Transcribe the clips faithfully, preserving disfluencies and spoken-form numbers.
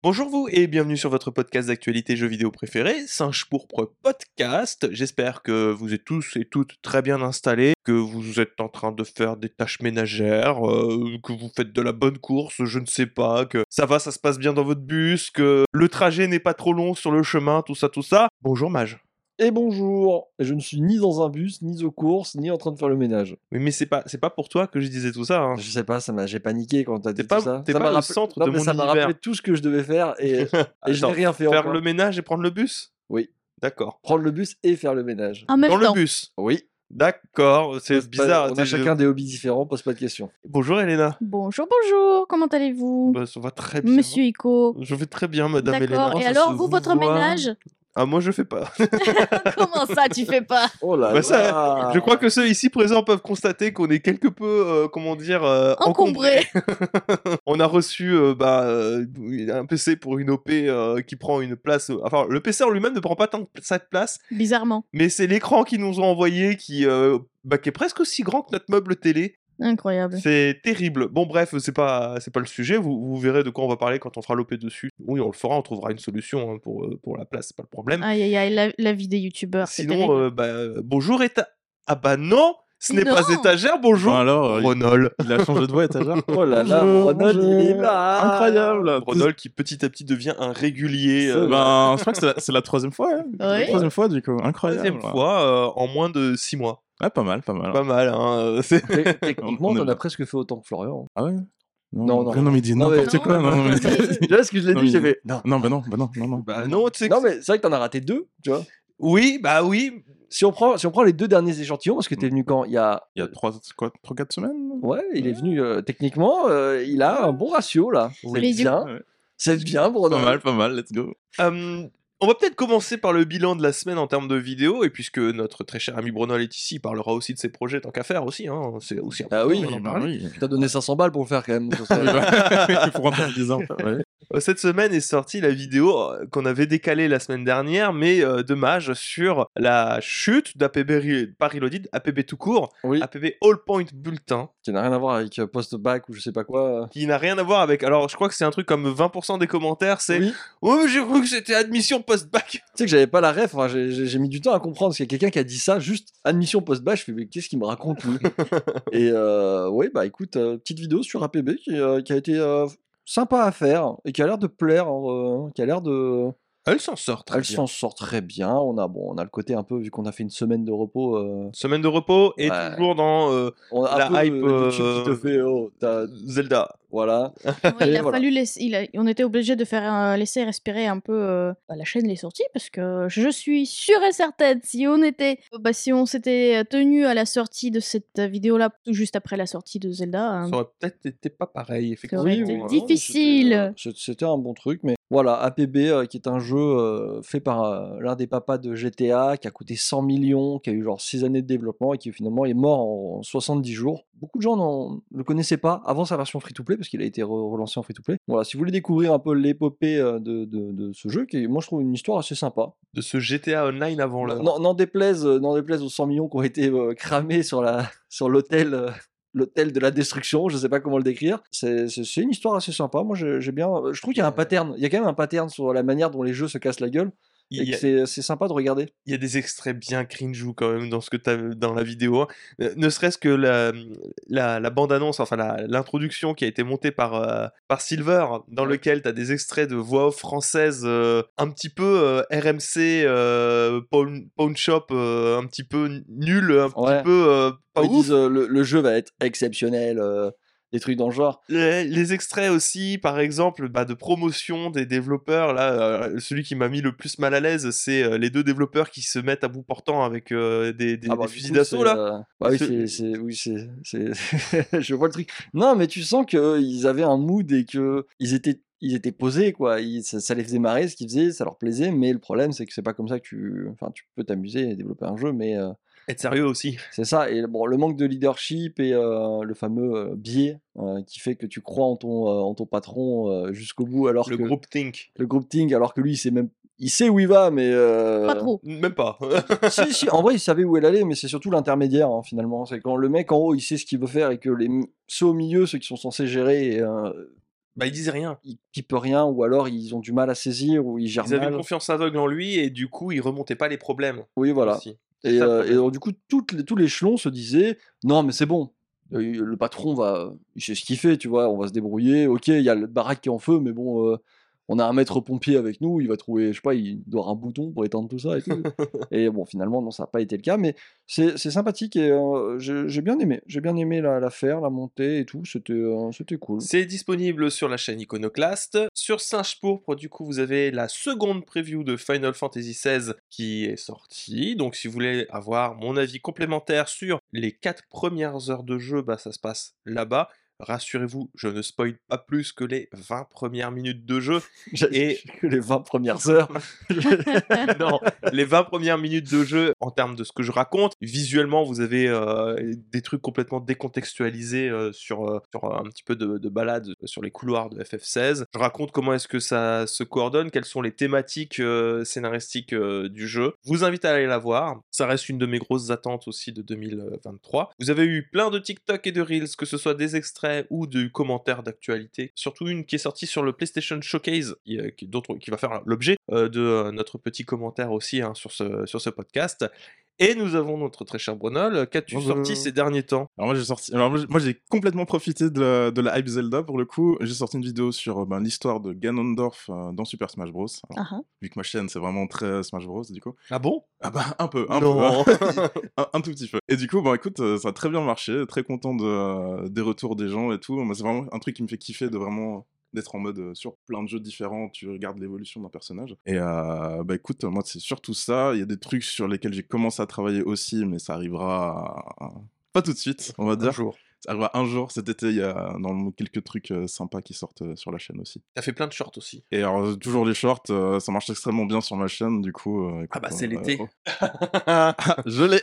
Bonjour vous et bienvenue sur votre podcast d'actualité jeux vidéo préféré, Singe Pourpre Podcast. J'espère que vous êtes tous et toutes très bien installés, que vous êtes en train de faire des tâches ménagères, euh, que vous faites de la bonne course, je ne sais pas, que ça va, ça se passe bien dans votre bus, que le trajet n'est pas trop long sur le chemin, tout ça, tout ça. Bonjour Mage. Et bonjour! Je ne suis ni dans un bus, ni aux courses, ni en train de faire le ménage. Oui, mais c'est pas, c'est pas pour toi que je disais tout ça. Hein. Je sais pas, ça m'a, j'ai paniqué quand t'as dit T'es pas, tout ça. t'es ça pas m'a le rappelé... centre non, de mais mon ça m'a univers. rappelé tout ce que je devais faire et, et je Attends, n'ai rien fait faire encore. le ménage et prendre le bus? Oui. D'accord. Prendre le bus et faire le ménage. En même Dans temps. le bus? Oui. D'accord, c'est Pose pas- bizarre. On a t'es- chacun des hobbies différents, pose pas de questions. Bonjour Elena. Bonjour, bonjour, comment allez-vous? Bah, ça va très bien. Monsieur Ico. Je vais très bien, Madame Elena. D'accord, et Ça alors, se vous, votre voit. ménage? Ah, moi, je fais pas. Comment ça, tu fais pas? Oh là Bah, là. ça, je crois que ceux ici présents peuvent constater qu'on est quelque peu, euh, comment dire, euh, Encombré. On a reçu euh, bah, euh, un P C pour une O P euh, qui prend une place. euh, Enfin, le P C en lui-même ne prend pas tant de cette place, Bizarrement. mais c'est l'écran qu'ils nous ont envoyé qui, euh, bah, qui est presque aussi grand que notre meuble télé. Incroyable. C'est terrible. Bon, bref, c'est pas, c'est pas le sujet. Vous, vous verrez de quoi on va parler quand on fera l'O P dessus. Oui, on le fera, on trouvera une solution hein, pour, euh, pour la place, c'est pas le problème. Aïe, aïe, aïe, la, la vie des youtubeurs, c'est Sinon, terrible. euh, bah, euh, bonjour éta... Ah bah non, ce n'est Non. pas étagère, bonjour. Bon alors, euh, Ronald. il a changé de voix étagère. Oh là là, Bonjour, Ronald, il est bonjour. là. Incroyable. Ronald qui petit à petit devient un régulier. C'est euh, Ben, je crois que c'est la, c'est la troisième fois. Hein. Oui. La troisième fois du coup, incroyable. troisième ouais. fois euh, en moins de six mois. Ouais, pas mal, pas mal. Pas mal, hein. euh, c'est- Té- Techniquement, On est t'en bien. as presque fait autant que Florian. Ah ouais. Non, non. non, mais il dit Non, mais- n'importe quoi. Non, non, mais... Déjà, ce que je l'ai Non, dit, mais- j'ai fait. Non. non, bah non, bah non, non, non. Bah non, tu sais. que- Non, mais c'est vrai que t'en as raté deux, tu vois. Oui, bah oui. Si on prend, si on prend les deux derniers échantillons, parce que t'es venu quand il y a. Il y a trois, quoi, trois, quatre semaines. Ouais, il est venu euh, techniquement, euh, il a un bon ratio là. C'est Mais du- bien, Ouais. c'est bien pour Pas mal, pas mal. Let's go. Euh, on va peut-être commencer par le bilan de la semaine en termes de vidéos, et puisque notre très cher ami Brunel est ici, il parlera aussi de ses projets tant qu'à faire aussi. Hein. C'est aussi un Ah oui, on en bah parle. oui. T'as donné cinq cents balles pour le faire quand même. ça serait- Oui, bah, il faut rentrer dix ans. Ouais. Euh, Cette semaine est sortie la vidéo euh, qu'on avait décalée la semaine dernière, mais euh, de Mage sur la chute d'A P B Re- pas Reloaded, A P B tout court, Oui, A P B All Point Bulletin, qui n'a rien à voir avec euh, post-bac ou je sais pas quoi. qui n'a rien à voir avec. Alors, je crois que c'est un truc comme vingt pour cent des commentaires, c'est Oui, oh, mais j'ai cru que c'était admission post-bac. tu sais que j'avais pas la ref, enfin, j'ai- j'ai j'ai mis du temps à comprendre, parce qu'il y a quelqu'un qui a dit ça, juste admission post-bac, je fais mais qu'est-ce qu'il me raconte lui. Et euh, oui, bah écoute, euh, petite vidéo sur A P B qui, euh, qui a été euh, sympa à faire et qui a l'air de plaire, hein, euh, qui a l'air de... Elle s'en sort très Elle bien. s'en sort très bien, on a, bon, on a le côté un peu, vu qu'on a fait une semaine de repos, euh, Semaine de repos et Ouais. toujours dans euh, on a La un peu hype, le YouTube euh, qui te fait, oh, t'as... Zelda. Voilà. Ouais, il Et a voilà. fallu laisser, il a- on était obligé de faire un- laisser respirer un peu euh, bah, la chaîne les sorties parce que je suis sûre et certaine si on était, bah, si on s'était tenu à la sortie de cette vidéo là tout juste après la sortie de Zelda, hein, Ça aurait peut-être été pas pareil, effectivement. aurait Oui, été oui, non, difficile. c'était, euh, c'est- C'était un bon truc, mais voilà, A P B, euh, qui est un jeu euh, fait par euh, l'un des papas de G T A, qui a coûté cent millions, qui a eu genre six années de développement et qui finalement est mort en soixante-dix jours. Beaucoup de gens ne le connaissaient pas avant sa version free-to-play, parce qu'il a été re- relancé en free-to-play. Voilà, si vous voulez découvrir un peu l'épopée euh, de, de- de ce jeu, qui est, moi je trouve une histoire assez sympa. De ce G T A Online avant l'heure. N'en n'en déplaise, euh, n'en déplaise aux cent millions qui ont été euh, cramés sur la sur l'hôtel euh, l'hôtel de la destruction, je sais pas comment le décrire. C'est c'est- c'est une histoire assez sympa. Moi j'ai j'ai bien, je trouve qu'il y a un pattern, il y a quand même un pattern sur la manière dont les jeux se cassent la gueule Il et y que a- c'est c'est sympa de regarder. il y a des extraits bien cringe quand même dans ce que t'as dans la vidéo. hein. Euh, Ne serait-ce que la, la, la bande-annonce, enfin la- l'introduction qui a été montée par, euh, par Silver, dans Ouais. lequel t'as des extraits de voix off françaises euh, un petit peu euh, R M C, euh, Pawn, Pawn Shop, euh, un petit peu nul, un Ouais. petit peu euh, pas Ils ouf. disent euh, le, le jeu va être exceptionnel, euh, des trucs dans le genre. Les, les extraits aussi, par exemple, bah, de promotion des développeurs. Là, euh, celui qui m'a mis le plus mal à l'aise, c'est euh, les deux développeurs qui se mettent à bout portant avec euh, des, des- Ah bah, des du fusils coup, d'assaut c'est, là. euh, bah oui, Ce- c'est, c'est, oui, c'est, c'est- je vois le truc. Non, mais tu sens qu'ils avaient un mood et que ils étaient, ils étaient posés, quoi. Ils- ça, ça les faisait marrer, ce qu'ils faisaient, ça leur plaisait. Mais le problème, c'est que c'est pas comme ça que tu, enfin, tu peux t'amuser et développer un jeu, mais euh, Être sérieux aussi. c'est ça. Et bon, le manque de leadership et euh, le fameux euh, biais euh, qui fait que tu crois en ton, euh, en ton patron euh, jusqu'au bout, alors Le que groupe Think. le groupe Ting, alors que lui, il sait même, il sait où il va, mais euh, Pas trop. Même pas. si, si, en vrai, il savait où elle allait, mais c'est surtout l'intermédiaire, hein, finalement. C'est quand le mec en haut, il sait ce qu'il veut faire et que les, ceux au milieu, ceux qui sont censés gérer, euh, Bah, ils disaient rien. Ils pipent rien, ou alors ils ont du mal à saisir, ou ils gèrent Ils avaient une mal. confiance aveugle en lui et du coup, ils remontaient pas les problèmes Oui, voilà. aussi. C'est Et, ça le euh, et problème. alors, du coup, toutes les- tout l'échelon se disait non, mais c'est bon. Euh, Le patron va, il sait ce qu'il fait, tu vois. On va se débrouiller. Ok, il y a le baraque qui est en feu, mais bon, euh, on a un maître pompier avec nous. Il va trouver, je sais pas, il doit avoir un bouton pour éteindre tout ça et tout. Et bon, finalement, non, ça n'a pas été le cas, mais c'est c'est sympathique et euh, j'ai j'ai bien aimé. J'ai bien aimé la, la faire, la monter et tout. C'était euh, c'était cool. C'est disponible sur la chaîne Iconoclast. Sur Singe Pourpre, du coup, vous avez la seconde preview de Final Fantasy seize qui est sortie. Donc, si vous voulez avoir mon avis complémentaire sur les quatre premières heures de jeu, bah, ça se passe là-bas. Rassurez-vous, je ne spoil pas plus que les vingt premières minutes de jeu. J'ai Et que les vingt premières heures. non, les vingt premières minutes de jeu, en termes de ce que je raconte, visuellement, vous avez euh, des trucs complètement décontextualisés euh, sur, euh, sur un petit peu de, de balade sur les couloirs de F F seize. Je raconte comment est-ce que ça se coordonne, quelles sont les thématiques euh, scénaristiques euh, du jeu. Je vous invite à aller la voir. Ça reste une de mes grosses attentes aussi de deux mille vingt-trois. Vous avez eu plein de TikTok et de Reels, que ce soit des extraits ou de commentaires d'actualité. Surtout une qui est sortie sur le PlayStation Showcase, qui, euh, qui, qui va faire l'objet euh, de euh, notre petit commentaire aussi hein, sur, ce, sur ce podcast. Et nous avons notre très cher Brunel. Qu'as-tu Bonjour. sorti ces derniers temps? Alors moi j'ai sorti, alors moi j'ai- moi, j'ai complètement profité de la, de la hype Zelda pour le coup. J'ai sorti une vidéo sur euh, ben, l'histoire de Ganondorf euh, dans Super Smash Bros. Alors, Ah, ah. vu que ma chaîne c'est vraiment très Smash Bros du coup. Ah bon? Ah bah un peu, un Non. peu, hein. un, un tout petit peu. Et du coup bon écoute, euh, ça a très bien marché, très content de, euh, des retours des gens et tout. Moi c'est vraiment un truc qui me fait kiffer de vraiment d'être en mode euh, sur plein de jeux différents, tu regardes l'évolution d'un personnage. Et euh, bah écoute, moi c'est surtout ça. Il y a des trucs sur lesquels j'ai commencé à travailler aussi, mais ça arrivera à- pas tout de suite, on va Un dire. jour. Ça arrivera un jour cet été, il y a normalement quelques trucs euh, sympas qui sortent euh, sur la chaîne aussi. T'as fait plein de shorts aussi. Et alors euh, toujours les shorts, euh, ça marche extrêmement bien sur ma chaîne, du coup. euh, Ah écoute, bah c'est euh, l'été. oh. Je l'ai.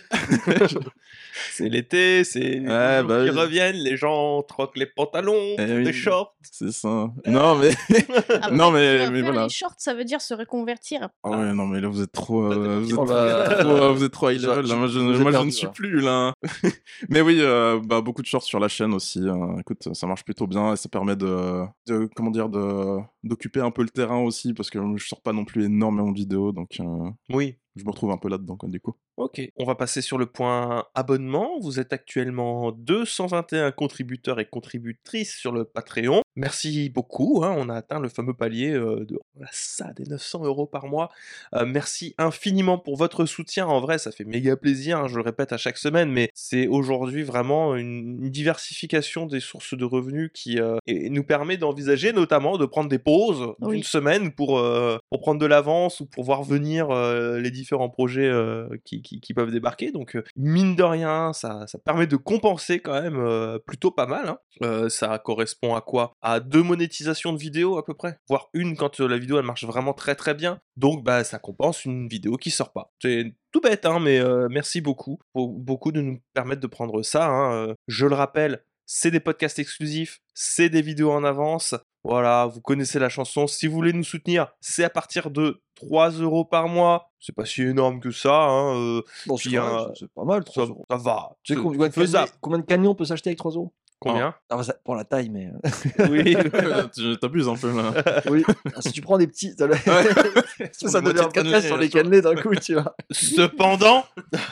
C'est l'été, c'est les Ouais, jours bah qui oui. reviennent, les gens troquent les pantalons, Eh pour oui. des shorts. C'est ça. Non mais Après, non mais faire mais voilà. les shorts, ça veut dire se reconvertir. Ah ouais, non mais là vous êtes trop, Là, t'es euh, parti vous, êtes Oh trop là. trop, euh, vous êtes trop high Je- level là. je- Moi je, je vous ai moi, je perdu, ne suis là. plus là. Mais oui, euh, bah beaucoup de shorts sur la chaîne aussi. hein. Écoute, ça marche plutôt bien et ça permet de, de comment dire, de d'occuper un peu le terrain aussi parce que je sors pas non plus énormément de vidéos, donc euh, Oui. je me retrouve un peu là-dedans quoi, du coup. Ok, on va passer sur le point abonnement. Vous êtes actuellement deux cent vingt et un contributeurs et contributrices sur le Patreon. Merci beaucoup, hein, on a atteint le fameux palier euh, de voilà, ça, des neuf cents euros par mois. Euh, merci infiniment pour votre soutien. En vrai, ça fait méga plaisir, hein, je le répète à chaque semaine, mais c'est aujourd'hui vraiment une, une diversification des sources de revenus qui euh, et- nous permet d'envisager notamment de prendre des pauses d'une Oui. semaine pour, euh, pour prendre de l'avance ou pour voir venir euh, les différents projets euh, qui, qui, qui peuvent débarquer. Donc, euh, mine de rien, ça, ça permet de compenser quand même euh, plutôt pas mal. Hein. Euh, ça correspond à quoi? À deux monétisations de vidéos à peu près, voire une quand euh, la vidéo elle marche vraiment très très bien. Donc, bah, ça compense une vidéo qui sort pas. C'est tout bête, hein, mais euh, merci beaucoup, pour, beaucoup de nous permettre de prendre ça. Hein. Euh, je le rappelle, c'est des podcasts exclusifs, c'est des vidéos en avance. Voilà, vous connaissez la chanson. Si vous voulez nous soutenir, c'est à partir de trois euros par mois. C'est pas si énorme que ça. Hein. euh, Bon, Puis, c'est vrai, euh, c'est- c'est pas mal, ça, trois euros. ça va. Tu sais c'est- combien, c'est de cannelés- faisable. combien de camions on peut s'acheter avec trois euros? Combien? Ah, bah, ça- pour la taille, mais. Oui. tu t'abuses un peu là. Oui, ah, si tu prends des petits. Ça, Sur ça la moitié devient un de cannelé, podcast sur les tu vois. cannelés d'un coup, tu vois. Cependant,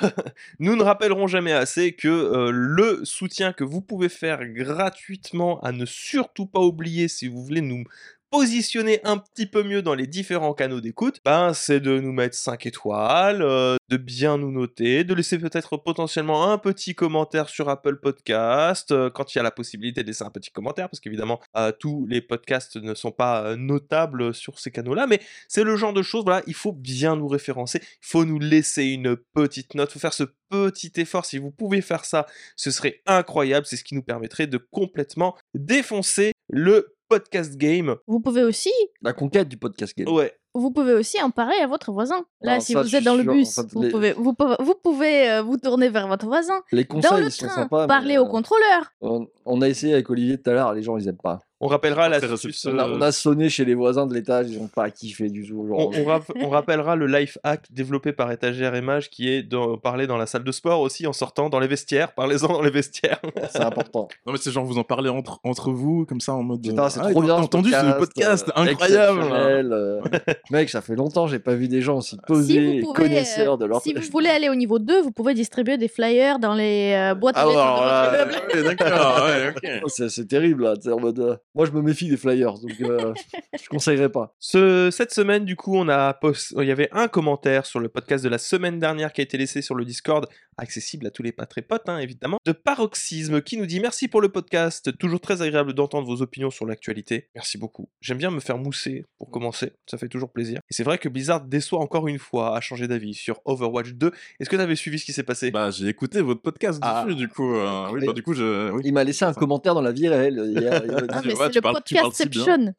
nous ne rappellerons jamais assez que euh, le soutien que vous pouvez faire gratuitement, à ne surtout pas oublier si vous voulez nous positionner un petit peu mieux dans les différents canaux d'écoute, ben c'est de nous mettre cinq étoiles, euh, de bien nous noter, de laisser peut-être potentiellement un petit commentaire sur Apple Podcast, euh, quand il y a la possibilité de laisser un petit commentaire, parce qu'évidemment euh, tous les podcasts ne sont pas euh, notables sur ces canaux-là, mais c'est le genre de choses, voilà, il faut bien nous référencer, il faut nous laisser une petite note, il faut faire ce petit effort, si vous pouvez faire ça, ce serait incroyable, c'est ce qui nous permettrait de complètement défoncer le podcast game. Vous pouvez aussi, La conquête du podcast game. Ouais, vous pouvez aussi en parler à votre voisin. Là, Non, si ça, vous je êtes suis dans le sûr. bus, En fait, vous, les- pouvez, vous, pouvez, vous pouvez euh, vous tourner vers votre voisin. Les Dans conseils, le ils sont train, sympas, mais parler au euh, contrôleur. on, on a essayé avec Olivier tout à l'heure, les gens, ils aiment pas. On rappellera Pas très l'astuce. On a, euh, on a sonné chez les voisins de l'étage, ils ont pas kiffé du tout. Genre, On, on rap- on rappellera le life hack développé par Étagère et Mage qui est de parler dans la salle de sport aussi en sortant dans les vestiaires. Parlez-en dans les vestiaires. c'est important. Non mais c'est genre vous en parlez entre, entre vous comme ça en mode Putain, euh, c'est ah, trop t'as- bien. t'as ce entendu ce podcast euh, incroyable. exceptionnel, euh. Mec, ça fait longtemps, j'ai pas vu des gens aussi Si posés, vous, et pouvez, connaisseurs euh, de leur. si vous voulez aller au niveau deux, vous pouvez distribuer des flyers dans les euh, boîtes Ah aux bon, lettres alors de votre là, immeuble. ouais, d'accord, ouais, ok. Oh, c'est, c'est terrible là, tu sais, en mode. euh, Moi, je me méfie des flyers, donc euh, je conseillerais pas. Ce- cette semaine, du coup, on a post- il y avait un commentaire sur le podcast de la semaine dernière qui a été laissé sur le Discord, accessible à tous les patrépotes, hein, évidemment, de Paroxysme, qui nous dit « Merci pour le podcast, toujours très agréable d'entendre vos opinions sur l'actualité. Merci beaucoup. J'aime bien me faire mousser pour commencer, ça fait toujours plaisir. Et c'est vrai que Blizzard déçoit encore une fois, a changé d'avis sur Overwatch deux. Est-ce que tu avais suivi ce qui s'est passé ?» Bah j'ai écouté votre podcast Ah. dessus du coup. euh, oui, bah, du coup je. Oui. Il m'a laissé un commentaire dans la vie réelle hier. Il m'a Ah, dit, mais Ouais, c'est tu le parles- tu parles si podcastception.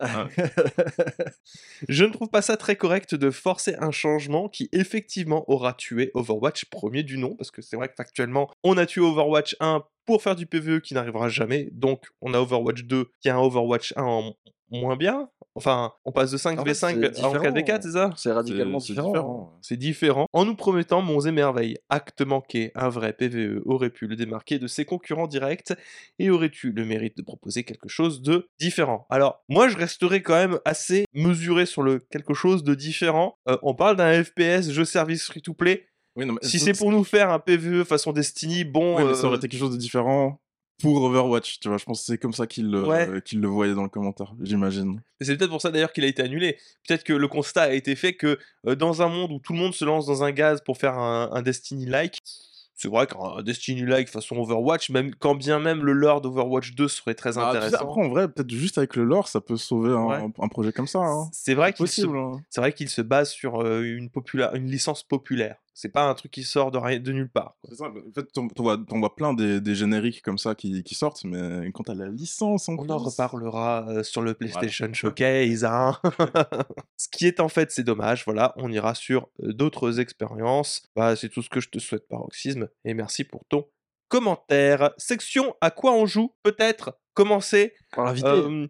Je ne trouve pas ça très correct de forcer un changement qui effectivement aura tué Overwatch premier du nom, parce que c'est vrai que factuellement, on a tué Overwatch un pour faire du P V E qui n'arrivera jamais, donc on a Overwatch deux qui a un Overwatch un en moins bien. Enfin, on passe de cinq En v fait, cinq c'est à quatre v quatre, différent. c'est ça? C'est radicalement C'est- c'est différent. différent. C'est différent. En nous promettant monts et merveilles, acte manqué, un vrai P V E aurait pu le démarquer de ses concurrents directs et aurait eu le mérite de proposer quelque chose de différent. Alors, moi, je resterai quand même assez mesuré sur le quelque chose de différent. Euh, on parle d'un F P S, jeu service free-to-play. Oui, non, mais Si ça- c'est pour nous faire un P V E façon Destiny, bon... Ouais, mais ça euh, aurait été quelque chose de différent pour Overwatch, tu vois. Je pense que c'est comme ça qu'il le, Ouais. euh, qu'il le voyait dans le commentaire, j'imagine. Et c'est peut-être pour ça d'ailleurs qu'il a été annulé. Peut-être que le constat a été fait que euh, dans un monde où tout le monde se lance dans un gaz pour faire un, un Destiny-like, c'est vrai qu'un Destiny-like façon Overwatch, même quand bien même le lore d'Overwatch deux serait très Ah, tu sais, intéressant. après, en vrai, peut-être juste avec le lore, ça peut sauver un, Ouais. un projet comme ça. Hein. C'est vrai qu'il se, Possible. hein. c'est vrai qu'il se base sur euh, une, popula- une licence populaire. C'est pas un truc qui sort de, rien, de nulle part. quoi. C'est ça, en fait, t'en t'en vois, t'en vois plein des, des génériques comme ça qui, qui sortent, mais quand t'as la licence en On plus... en reparlera euh, sur le PlayStation Showcase. Hein. Ce qui est en fait, c'est dommage. Voilà, on ira sur euh, d'autres expériences. Bah, c'est tout ce que je te souhaite, Paroxysme. Et merci pour ton commentaire. Section à quoi on joue? Peut-être commencer. Par l'invité. euh,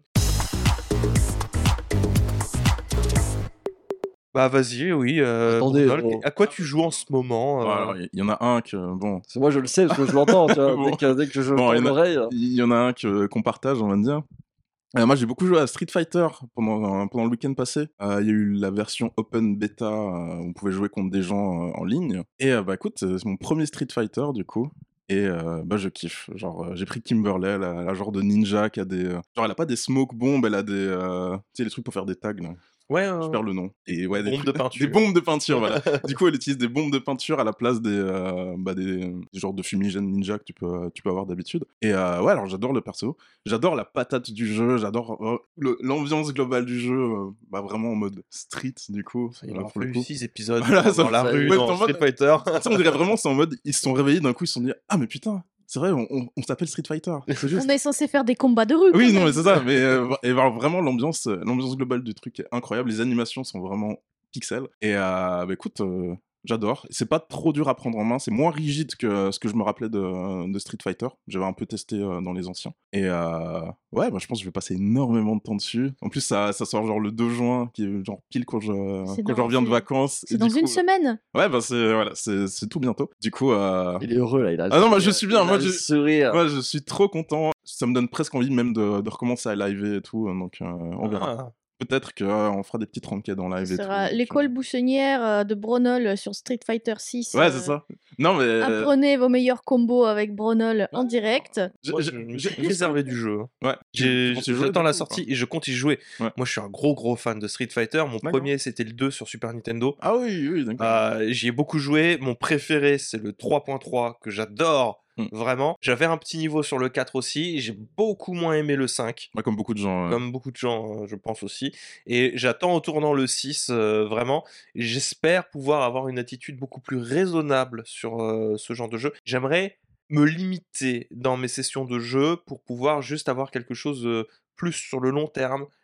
Bah vas-y, oui. euh, Attendez, Brunel, oh. à quoi tu joues en ce moment euh, Ouais, alors, il y, y en a un que, bon... Parce que moi, je le sais, parce que je l'entends, tu vois. Bon. Dès que, dès que je Bon, tends il y en a- l'oreille. là. Il y en a un que- qu'on partage, on va dire. Euh, moi, j'ai beaucoup joué à Street Fighter pendant, pendant le week-end passé. Euh, Il y a eu la version Open Beta euh, où on pouvait jouer contre des gens euh, en ligne. Et euh, bah écoute, c'est mon premier Street Fighter du coup. Et euh, bah je kiffe. Genre, euh, j'ai pris Kimberley, la, la genre de ninja qui a des. euh, Genre, elle a pas des smoke bombs, elle a des. euh, Tu sais, les trucs pour faire des tags là. Ouais, Je euh, perds le nom. Et ouais, des bombes trucs- de peinture. Des bombes de peinture, voilà. Du coup, elle utilise des bombes de peinture à la place des, euh, bah, des, des genres de fumigènes ninja que tu peux, tu peux avoir d'habitude. Et euh, ouais, alors j'adore le perso. J'adore la patate du jeu. J'adore euh, le- l'ambiance globale du jeu. euh, bah, vraiment en mode street, du coup. il là, aura pour le fallu coup. six épisodes Voilà, dans ça- la ça- rue ouais, dans en mode- Street Fighter. Tu sais, on dirait vraiment, c'est en mode, ils se sont réveillés d'un coup, ils se sont dit, ah, mais putain, c'est vrai, on, on- on s'appelle Street Fighter. C'est juste. On est censé faire des combats de rue. Oui, quand non, même. mais c'est ça. Mais euh, et alors, vraiment, l'ambiance, euh, l'ambiance globale du truc est incroyable. Les animations sont vraiment pixels. Et euh, bah, écoute, euh, j'adore. C'est pas trop dur à prendre en main. C'est moins rigide que ce que je me rappelais de, de Street Fighter. J'avais un peu testé euh, dans les anciens. Et euh, ouais, bah, je pense que je vais passer énormément de temps dessus. En plus, ça, ça sort genre le deux juin, qui est genre pile quand je, C'est quand je dans- reviens de c'est- vacances. C'est Et dans du une coup, semaine. Ouais, bah c'est voilà, c'est c'est tout bientôt. Du coup, euh, Il est heureux, là. Il a le Ah non, moi, sourire, je suis bien, il a moi, le je- sourire. ouais, je suis trop content. Ça me donne presque envie même de, de recommencer à live et tout. Donc, euh, on verra. Ah. Peut-être qu'on fera des petites ranked en live Ce et tout. sera donc, l'école euh, boussonnière euh, de Bronol sur Street Fighter six. Ouais, euh, c'est ça. Non, mais. euh, Apprenez vos meilleurs combos avec Bronol en direct. j'ai- Moi, j'ai- je me j'ai- suis réservé du jeu. hein. Ouais. tu- J'ai- tu penses y jouer, J'attends du la coup, ou sortie pas et je compte y jouer. Ouais. Moi, je suis un gros gros fan de Street Fighter. Mon D'accord. premier, c'était le deux sur Super Nintendo. Ah oui, oui, d'accord. Euh, J'y ai beaucoup joué. Mon préféré, c'est le trois point trois que j'adore Mm. vraiment. J'avais un petit niveau sur le quatre aussi. J'ai beaucoup moins aimé le cinq. Bah, comme beaucoup de gens. euh, Comme beaucoup de gens, euh, je pense aussi. Et j'attends au tournant le six, euh, vraiment. Et j'espère pouvoir avoir une attitude beaucoup plus raisonnable sur euh, ce genre de jeu. J'aimerais me limiter dans mes sessions de jeu pour pouvoir juste avoir quelque chose euh, plus sur le long terme.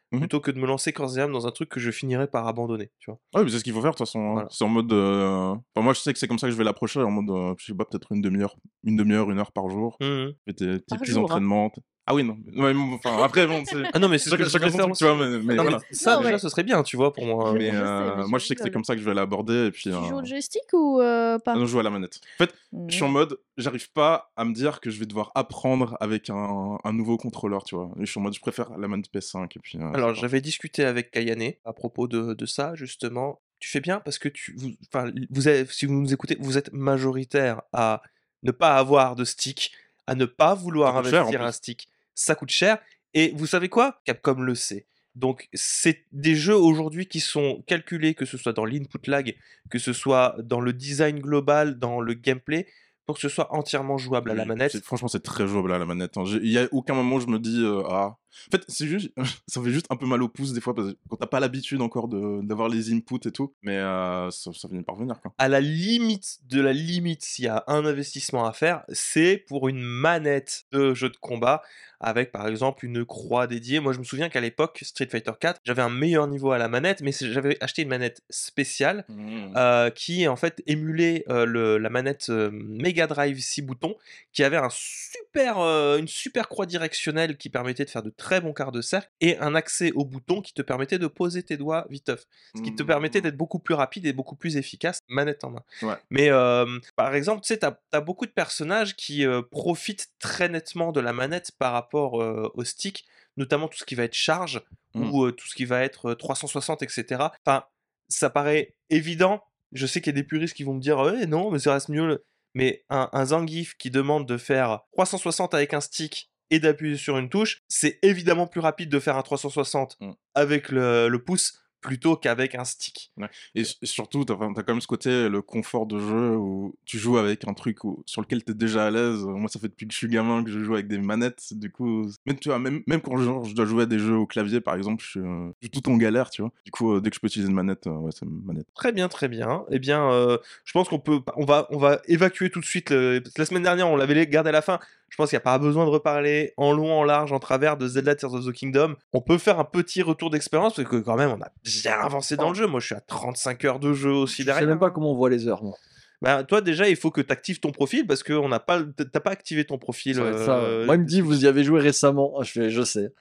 Mhm. plutôt que de me lancer corps et âme dans un truc que je finirais par abandonner, tu vois. Ouais, mais c'est ce qu'il faut faire de toute façon. hein. Voilà. C'est en mode. euh, Enfin, moi, je sais que c'est comme ça que je vais l'approcher, en mode, euh, je sais pas, peut-être une demi-heure, une demi-heure, une heure par jour. Mhm. Fais tes, tes Par petits jour, hein. entraînements. t- Ah oui, non. Ouais, bon, enfin, après, bon, c'est. Ah non, mais c'est ce que Chacun, je chacun voudrais son faire truc, aussi. tu vois, mais, mais Non, mais voilà. ça, Non, déjà, mais- ce serait bien, tu vois, pour moi. Je- Mais, je sais, euh, mais moi, je je sais que c'est rigole. comme ça que je vais l'aborder. Et puis, Tu euh, joues au joystick ou euh, pas on joue à la manette. En fait, je suis en Mhm. mode, j'arrive pas à me dire que je vais devoir apprendre avec un, un nouveau contrôleur, tu vois. Et je suis en mode, je préfère la manette P S cinq. Et puis, euh, Alors, c'est ça. j'avais discuté avec Kayane à propos de, de ça, justement. Tu fais bien parce que tu, vous, enfin, vous avez, si vous nous écoutez, vous êtes majoritaire à ne pas avoir de stick, à ne pas vouloir Ça coûte cher, en investir un plus. stick. Ça coûte cher. Et vous savez quoi? Capcom le sait. Donc, c'est des jeux aujourd'hui qui sont calculés, que ce soit dans l'input lag, que ce soit dans le design global, dans le gameplay, pour que ce soit entièrement jouable à la Oui, manette. c'est- franchement, c'est très jouable à la manette. hein. J'ai- Il y a aucun moment où je me dis euh, ah. En fait, c'est juste, ça fait juste un peu mal au pouce des fois parce que quand t'as pas l'habitude encore de- d'avoir les inputs et tout, mais euh, ça, ça finit par venir quoi. À la limite de la limite, s'il y a un investissement à faire, c'est pour une manette de jeu de combat avec par exemple une croix dédiée. Moi, je me souviens qu'à l'époque, Street Fighter quatre, j'avais un meilleur niveau à la manette, mais c'est- j'avais acheté une manette spéciale Mmh. euh, qui en fait émulait euh, le- la manette euh, Mega Drive six boutons, qui avait un super, euh, une super croix directionnelle qui permettait de faire de très bons quarts de cercle et un accès au bouton qui te permettait de poser tes doigts viteuf, ce qui te permettait d'être beaucoup plus rapide et beaucoup plus efficace manette en main. Ouais. Mais euh, par exemple, tu sais, t'as as beaucoup de personnages qui euh, profitent très nettement de la manette par rapport euh, au stick, notamment tout ce qui va être charge Mm. ou euh, tout ce qui va être euh, trois cent soixante, et cetera. Enfin, ça paraît évident. Je sais qu'il y a des puristes qui vont me dire ouais, non, mais ça reste mieux. le- Mais un, un Zangief qui demande de faire trois cent soixante avec un stick et d'appuyer sur une touche, c'est évidemment plus rapide de faire un trois cent soixante Mm. avec le, le pouce plutôt qu'avec un stick. Et, s- et surtout, t'as as quand même ce côté, le confort de jeu où tu joues avec un truc où- sur lequel t'es déjà à l'aise. Moi, ça fait depuis que je suis gamin que je joue avec des manettes. Du coup, même, tu vois, même, même quand genre, je dois jouer à des jeux au clavier, par exemple, je suis, euh, je suis tout en galère, tu vois. Du coup, euh, dès que je peux utiliser une manette, euh, ouais, c'est une manette. Très bien, très bien. Eh bien, euh, je pense qu'on peut, on va, on va évacuer tout de suite. Le... parce que la semaine dernière, on l'avait gardé à la fin. Je pense qu'il n'y a pas besoin de reparler en long, en large, en travers de Zelda Tears of the Kingdom. On peut faire un petit retour d'expérience parce que quand même, on a bien avancé dans le jeu. Moi, je suis à trente-cinq heures de jeu aussi Je sais derrière. même pas comment on voit les heures, moi. Bah, toi, déjà, il faut que tu actives ton profil parce que on n'a pas, t'as pas activé ton profil. Ça va être ça, ouais. euh, Moi, il me dit, vous y avez joué récemment. Ah, je fais, je sais.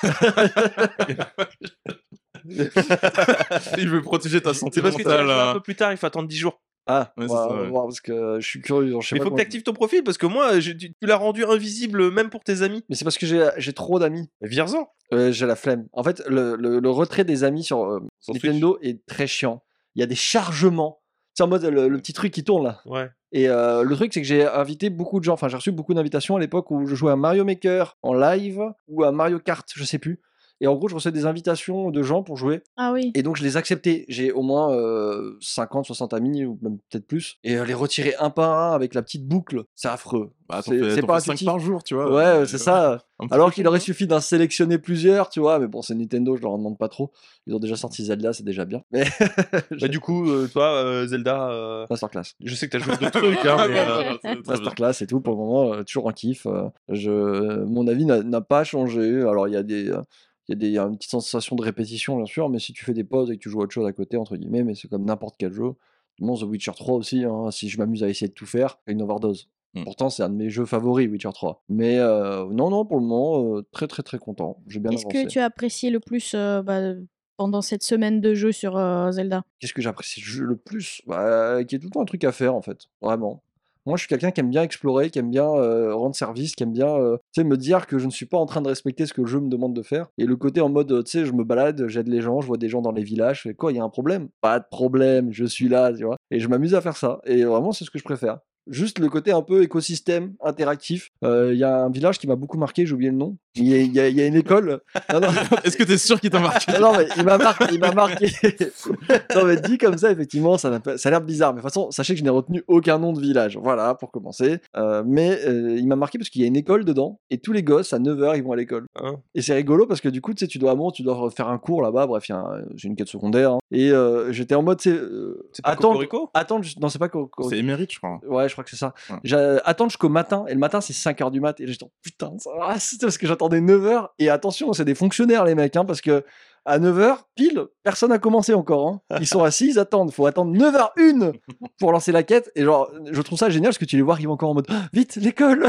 Il veut protéger ta santé C'est parce que tu vas mentale. jouer un euh. peu plus tard. Il faut attendre dix jours. Ah, Ouais, c'est on va- ça, on va ouais. voir, parce que je suis curieux. Je sais Mais il pas faut que comment- tu actives ton profil parce que moi, je- tu, tu l'as rendu invisible même pour tes amis. Mais c'est parce que j'ai j'ai trop d'amis. Vire-en. Euh, j'ai la flemme. En fait, le, le- le retrait des amis sur, euh, Sur Nintendo est très chiant. Il y a des chargements. C'est en mode le, le petit truc qui tourne là. Ouais. Et euh, le truc, c'est que j'ai invité beaucoup de gens. Enfin, j'ai reçu beaucoup d'invitations à l'époque où je jouais à Mario Maker en live ou à Mario Kart, je sais plus. Et en gros, je recevais des invitations de gens pour jouer. Ah oui. Et donc, je les acceptais. J'ai au moins euh, cinquante, soixante amis, ou même peut-être plus. Et euh, les retirer un par un avec la petite boucle, c'est affreux. Bah, t'en C'est- fais, c'est t'en pas fais cinq intuitif. par jour, tu vois. Ouais, euh, c'est ça. un petit Alors peu qu'il chaud, aurait hein. suffi d'en sélectionner plusieurs, tu vois. Mais bon, c'est Nintendo, je leur en demande pas trop. Ils ont déjà sorti Zelda, c'est déjà bien. Mais Bah, du coup, euh, toi, euh, Zelda, euh, Masterclass. je sais que t'as joué à d'autres trucs, hein, mais, euh, C'est très bien. Masterclass et tout, pour le moment, euh, toujours un kiff. euh, je... Mon avis n'a n'a pas changé. Alors, il y a des. euh, Il y, a des, il y a une petite sensation de répétition, bien sûr, mais si tu fais des pauses et que tu joues à autre chose à côté, entre guillemets, mais c'est comme n'importe quel jeu. Bon, The Witcher trois aussi, hein, si je m'amuse à essayer de tout faire, une overdose. Mm. Pourtant, c'est un de mes jeux favoris, Witcher trois. Mais euh, non, non, pour le moment, euh, très très très content. J'ai bien Qu'est-ce avancé. que tu as apprécié le plus euh, bah, pendant cette semaine de jeu sur euh, Zelda? Qu'est-ce que j'apprécie le jeu le plus? Bah, qu'il y ait tout le temps un truc à faire, en fait. Vraiment. Moi, je suis quelqu'un qui aime bien explorer, qui aime bien euh, rendre service, qui aime bien euh, tu sais, me dire que je ne suis pas en train de respecter ce que le jeu me demande de faire. Et le côté en mode, euh, tu sais, je me balade, j'aide les gens, je vois des gens dans les villages, je fais quoi, il y a un problème? Pas de problème, je suis là, tu vois. Et je m'amuse à faire ça. Et vraiment, c'est ce que je préfère. Juste le côté un peu écosystème, interactif. Euh, Il y a un village qui m'a beaucoup marqué, j'ai oublié le nom. Il y a, il y a- il y a une école. Non, non, Est-ce que t'es sûr qu'il t'a marqué? non, non, mais il m'a marqué. Il m'a marqué. non, mais dit comme ça, effectivement, ça, n'a pas- ça a l'air bizarre. Mais de toute façon, sachez que je n'ai retenu aucun nom de village. Voilà, pour commencer. Euh, mais euh, il m'a marqué parce qu'il y a une école dedans. Et tous les gosses, à neuf heures, ils vont à l'école. Hein. Et c'est rigolo parce que du coup, tu sais, tu dois à un moment, tu dois faire un cours là-bas. Bref, il y a un- c'est une quête secondaire. hein. Et euh, j'étais en mode, tu sais, euh, c'est pas attendre. Cocorico Attendre, juste- non, c'est pas Cocorico. C'est émérite, je crois. Ouais, je je crois que c'est ça. Ouais. J'ai- Attendre jusqu'au matin, et le matin, c'est cinq heures du mat, et j'étais, putain, ça va, c'est parce que j'attendais neuf heures, et attention, c'est des fonctionnaires, les mecs, hein, parce que à neuf heures, pile, personne n'a commencé encore. Hein. Ils sont assis, ils attendent. Il faut attendre neuf heures une pour lancer la quête. Et genre, je trouve ça génial parce que tu les vois arriver encore en mode ah, vite, l'école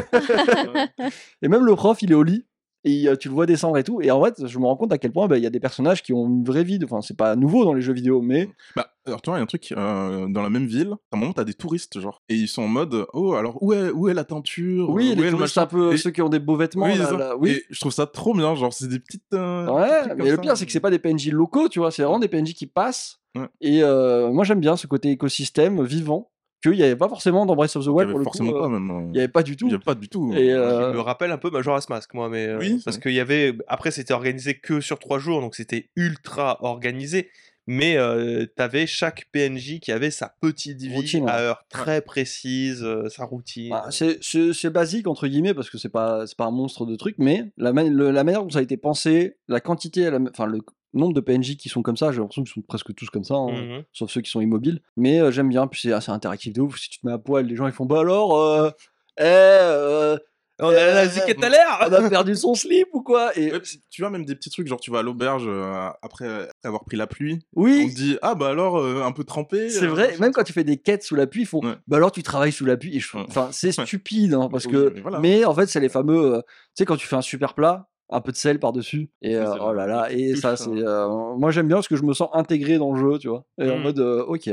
Et même le prof, il est au lit. Et euh, tu le vois descendre et tout. Et en fait, je me rends compte à quel point bah, il y a des personnages qui ont une vraie vie. de- Enfin, c'est pas nouveau dans les jeux vidéo, mais Bah, alors tu vois, il y a un truc, euh, dans la même ville, à un moment, t'as des touristes, genre, et ils sont en mode, oh, alors, où est, où est la teinture oui, où les est le touristes machin un peu Et- ceux qui ont des beaux vêtements. Oui, là, c'est ça. là, oui. Et je trouve ça trop bien, genre, c'est des petites. euh, petits Ouais, trucs mais comme le ça. pire, c'est que c'est pas des P N J locaux, tu vois. C'est vraiment des P N J qui passent. Ouais. Et euh, moi, j'aime bien ce côté écosystème vivant qu'il n'y avait pas forcément dans Breath of the Il y Wild. avait Pour le forcément coup, pas, euh, même. euh, il n'y avait pas du Il tout. y a pas du tout. Et, euh, euh, Il me rappelle un peu Majora's Mask, moi, mais euh, Oui, parce ouais. qu'il y avait. Après, c'était organisé que sur trois jours, donc c'était ultra organisé. Mais euh, t'avais chaque P N J qui avait sa petite vie Routine, à ouais. heure très précise, euh, sa routine. bah, c'est- c'est c'est basique, entre guillemets, parce que c'est pas, c'est pas un monstre de truc, mais la, ma- le- la manière dont ça a été pensé, la quantité, la- enfin, le nombre de P N J qui sont comme ça, j'ai l'impression qu'ils sont presque tous comme ça, hein, Mhm. sauf ceux qui sont immobiles. Mais euh, j'aime bien, puis c'est assez interactif de ouf. Si tu te mets à poil, les gens ils font bah alors, euh, eh, euh, On a la euh, ziquette à on l'air. a perdu son slip ou quoi Et Ouais, puis tu vois, même des petits trucs, genre, tu vas à l'auberge euh, après, après avoir pris la pluie, on oui, te dit, ah, bah alors, euh, un peu trempé. c'est euh, vrai, machin, même ça. quand tu fais des quêtes sous la pluie, ils font Ouais. bah alors tu travailles sous la pluie. Et je- Ouais. Enfin, c'est Ouais. stupide, hein, parce Oui, que. mais voilà. Mais en fait, c'est les fameux. euh, Tu sais, quand tu fais un super plat, un peu de sel par-dessus, et Oui, euh, c'est oh là la- là, la petite et touche, ça, hein. c'est. euh, Moi, j'aime bien parce que je me sens intégré dans le jeu, tu vois. Et en Mm. mode, euh, ok.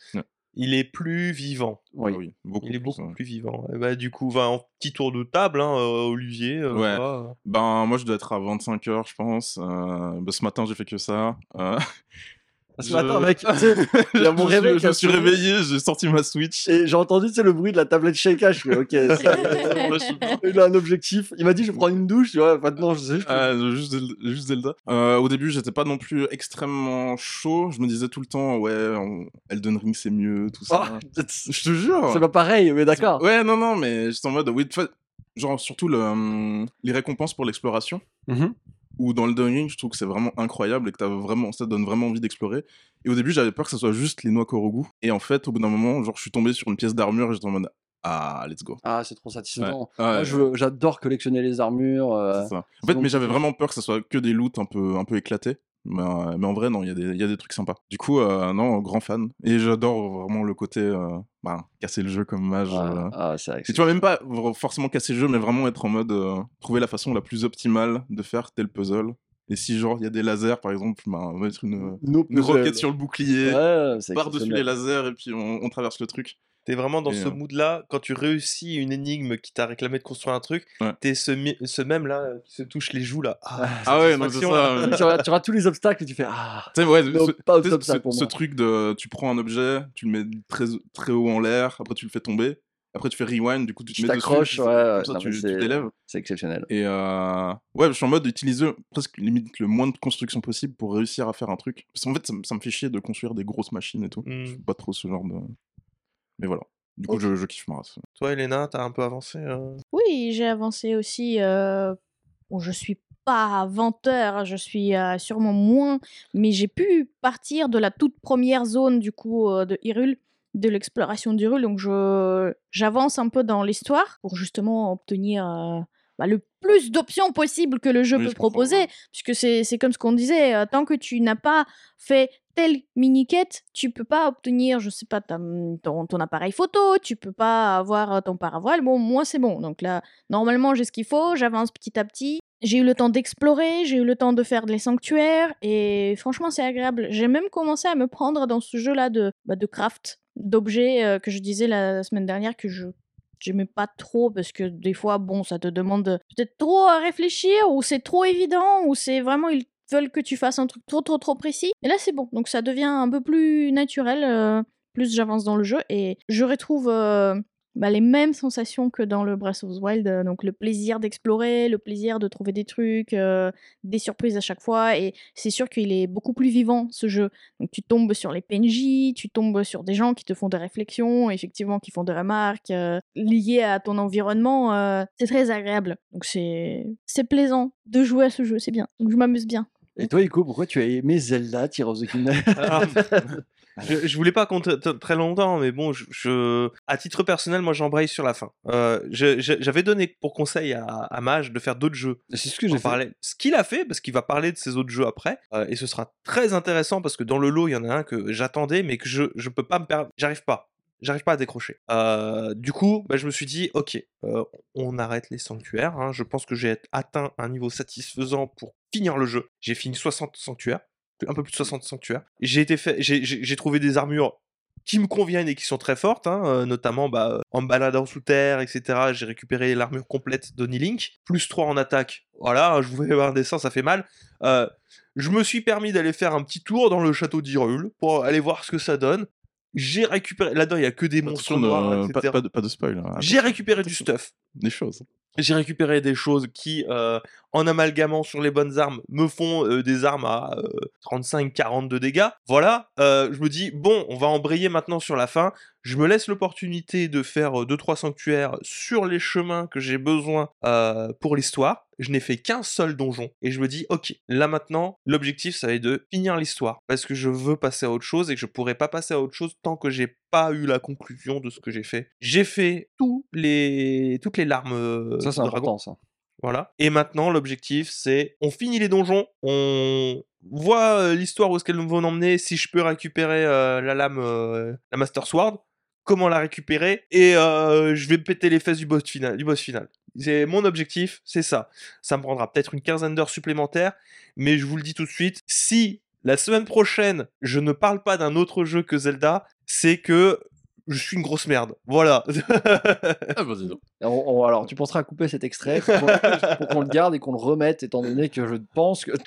Il est plus vivant. Oui. Ah oui, beaucoup Il est plus, beaucoup ouais. plus vivant. Et bah, du coup, va en petit tour de table, hein, euh, Olivier. euh, Ouais. toi, Ben, moi, je dois être à vingt-cinq heures, je pense. Euh, bah, ce matin, j'ai fait que ça. Euh, Ce je- matin, mec, tu sais, il y a mon je, me réveil suis- qui je a me suis sonné. réveillé, j'ai sorti ma Switch. Et j'ai entendu, tu sais, le bruit de la tablette Sheikah. Je fais, ok, c'est- Moi, je suis bien. il a un objectif. Il m'a dit, je vais prendre une douche, tu vois. Maintenant, je sais, je peux. Ah, juste, Zelda- juste Zelda. Euh, au début, j'étais pas non plus extrêmement chaud. Je me disais tout le temps, ouais, on- Elden Ring c'est mieux, tout ça. Oh, Je te jure. c'est pas pareil, mais d'accord. Ouais, non, non, mais j'étais en mode, oui, de fait, genre, surtout le, hum, les récompenses pour l'exploration. Mhm. Ou dans Elden Ring, je trouve que c'est vraiment incroyable et que t'as vraiment, ça te donne vraiment envie d'explorer. Et au début, j'avais peur que ça soit juste les noix Korogu. Et en fait, au bout d'un moment, genre, je suis tombé sur une pièce d'armure et j'étais en mode, ah, let's go. Ah, c'est trop satisfaisant. Ouais. Moi, Ouais, je veux- j'adore collectionner les armures. euh, c'est ça. En c'est fait, donc mais j'avais kiffant. vraiment peur que ça soit que des loots un peu, un peu éclatés. Mais, euh, mais en vrai, non, il y, a des- il y a des trucs sympas. Du coup, euh, non, grand fan. Et j'adore vraiment le côté euh, bah, casser le jeu comme mage. Ouais, euh. ah, c'est vrai que Et c'est- tu vois, même pas vra- forcément casser le jeu, mais vraiment être en mode euh, trouver la façon la plus optimale de faire tel puzzle. Et si, genre, il y a des lasers, par exemple, bah, on va mettre une, Nos une puzzles. roquette sur le bouclier, Ouais, c'est par-dessus les exceptionnel. lasers, et puis on, on traverse le truc. T'es vraiment dans Et, ce euh, mood-là, quand tu réussis une énigme qui t'a réclamé de construire un truc, Ouais. t'es ce, mi- ce même-là euh, qui se touche les joues là. Ah, Ah ouais, non, c'est satisfaction. ça. Oui, tu, auras, tu auras tous les obstacles et tu fais ah. Tu sais, ouais, Non, ce, pas tu sais, obstacle ce- pour ce moi. truc de tu prends un objet, tu le mets très, très haut en l'air, après tu le fais tomber, après tu fais rewind, du coup tu te Tu mets dessus, t'accroches, puis ouais, ça- ouais, comme ça non, tu mais tu c'est- t'élèves. C'est exceptionnel. Et euh... ouais, je suis en mode d'utiliser presque limite le moins de construction possible pour réussir à faire un truc. Parce qu'en fait, ça, me- ça me fait chier de construire des grosses machines et tout. Mm. Je fais pas trop ce genre de. Mais voilà. Du coup, Ok. je, je kiffe ma race. Toi, Elena, t'as un peu avancé euh Oui, j'ai avancé aussi. Euh... Bon, je suis pas à vingt heures, je suis euh, sûrement moins, mais j'ai pu partir de la toute première zone du coup euh, de Hyrule, de l'exploration d'Hyrule, donc je j'avance un peu dans l'histoire pour justement obtenir euh, bah, le plus d'options possibles que le jeu Oui, peut je comprends, proposer, ouais. puisque c'est c'est comme ce qu'on disait, euh, tant que tu n'as pas fait telle mini-quête, tu peux pas obtenir, je sais pas, ta- ton, ton appareil photo, tu peux pas avoir euh, ton paravoile. Bon, moi c'est bon. Donc là, normalement j'ai ce qu'il faut, j'avance petit à petit. J'ai eu le temps d'explorer, j'ai eu le temps de faire les sanctuaires, et franchement c'est agréable. J'ai même commencé à me prendre dans ce jeu-là de, bah, de craft, d'objets euh, que je disais la semaine dernière que je j'aimais pas trop parce que des fois, bon, ça te demande peut-être trop à réfléchir, ou c'est trop évident, ou c'est vraiment ils veulent que tu fasses un truc trop trop trop précis. Et là c'est bon, donc ça devient un peu plus naturel, euh, plus j'avance dans le jeu, et je retrouve euh, bah, les mêmes sensations que dans le Breath of the Wild, euh, donc le plaisir d'explorer, le plaisir de trouver des trucs, euh, des surprises à chaque fois, et c'est sûr qu'il est beaucoup plus vivant ce jeu. Donc tu tombes sur les P N J, tu tombes sur des gens qui te font des réflexions, effectivement qui font des remarques euh, liées à ton environnement, euh, c'est très agréable. Donc c'est c'est plaisant de jouer à ce jeu, c'est bien. Donc je m'amuse bien. Et toi, Ico, pourquoi tu as aimé Zelda Tears of the Kingdom Alors, Je, je voulais pas compter t- très longtemps, mais bon, je, je- à titre personnel, moi j'embraye sur la fin. Euh, je- je- j'avais donné pour conseil à, à Mage de faire d'autres jeux C'est ce que en j'ai fait. parallèle. Ce qu'il a fait, parce qu'il va parler de ses autres jeux après, euh, et ce sera très intéressant parce que dans le lot, il y en a un que j'attendais, mais que je, je peux pas me permettre. J'arrive pas. J'arrive pas à décrocher. Euh, du coup, bah, je me suis dit, ok, euh, on arrête les sanctuaires. Hein. Je pense que j'ai atteint un niveau satisfaisant pour finir le jeu. J'ai fini soixante sanctuaires, un peu plus de soixante sanctuaires. J'ai été fait, j'ai, j'ai, j'ai trouvé des armures qui me conviennent et qui sont très fortes, hein, euh, notamment bah, en me baladant sous terre, et cetera. J'ai récupéré l'armure complète d'Oni Link, plus trois en attaque. Voilà, je vous fais un dessin, ça fait mal. Euh, je me suis permis d'aller faire un petit tour dans le château d'Hyrule pour aller voir ce que ça donne. J'ai récupéré. Là-dedans, il y a que des monstres Attention, noirs, euh, pas, et cetera. pas de, pas de spoil. hein. J'ai Attention, récupéré du attention. stuff. Des choses. J'ai récupéré des choses qui, euh, en amalgamant sur les bonnes armes, me font euh, des armes à euh, trente-cinq quarante de dégâts. Voilà, euh, je me dis, bon, on va embrayer maintenant sur la fin. Je me laisse l'opportunité de faire deux trois sanctuaires sur les chemins que j'ai besoin euh, pour l'histoire. Je n'ai fait qu'un seul donjon. Et je me dis, ok, là maintenant, l'objectif, ça va être de finir l'histoire. Parce que je veux passer à autre chose et que je pourrais pas passer à autre chose tant que j'ai pas eu la conclusion de ce que j'ai fait. J'ai fait tous les... toutes les larmes euh, Ça, c'est de dragon. important, ça. Voilà. Et maintenant, l'objectif, c'est on finit les donjons, on voit euh, l'histoire où est-ce qu'elle nous va emmener, si je peux récupérer euh, la lame, euh, la Master Sword, comment la récupérer, et euh, je vais péter les fesses du boss final. Du boss final. C'est mon objectif, c'est ça. Ça me prendra peut-être une quinzaine d'heures supplémentaires, mais je vous le dis tout de suite, si la semaine prochaine, je ne parle pas d'un autre jeu que Zelda, c'est que je suis une grosse merde. Voilà. Ah, bah, dis donc. On- on- alors, tu penseras à couper cet extrait pour qu'on pour qu'on le garde et qu'on le remette, étant donné que je pense que.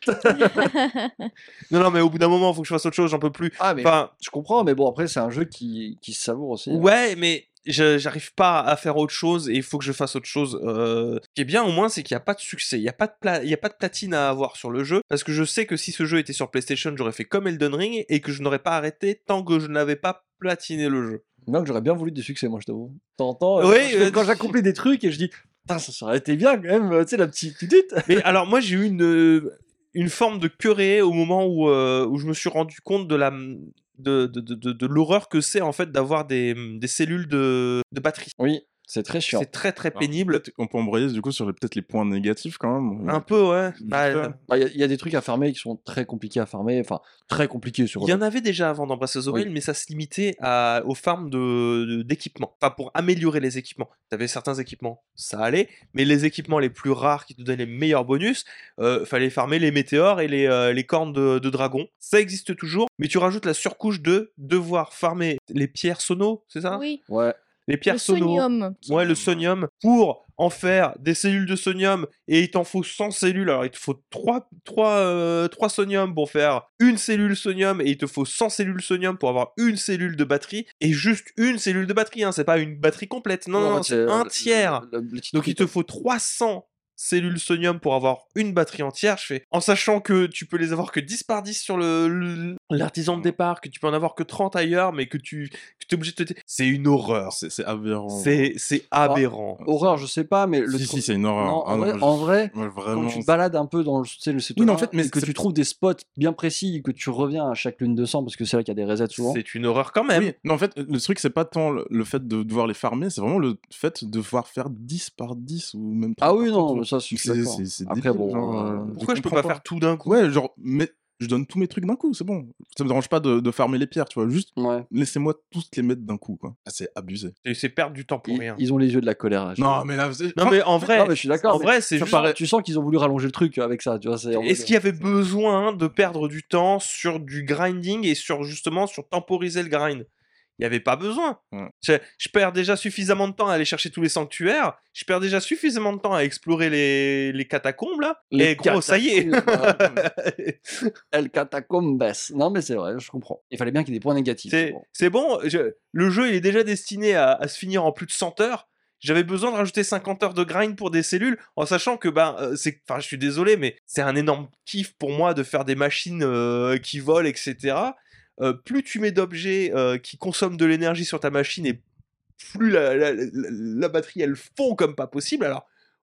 Non, non, mais au bout d'un moment, il faut que je fasse autre chose, j'en peux plus. Ah, mais Enfin, je comprends, mais bon, après, c'est un jeu qui, qui se savoure aussi. ouais, mais je- j'arrive pas à faire autre chose et il faut que je fasse autre chose. Euh, ce qui est bien au moins, c'est qu'il n'y a pas de succès, il n'y a, pas de pla- il y a pas de platine à avoir sur le jeu, parce que je sais que si ce jeu était sur PlayStation, j'aurais fait comme Elden Ring et que je n'aurais pas arrêté tant que je n'avais pas platiné le jeu. Donc, j'aurais bien voulu des succès, moi, je t'avoue. T'entends Oui, quand je- euh, quand j'accomplis des trucs et je dis, putain, ça aurait été bien quand même, tu sais, la petite tutute. Mais alors, moi, j'ai eu une, euh, une forme de querée au moment où, euh, où je me suis rendu compte de la. De, de, de, de- de l'horreur que c'est en fait d'avoir des, des cellules de, de batterie. Oui, c'est très chiant. C'est très très Alors, pénible. peut-être On peut embrayer du coup sur les- peut-être les points négatifs quand même. Un peu, ouais. Vite Bah, fait. Il y, a- y a des trucs à farmer qui sont très compliqués à farmer, enfin, très compliqués sur Il y en avait déjà avant dans Breath of the Wild, Oui. mais ça se limitait à, aux farms de, de- d'équipements. Enfin, pour améliorer les équipements. Tu avais certains équipements, ça allait, mais les équipements les plus rares qui te donnaient les meilleurs bonus, euh, fallait farmer les météores et les, euh, les cornes de, de dragon. Ça existe toujours, mais tu rajoutes la surcouche de devoir farmer les pierres sono, c'est ça Oui, Ouais. Les pierres le sono. sonium. Ouais, le sonium, pour en faire des cellules de sonium, et il t'en faut cent cellules, alors il te faut trois, trois, euh, trois sonium pour faire une cellule sonium, et il te faut cent cellules sonium pour avoir une cellule de batterie, et juste une cellule de batterie, hein, c'est pas une batterie complète, non, non, non, c'est un tiers. Le- le- le petit Donc il truc- te faut trois cents cellules sonium pour avoir une batterie entière. Je fais, en sachant que tu peux les avoir que dix par dix sur le, le- l'artisan de départ, que tu peux en avoir que trente ailleurs, mais que tu que es obligé de te... C'est une horreur. C'est c'est aberrant. C'est c'est aberrant. Horreur, je sais pas, mais le Si, truc- si, c'est une horreur. Non, Ah en, non, vrai, je- en vrai, Ouais, quand vraiment. tu te balades un peu dans le, tu sais, le Oui, mais en fait, mais et que c'est- tu trouves des spots bien précis, que tu reviens à chaque lune de sang, parce que c'est là qu'il y a des resets souvent. C'est une horreur quand même. Oui, mais en fait, le truc, c'est pas tant le, le fait de devoir les farmer, c'est vraiment le fait de devoir faire dix par dix ou même Ah trente oui, par non, trente, mais ça, je suis c'est- d'accord. c'est- c'est Après, débile, bon, genre, euh, euh, Pourquoi je peux comprends pas faire tout d'un coup? Ouais, genre, mais je donne tous mes trucs d'un coup, c'est bon. Ça me dérange pas de, de farmer les pierres, tu vois. Juste, Ouais. laissez-moi tous les mettre d'un coup, quoi. Ah, c'est abusé. Et c'est perdre du temps pour Ils, rien. ils ont les yeux de la colère. là, je- Non, mais là, c'est- Non mais en vrai, Non, mais je suis d'accord. en mais vrai c'est ça juste... paraît- Tu sens qu'ils ont voulu rallonger le truc avec ça, tu vois. c'est- en Est-ce mode- qu'il y avait besoin de perdre du temps sur du grinding et sur justement sur temporiser le grind? Il n'y avait pas besoin. Ouais. Je, je perds déjà suffisamment de temps à aller chercher tous les sanctuaires. Je perds déjà suffisamment de temps à explorer les, les catacombes là. Les et gros, ça y est. El Catacombes. Non, mais c'est vrai, je comprends. Il fallait bien qu'il y ait des points négatifs. c'est bon. c'est bon. je- le jeu il est déjà destiné à, à se finir en plus de cent heures. J'avais besoin de rajouter cinquante heures de grind pour des cellules, en sachant que ben euh, c'est, enfin je suis désolé, mais c'est un énorme kiff pour moi de faire des machines euh, qui volent, et cetera. Euh, plus tu mets d'objets euh, qui consomment de l'énergie sur ta machine et plus la, la- la- la batterie elle fond comme pas possible. Alors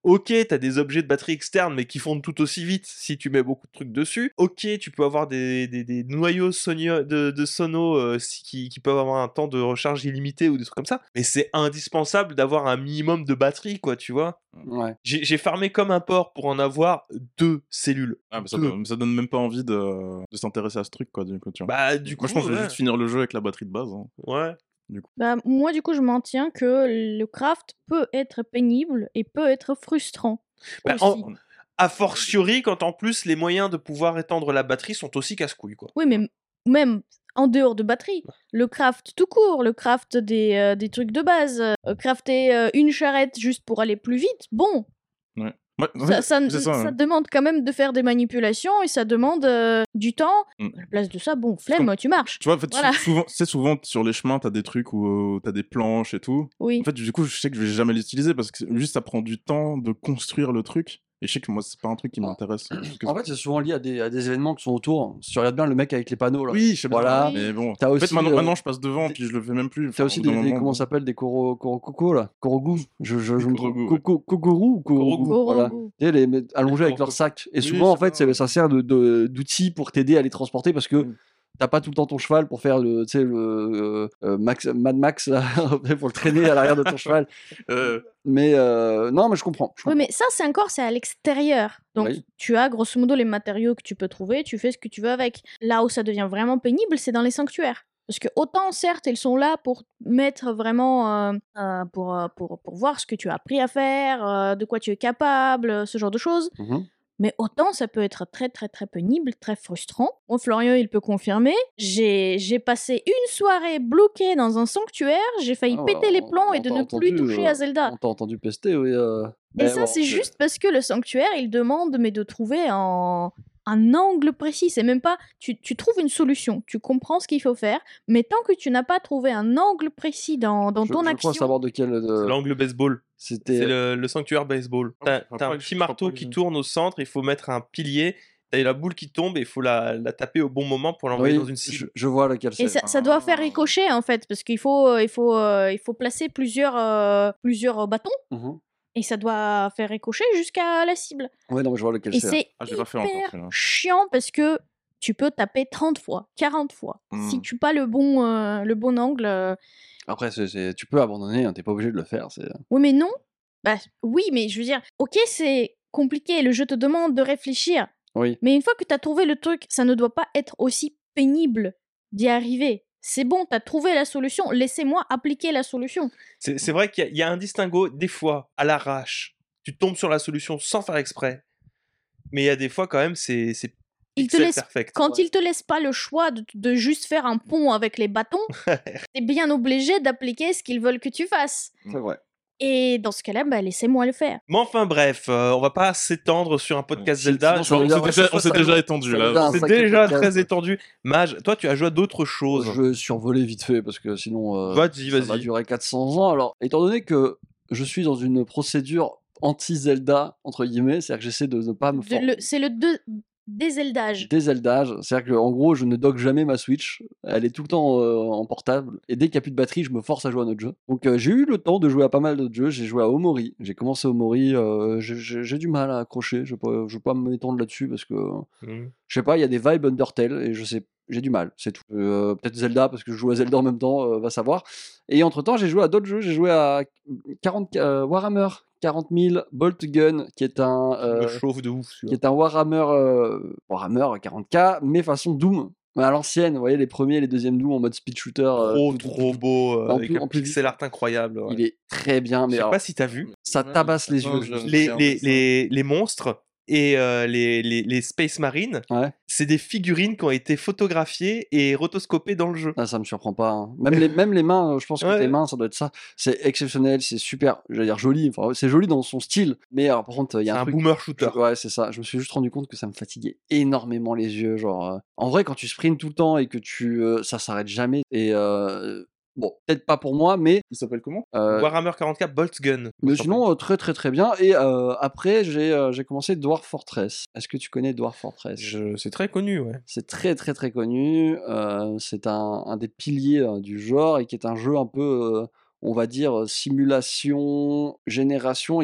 Ok, t'as des objets de batterie externe, mais qui fondent tout aussi vite si tu mets beaucoup de trucs dessus. Ok, tu peux avoir des, des, des noyaux sonio- de, de sono euh, si- qui, qui peuvent avoir un temps de recharge illimité ou des trucs comme ça. Mais c'est indispensable d'avoir un minimum de batterie, quoi, tu vois. Ouais. J'ai j'ai farmé comme un porc pour en avoir deux cellules. Ah, mais ça, Deux. donne, ça donne même pas envie de, de s'intéresser à ce truc, quoi, du coup, tu vois. Bah, du coup, Moi, je pense que je vais ouais. juste finir le jeu avec la batterie de base. Hein. Ouais. Bah, moi, du coup, je maintiens que le craft peut être pénible et peut être frustrant. Bah, aussi. en- a fortiori, quand en plus les moyens de pouvoir étendre la batterie sont aussi casse-couilles, quoi. Oui, mais m- même en dehors de batterie, le craft tout court, le craft des, euh, des trucs de base, euh, crafter euh, une charrette juste pour aller plus vite, bon, Ouais. Ouais, ça, ouais, ça, c'est ça. ça hein. demande quand même de faire des manipulations et ça demande euh, du temps. Mm. À la place de ça, bon, flemme, tu marches. Tu vois, en fait, Voilà. sou- souvent, c'est souvent sur les chemins, t'as des trucs où euh, t'as des planches et tout. Oui. En fait, du coup, je sais que je vais jamais l'utiliser parce que c'est- juste ça prend du temps de construire le truc. Et je sais que moi, c'est pas un truc qui Ah. m'intéresse. euh, plus que En ça. fait, c'est souvent lié à des, à des événements qui sont autour. Si tu regardes bien le mec avec les panneaux là. Oui, je sais bien. Voilà. Mais bon. T'as En fait, aussi, maintenant, euh, maintenant, je passe devant des- puis je le fais même plus. T'as Enfin, aussi au des, bout d'un des- moment, comment bon. ça s'appelle, des koro, korokuko là, korogu. Je, je, je me trompe. Korogu, ouais. Ko- ko- Kokoro ou korogu. Korogu. Voilà. Korogu. Tu sais, les mais allongés avec leur Koroku. sac. Et Oui, souvent, en je sais fait, bien, c'est- ça sert de- de- d'outil pour t'aider à les transporter parce que Mm. t'as pas tout le temps ton cheval pour faire le, tu sais, le euh, euh, Max, Mad Max là, pour le traîner à l'arrière de ton cheval. Euh, Mais euh, non, mais je comprends. je Oui, comprends. mais ça, c'est encore, c'est à l'extérieur. Donc, Oui. tu as grosso modo les matériaux que tu peux trouver, tu fais ce que tu veux avec. Là où ça devient vraiment pénible, c'est dans les sanctuaires. Parce que autant, certes, ils sont là pour mettre vraiment, euh, euh, pour, euh, pour, pour voir ce que tu as appris à faire, euh, de quoi tu es capable, euh, ce genre de choses. Mhm. Mais autant, ça peut être très, très, très pénible, très frustrant. Bon, Florian, il peut confirmer. J'ai j'ai passé une soirée bloquée dans un sanctuaire, j'ai failli Ah, péter ouais, les on- plombs et on de t'a ne plus entendu, toucher euh, à Zelda. On t'a entendu pester, oui. euh, Et mais ça, bon, c'est juste parce que le sanctuaire, il demande mais de trouver un, un angle précis. C'est même pas... Tu, tu trouves une solution, tu comprends ce qu'il faut faire, mais tant que tu n'as pas trouvé un angle précis dans, dans je, ton je action... crois savoir de quel. de- C'est l'angle baseball. C'était. C'est le, le sanctuaire baseball. Ah, T'as je crois t'as pas un que je- petit je crois marteau pas que qui j'ai- tourne au centre, il faut mettre un pilier, t'as la boule qui tombe et il faut la, la taper au bon moment pour l'envoyer Oui, dans une je, cible. je vois lequel Et c'est. ça, ça doit faire Ah. ricocher en fait, parce qu'il faut, euh, il faut, euh, il faut placer plusieurs, euh, plusieurs euh, bâtons, Mhm. et ça doit faire ricocher jusqu'à la cible. Ouais, non, mais je vois lequel Et c'est. c'est Ah, je l'ai pas fait encore, hyper celui-là. chiant parce que tu peux taper trente fois, quarante fois. Si Hmm. tu pas le bon, euh, le bon angle... euh, Après, c'est- c'est- tu peux abandonner, hein, t'es pas obligé de le faire. C'est... Oui, mais non. Bah, oui, mais je veux dire, ok, c'est compliqué, le jeu te demande de réfléchir. Oui. Mais une fois que tu as trouvé le truc, ça ne doit pas être aussi pénible d'y arriver. C'est bon, tu as trouvé la solution, laissez-moi appliquer la solution. C'est c'est vrai qu'il y, a- il y a un distinguo, des fois, à l'arrache, tu tombes sur la solution sans faire exprès. Mais il y a des fois, quand même, c'est c'est Il te pixel laisse, perfect. quand il te laisse pas le choix de, de juste faire un pont avec les bâtons, t'es bien obligé d'appliquer ce qu'ils veulent que tu fasses. C'est vrai. Et dans ce cas-là, bah, laissez-moi le faire. Mais enfin, bref, euh, on va pas s'étendre sur un podcast Si- Zelda. sinon, Je- ça veut On dire- s'est ouais, déjà, ça on s'est serait déjà long. étendu Ça veut là. dire un C'est sacré déjà podcast. très étendu. Mage, toi, tu as joué à d'autres choses. Je vais survoler vite fait parce que sinon euh, Vas-y, ça va vas-y. durer quatre cents ans. Alors, étant donné que je suis dans une procédure anti-Zelda, entre guillemets, c'est-à-dire que j'essaie de ne pas me De- for- le- C'est le deux- déseldage. dézeldage, c'est-à-dire qu'en gros, je ne dock jamais ma Switch, elle est tout le temps euh, en portable, et dès qu'il n'y a plus de batterie, je me force à jouer à un autre jeu. Donc euh, j'ai eu le temps de jouer à pas mal d'autres jeux, j'ai joué à Omori, j'ai commencé Omori, euh, j'ai- j'ai j'ai du mal à accrocher, je ne vais, je vais pas m'étendre là-dessus parce que, Mhm. je sais pas, il y a des vibes Undertale, et je sais, j'ai du mal, c'est tout. Euh, Peut-être Zelda, parce que je joue à Zelda en même temps, euh, va savoir. Et entre-temps, j'ai joué à d'autres jeux, j'ai joué à quarante, euh, Warhammer quarante mille Bolt Gun, qui est un... Me euh, chauffe de ouf, qui celui-là. est un Warhammer, euh, Warhammer quarante K, mais façon Doom, mais à l'ancienne, vous voyez les premiers et les deuxièmes Doom en mode speed shooter. euh, Trop, tout- tout- trop tout- beau, euh, en avec plus- un en plus pixel vite. art incroyable. ouais. Il est très bien, Je mais sais alors, pas si t'as vu. ça Ouais, tabasse les attends, yeux. je- Les, c'est un les, dessin. les, les monstres et euh, les, les, les Space Marines, Ouais. c'est des figurines qui ont été photographiées et rotoscopées dans le jeu. Ah, ça me surprend pas. hein. Même, les, même les mains, euh, je pense que Ouais. tes mains, ça doit être ça. C'est exceptionnel, c'est super, j'allais dire joli, enfin, c'est joli dans son style, mais alors par contre, il y C'est a un, un truc. boomer shooter. Je- ouais, c'est ça. Je me suis juste rendu compte que ça me fatiguait énormément les yeux. Genre, euh, en vrai, quand tu sprints tout le temps et que tu, euh, ça s'arrête jamais. Et euh, bon, peut-être pas pour moi, mais Il s'appelle comment euh, Warhammer quarante K Bolt Gun. mais sinon, euh, très très très bien. Et euh, après, j'ai euh, j'ai commencé Dwarf Fortress. Est-ce que tu connais Dwarf Fortress? Je... c'est très connu, ouais. C'est très très très connu. euh, c'est un, un des piliers euh, du genre et qui est un jeu un peu, euh, on va dire, euh, simulation, génération et qui a,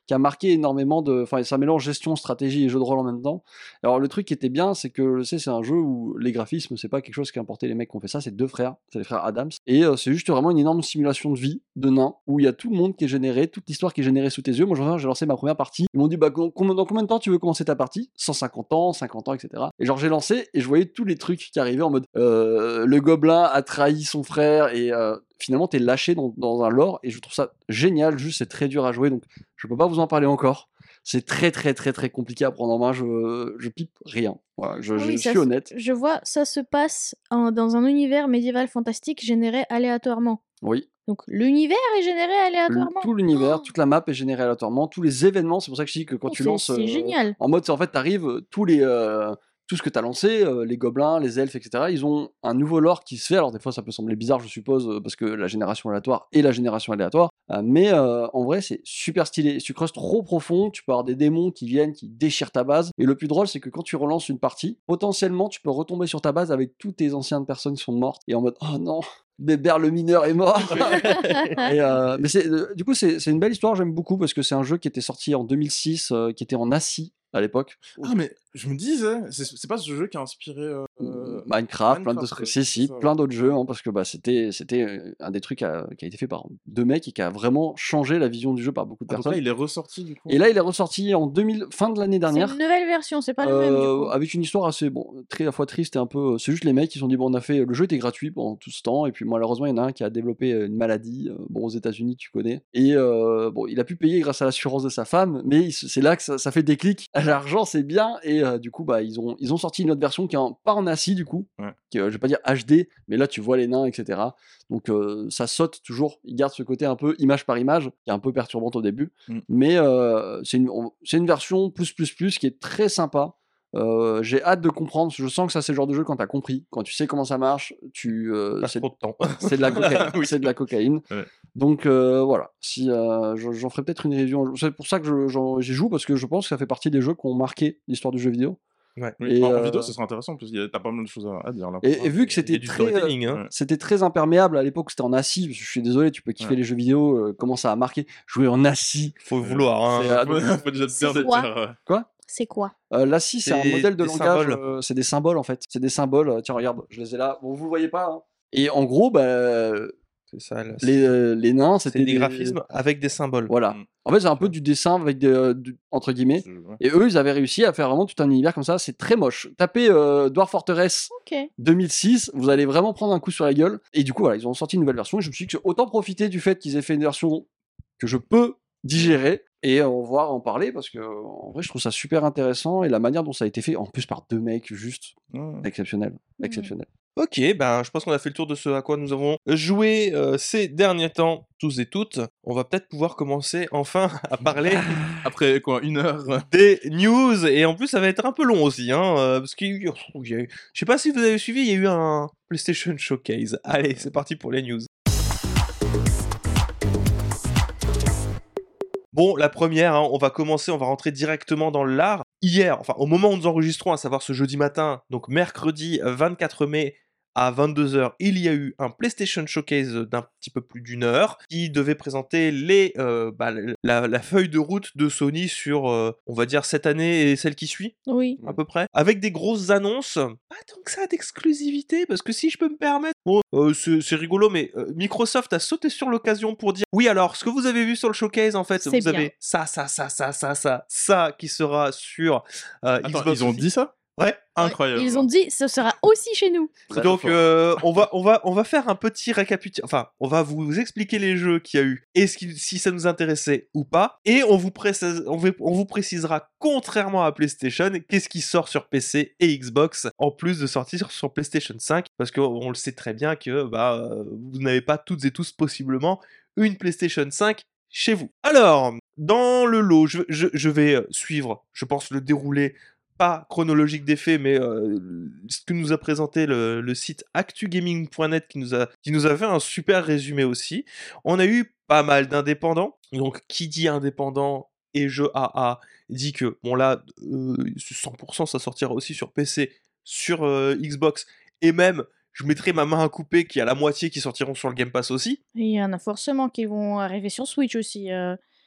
qui a marqué énormément de. Enfin, ça mélange gestion, stratégie et jeu de rôle en même temps. Alors, le truc qui était bien, c'est que, tu sais, c'est un jeu où les graphismes, c'est pas quelque chose qui a importé les mecs qui ont fait ça, c'est deux frères, c'est les frères Adams. Et euh, c'est juste vraiment une énorme simulation de vie de nains où il y a tout le monde qui est généré, toute l'histoire qui est générée sous tes yeux. Moi, je me souviens, j'ai lancé ma première partie. Ils m'ont dit, bah, com- com- dans combien de temps tu veux commencer ta partie? cent cinquante ans, cinquante ans, et cetera. Et genre, j'ai lancé et je voyais tous les trucs qui arrivaient en mode euh, le gobelin a trahi son frère et euh, finalement, t'es lâché dans, dans un lore et je trouve ça génial. Juste, c'est très dur à jouer donc je peux pas vous en parler encore. C'est très, très, très, très compliqué à prendre en main. Je, je pipe rien. Voilà, je, Ah je oui, ça suis se- honnête. Je vois, ça se passe en- dans un univers médiéval fantastique généré aléatoirement. Oui. Donc l'univers est généré Le- aléatoirement. tout l'univers, Oh, toute la map est générée aléatoirement, tous les événements, c'est pour ça que je dis que quand oh, tu c'est lances c'est euh, génial. en mode, c'est en fait, t'arrives, euh, tous les, euh, tout ce que t'as lancé, euh, les gobelins, les elfes, et cetera, ils ont un nouveau lore qui se fait. Alors des fois, ça peut sembler bizarre, je suppose, euh, parce que la génération aléatoire et la génération aléatoire, euh, mais euh, en vrai, c'est super stylé. Si tu creuses trop profond, tu peux avoir des démons qui viennent, qui déchirent ta base. Et le plus drôle, c'est que quand tu relances une partie, potentiellement, tu peux retomber sur ta base avec toutes tes anciennes personnes qui sont mortes, et en mode, oh non, Bébert le mineur est mort. Et, euh, mais c'est, euh, du coup, c'est c'est une belle histoire, j'aime beaucoup parce que c'est un jeu qui était sorti en deux mille six, euh, qui était en ACI à l'époque. Ah, mais je me disais, c'est c'est pas ce jeu qui a inspiré. euh, euh, Minecraft, plein Minecraft, d'autres, ouais, si, c'est si, ça, ouais. plein d'autres jeux, hein, parce que bah, c'était c'était euh, un des trucs à- qui a été fait par deux mecs et qui a vraiment changé la vision du jeu par beaucoup de Ah, donc personnes. là, il est ressorti du coup. Et là, il est ressorti en deux mille, fin de l'année C'est dernière. une nouvelle version, c'est pas le même du Euh, coup. avec une histoire assez bon, très à la fois triste et un peu. C'est juste les mecs qui se sont dit bon, on a fait le jeu était gratuit pendant tout ce temps et puis malheureusement il y en a un qui a développé euh, une maladie. euh, Bon, aux États-Unis tu connais. Et euh, bon, il a pu payer grâce à l'assurance de sa femme, mais il se- c'est là que ça, ça fait déclic. L'argent c'est bien et euh, du coup bah ils ont ils ont sorti une autre version qui est en, pas en ACI du coup, Ouais. qui est, euh, je vais pas dire H D, mais là tu vois les nains et cetera. Donc euh, ça saute toujours. Il garde ce côté un peu image par image qui est un peu perturbante au début, Mm. mais euh, c'est une on- c'est une version plus plus plus qui est très sympa. Euh, j'ai hâte de comprendre. Je sens que ça c'est le genre de jeu quand t'as compris, quand tu sais comment ça marche, tu euh, Pas c'est trop de temps. c'est de la cocaïne. Oui. C'est de la cocaïne. Ouais. Donc euh, voilà. Si euh, je- j'en ferai peut-être une review. C'est pour ça que je- j'en- j'y joue parce que je pense que ça fait partie des jeux qui ont marqué l'histoire du jeu vidéo. Ouais. Oui, Et, en, en euh, vidéo, ce serait intéressant parce que t'as pas mal de choses à, à dire là. Et, et vu que Il y a c'était du très, euh, storytelling, hein. Ouais. c'était très imperméable à l'époque, c'était en ACI. Parce que je suis désolé, tu peux kiffer Ouais. les jeux vidéo. euh, comment ça a marqué jouer en ACI. Faut vouloir, hein. C'est, euh, Faut, faut déjà C'est bien quoi dire. euh, Quoi C'est quoi? Euh, L'ACI, c'est un C'est modèle de des langage. symboles. euh, c'est des symboles en fait. C'est des symboles. euh, Tiens, regarde, je les ai là. Bon, vous le voyez pas. hein. Et en gros, bah, C'est ça, là. les, euh, les nains, C'est c'était des graphismes avec des symboles. Voilà. Mm. En fait, c'est un peu du dessin avec des euh, du- entre guillemets. je- ouais. Et eux, ils avaient réussi à faire vraiment tout un univers comme ça. C'est très moche. Tapez euh, Dwarf Fortress Ok. deux mille six, vous allez vraiment prendre un coup sur la gueule. Et du coup, voilà, ils ont sorti une nouvelle version. Et je me suis dit que autant profiter du fait qu'ils aient fait une version que je peux digérer et on va voir en parler parce que en vrai, je trouve ça super intéressant et la manière dont ça a été fait, en plus par deux mecs, juste Ouais. exceptionnel, Mhm. exceptionnel. Ok, ben je pense qu'on a fait le tour de ce à quoi nous avons joué euh, ces derniers temps, tous et toutes. On va peut-être pouvoir commencer enfin à parler Après quoi, une heure. des news. Et en plus, ça va être un peu long aussi, hein, euh, parce qu'il y a eu- il y a eu- je sais pas si vous avez suivi, il y a eu un PlayStation Showcase. Allez, c'est parti pour les news. Bon, la première, hein, on va commencer, on va rentrer directement dans l'art. Hier, enfin au moment où nous enregistrons, à savoir ce jeudi matin, donc mercredi vingt-quatre mai à vingt-deux heures, il y a eu un PlayStation Showcase d'un petit peu plus d'une heure qui devait présenter les, euh, bah, la, la feuille de route de Sony sur, euh, on va dire, cette année et celle qui suit, Oui. à peu près, avec des grosses annonces. Pas tant que ça d'exclusivité, parce que si je peux me permettre, bon, euh, c'est c'est rigolo, mais euh, Microsoft a sauté sur l'occasion pour dire oui, alors ce que vous avez vu sur le showcase, en fait, C'est vous bien. avez ça, ça, ça, ça, ça, ça, ça qui sera sur euh, Attends, Xbox ils ont aussi. dit ça? Ouais. Incroyable. Ils ont dit ce sera aussi chez nous. Donc euh, on va on va on va faire un petit récapitulatif. Enfin, on va vous expliquer les jeux qu'il y a eu et ce qui, si ça nous intéressait ou pas. Et on vous précise, on, va- on vous précisera, contrairement à PlayStation, qu'est-ce qui sort sur P C et Xbox en plus de sortir sur PlayStation cinq, parce qu'on le sait très bien que bah euh, vous n'avez pas toutes et tous possiblement une PlayStation cinq chez vous. Alors, dans le lot, je, je, je vais suivre, je pense, le déroulé pas chronologique des faits, mais euh, ce que nous a présenté le, le site actu gaming point net qui nous a qui nous a fait un super résumé aussi. On a eu pas mal d'indépendants. Donc, qui dit indépendant et jeu A A dit que, bon là, euh, cent pour cent ça sortira aussi sur P C, sur euh, Xbox, et même, je mettrai ma main à couper qu'il y a la moitié qui sortiront sur le Game Pass aussi. Et il y en a forcément qui vont arriver sur Switch aussi. euh.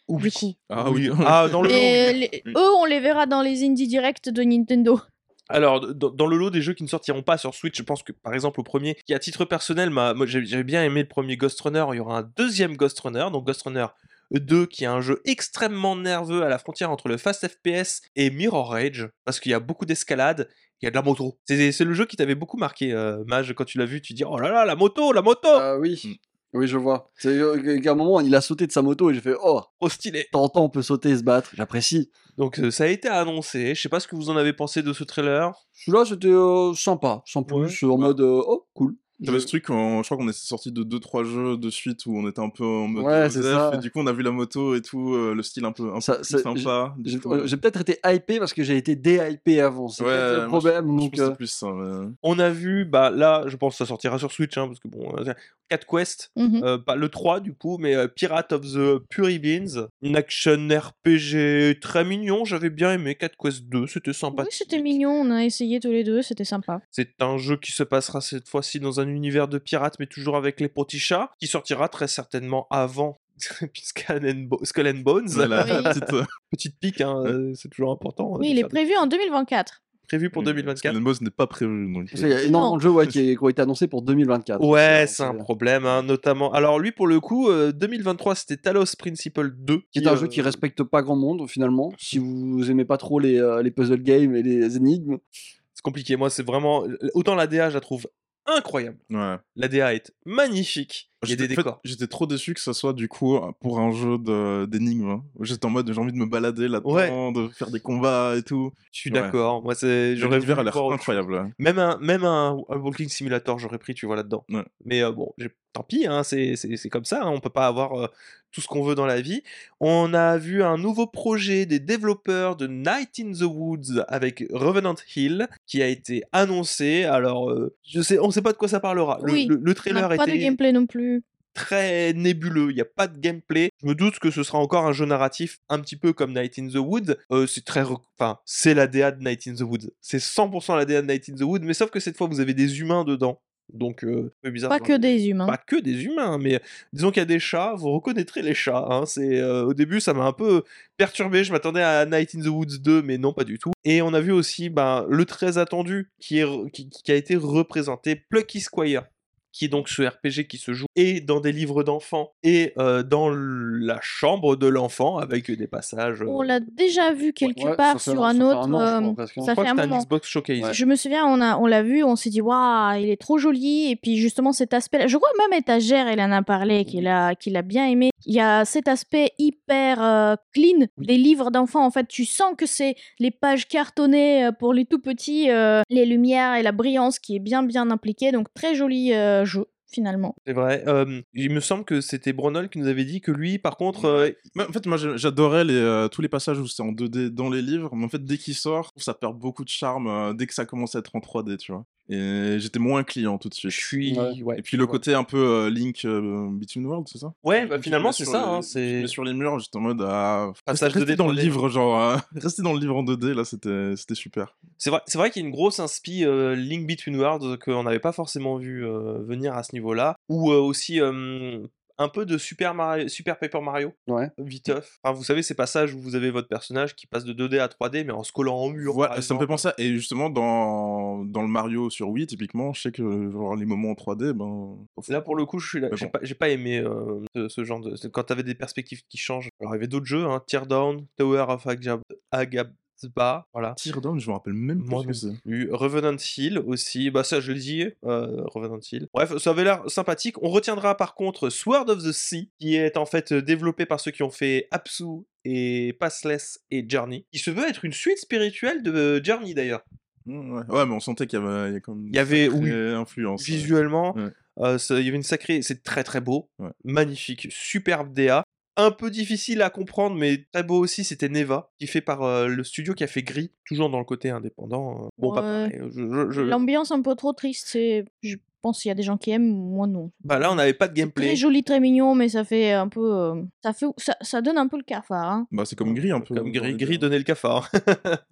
du coup. Ah oui. Ah, dans le lot. Et les- eux, on les verra dans les indie directs de Nintendo. Alors, dans, dans le lot des jeux qui ne sortiront pas sur Switch, je pense que par exemple au premier, qui à titre personnel, m'a- moi j'ai- j'avais bien aimé le premier Ghost Runner, il y aura un deuxième Ghost Runner, donc Ghost Runner deux, qui est un jeu extrêmement nerveux à la frontière entre le Fast F P S et Mirror Edge, parce qu'il y a beaucoup d'escalade, il y a de la moto. C'est c'est le jeu qui t'avait beaucoup marqué, euh, Mage, quand tu l'as vu, tu dis oh là là, la moto, la moto Ah oui, oui, je vois. C'est euh, qu'à un moment, il a sauté de sa moto et j'ai fait oh, Trop stylé. de temps en temps, on peut sauter et se battre. J'apprécie. Donc euh, ça a été annoncé, je sais pas ce que vous en avez pensé de ce trailer. Celui-là, c'était euh, sympa, sans Ouais. plus, en Bah. mode euh, oh, cool. T'avais Je- ce truc, en- je crois qu'on était sorti de deux trois jeux de suite où on était un peu en mode Ouais, O S F, c'est ça. et du coup on a vu la moto et tout, euh, le style un peu, un Ça- peu plus ça- sympa. du J'ai coup, euh, j'ai peut-être été hypé parce que j'ai été déhypé avant. C'est ouais, peut-être le moi, je- problème. je pense donc, que c'est euh, plus ça. mais- On a vu, bah là, je pense que ça sortira sur Switch, hein, parce que bon, euh, quatre Quest, Mhm. euh, pas le trois du coup, mais euh, Pirate of the Beans, une action R P G très mignon, j'avais bien aimé quatre Quest deux, c'était Oui, sympathique. c'était mignon, on a essayé tous les deux, c'était sympa. C'est un jeu qui se passera cette fois-ci dans un univers de pirates, mais toujours avec les petits chats, qui sortira très certainement avant Skull and, Bo- Skull and Bones. Voilà, Oui. petite, euh, Petite pique, hein, euh, c'est toujours important. Oui, de il est faire des- prévu en deux mille vingt-quatre. prévu pour deux mille vingt-quatre. Skull and Bones n'est pas prévu. Donc, parce qu'il y a énormément Non. de jeux ouais, qui, qui ont été annoncés pour deux mille vingt-quatre. Ouais, Donc, c'est un euh, problème, hein, notamment. Alors lui, pour le coup, euh, deux mille vingt-trois, c'était Talos Principle deux. Qui est un euh, jeu qui respecte pas grand monde finalement. Si vous aimez pas trop les, euh, les puzzle games et les énigmes, C'est compliqué. Moi, c'est vraiment. Autant la D A, je la trouve incroyable. ouais. La D A est magnifique. Il y a J'étais- des en fait, décors. J'étais trop déçu que ça soit du coup pour un jeu de- d'énigmes. hein. J'étais en mode j'ai envie de me balader là-dedans, Ouais. de faire des combats et tout. Je suis Ouais. d'accord. Moi, c'est. J'aurais L'univers voulu a l'air voir autre incroyable. ouais. chose. Même un, même un, un Walking Simulator, j'aurais pris, tu vois, là-dedans. Ouais. Mais euh, bon, j'ai- tant pis, hein, c'est c'est- c'est comme ça. Hein, on peut pas avoir euh, tout ce qu'on veut dans la vie. On a vu un nouveau projet des développeurs de Night in the Woods avec Revenant Hill qui a été annoncé. Alors, euh, je sais, on sait pas de quoi ça parlera. Le, Oui, le- le On n'a trailer pas de était gameplay non plus. très nébuleux, il n'y a pas de gameplay. Je me doute que ce sera encore un jeu narratif un petit peu comme Night in the Woods. Euh, c'est très, re- enfin, c'est la D A de Night in the Woods. C'est cent pour cent la D A de Night in the Woods, mais sauf que cette fois vous avez des humains dedans. Donc, euh, un peu bizarre. Pas de que voir des humains. Pas que des humains, mais disons qu'il y a des chats. Vous reconnaîtrez les chats. Hein. C'est euh, au début ça m'a un peu perturbé. Je m'attendais à Night in the Woods deux, mais non pas du tout. Et on a vu aussi ben, le très attendu qui, est, re- qui, qui a été représenté, Plucky Squire, qui est donc ce R P G qui se joue et dans des livres d'enfants et euh, dans la chambre de l'enfant avec des passages. euh, On l'a déjà vu quelque Ouais, part ça fait- sur ça un fait un autre. an, je crois, euh, presque, hein. je ça crois fait que un c'était un moment. Xbox Showcase. Ouais. Je me souviens, on, a, on l'a vu, on s'est dit, waouh, il est trop joli. Et puis justement, cet aspect-là, je crois même Étagère, elle en a parlé, qu'il a, qu'il a bien aimé. Il y a cet aspect hyper euh, clean des livres d'enfants. En fait, tu sens que c'est les pages cartonnées euh, pour les tout petits, euh, les lumières et la brillance qui est bien, bien impliquée. Donc, très joli euh, jeu, finalement. C'est vrai. euh, il me semble que c'était Bronol qui nous avait dit que lui, par contre, euh, Mais en fait, moi j'ai- j'adorais les, euh, tous les passages où c'est en deux D dans les livres, mais en fait, dès qu'il sort, je trouve que ça perd beaucoup de charme euh, dès que ça commence à être en trois D, tu vois. Et j'étais moins client tout de suite. je suis. Ouais. Ouais. Et puis le côté un peu euh, Link euh, Between Worlds, c'est ça Ouais, bah, Tu finalement, mets c'est sur ça. les- Hein, tu c'est. mets sur les murs, j'étais en mode ah, Passage restez deux D, dans le trois D. livre, genre euh, restez dans le livre en deux D, là, c'était c'était super. C'est vrai, c'est vrai qu'il y a une grosse inspi euh, Link Between Worlds qu'on n'avait pas forcément vu euh, venir à ce niveau-là. Ou euh, aussi euh, un peu de Super, Mario, Super Paper Mario, Ouais. viteuf. Enfin, vous savez, ces passages où vous avez votre personnage qui passe de deux D à trois D, mais en se collant en mur. Voilà, par ça me fait exemple. penser à... Et justement, dans... dans le Mario sur Wii, typiquement, je sais que genre, les moments en trois D, ben... Là, pour le coup, je suis là. Mais J'ai bon. pas, j'ai pas aimé euh, ce, ce genre de. Quand t'avais des perspectives qui changent. Alors, il y avait d'autres jeux, hein, Teardown, Tower of Agab... Agabsba, voilà. Teardown, je me rappelle même Moi plus ce non que c'est. plus. Revenant Hill aussi, bah ça je le dis, euh, Revenant Hill. Bref, ça avait l'air sympathique. On retiendra par contre Sword of the Sea, qui est en fait développé par ceux qui ont fait Apsu et Passless et Journey, qui se veut être une suite spirituelle de Journey d'ailleurs. Mmh, ouais. ouais, mais on sentait qu'il y avait, il y a quand même Il y avait, une oui, sacrée influence. ouais. Visuellement, Ouais. euh, ça- il y avait une sacrée, c'est très très beau, Ouais. magnifique, superbe D A. Un peu difficile à comprendre, mais très beau aussi, c'était Neva, qui est fait par euh, le studio qui a fait Gris, toujours dans le côté indépendant. euh. Bon, pas Ouais. pareil. Je, je- je- L'ambiance un peu trop triste, c'est... Je pense qu'il y a des gens qui aiment, moi non. Bah là, on n'avait pas de C'est gameplay. très joli, très mignon, mais ça fait un peu... euh, Ça, fait... ça, ça donne un peu le cafard, hein. Bah, c'est comme gris un peu. Comme j'ai Gris, envie de Gris dire. donnait le cafard.